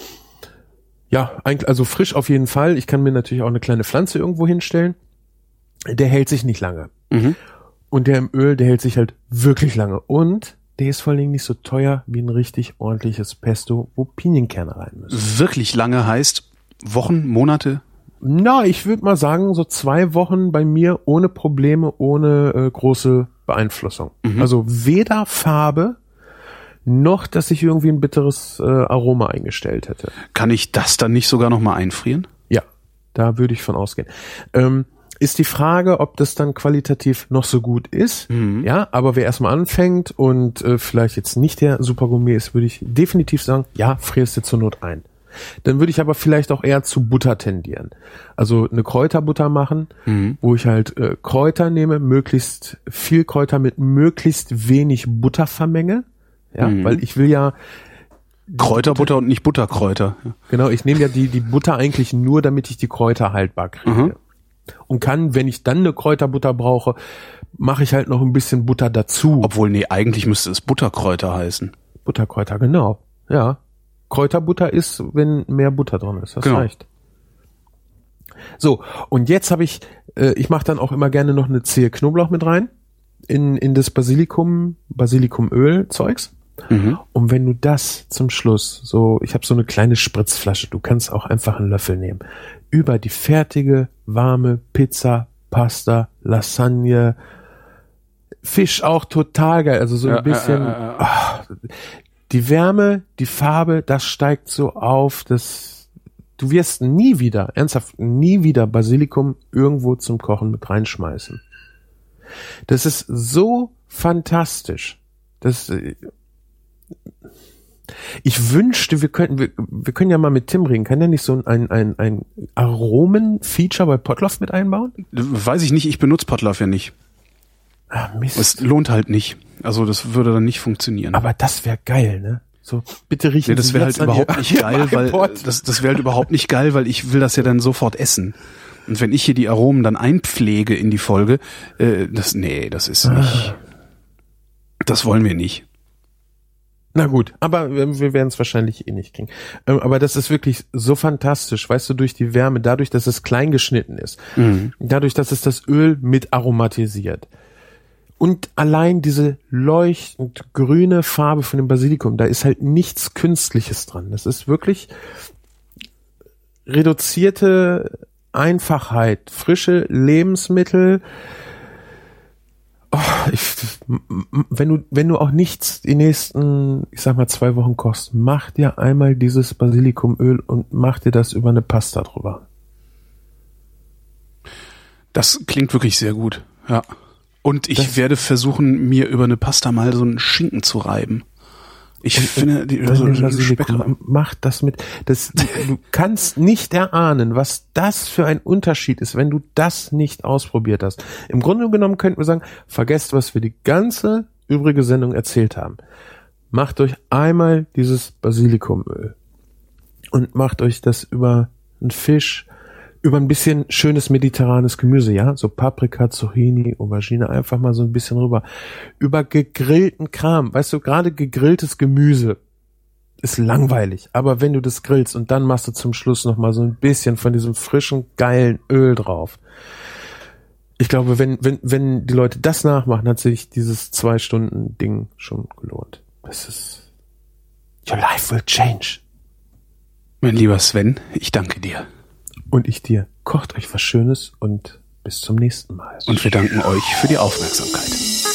ja, eigentlich, also frisch auf jeden Fall. Ich kann mir natürlich auch eine kleine Pflanze irgendwo hinstellen. Der hält sich nicht lange. Mhm. Und der im Öl, der hält sich halt wirklich lange. Und der ist vor allen Dingen nicht so teuer wie ein richtig ordentliches Pesto, wo Pinienkerne rein müssen. Wirklich lange heißt Wochen, Monate? Na, ich würde mal sagen, so zwei Wochen bei mir ohne Probleme, ohne äh, große Beeinflussung. Mhm. Also weder Farbe, noch, dass ich irgendwie ein bitteres äh, Aroma eingestellt hätte. Kann ich das dann nicht sogar noch mal einfrieren? Ja, da würde ich von ausgehen. Ähm, Ist die Frage, ob das dann qualitativ noch so gut ist. Mhm. Ja, aber wer erstmal anfängt und äh, vielleicht jetzt nicht der Supergourmet ist, würde ich definitiv sagen, ja, frierst du zur Not ein. Dann würde ich aber vielleicht auch eher zu Butter tendieren. Also eine Kräuterbutter machen, mhm. wo ich halt äh, Kräuter nehme, möglichst viel Kräuter mit möglichst wenig Butter vermenge. Ja, mhm. weil ich will ja Kräuterbutter und nicht Butterkräuter. Genau, ich nehme ja die die Butter eigentlich nur, damit ich die Kräuter haltbar kriege. Mhm. Und kann, wenn ich dann eine Kräuterbutter brauche, mache ich halt noch ein bisschen Butter dazu. Obwohl, nee, eigentlich müsste es Butterkräuter heißen. Butterkräuter, genau. Ja. Kräuterbutter ist, wenn mehr Butter drin ist. Das genau. reicht. So, und jetzt habe ich, äh, ich mache dann auch immer gerne noch eine Zehe Knoblauch mit rein in in das Basilikum, Basilikumöl-Zeugs. Mhm. Und wenn du das zum Schluss, so, ich habe so eine kleine Spritzflasche, du kannst auch einfach einen Löffel nehmen, über die fertige, warme Pizza, Pasta, Lasagne, Fisch auch total geil, also so ein ja, bisschen, äh, äh, äh. Ach, die Wärme, die Farbe, das steigt so auf, das, du wirst nie wieder, ernsthaft, nie wieder Basilikum irgendwo zum Kochen mit reinschmeißen. Das ist so fantastisch, das, ich wünschte, wir könnten, wir, wir können ja mal mit Tim reden. Kann der nicht so ein, ein, ein Aromen-Feature bei Potluck mit einbauen? Weiß ich nicht, ich benutze Potluck ja nicht. Ah, Mist. Es lohnt halt nicht. Also das würde dann nicht funktionieren. Aber das wäre geil, ne? So, bitte riechen nee, das wäre halt überhaupt ihr, nicht geil, weil das, das wäre halt überhaupt nicht geil, weil ich will das ja dann sofort essen. Und wenn ich hier die Aromen dann einpflege in die Folge, äh, das, nee, das ist nicht, das wollen wir nicht. Na gut, aber wir werden es wahrscheinlich eh nicht kriegen. Ähm, aber das ist wirklich so fantastisch, weißt du, durch die Wärme, dadurch, dass es klein geschnitten ist, mhm. dadurch, dass es das Öl mit aromatisiert. Und allein diese leuchtend grüne Farbe von dem Basilikum, da ist halt nichts Künstliches dran. Das ist wirklich reduzierte Einfachheit, frische Lebensmittel. Oh, ich, wenn du, wenn du auch nichts die nächsten, ich sag mal, zwei Wochen kochst, mach dir einmal dieses Basilikumöl und mach dir das über eine Pasta drüber. Das klingt wirklich sehr gut, ja. Und ich das, werde versuchen, mir über eine Pasta mal so einen Schinken zu reiben. Ich und, finde, die, und also, Basilikum, macht das mit, das, du, du kannst nicht erahnen, was das für ein Unterschied ist, wenn du das nicht ausprobiert hast. Im Grunde genommen könnten wir sagen, vergesst, was wir die ganze übrige Sendung erzählt haben. Macht euch einmal dieses Basilikumöl und macht euch das über einen Fisch, über ein bisschen schönes mediterranes Gemüse, ja, so Paprika, Zucchini, Aubergine, einfach mal so ein bisschen rüber. Über gegrillten Kram, weißt du, gerade gegrilltes Gemüse ist langweilig, aber wenn du das grillst und dann machst du zum Schluss noch mal so ein bisschen von diesem frischen, geilen Öl drauf. Ich glaube, wenn, wenn, wenn die Leute das nachmachen, hat sich dieses zwei Stunden Ding schon gelohnt. Das ist, your life will change. Mein lieber Sven, ich danke dir. Und ich dir. Kocht euch was Schönes und bis zum nächsten Mal. Und wir danken euch für die Aufmerksamkeit.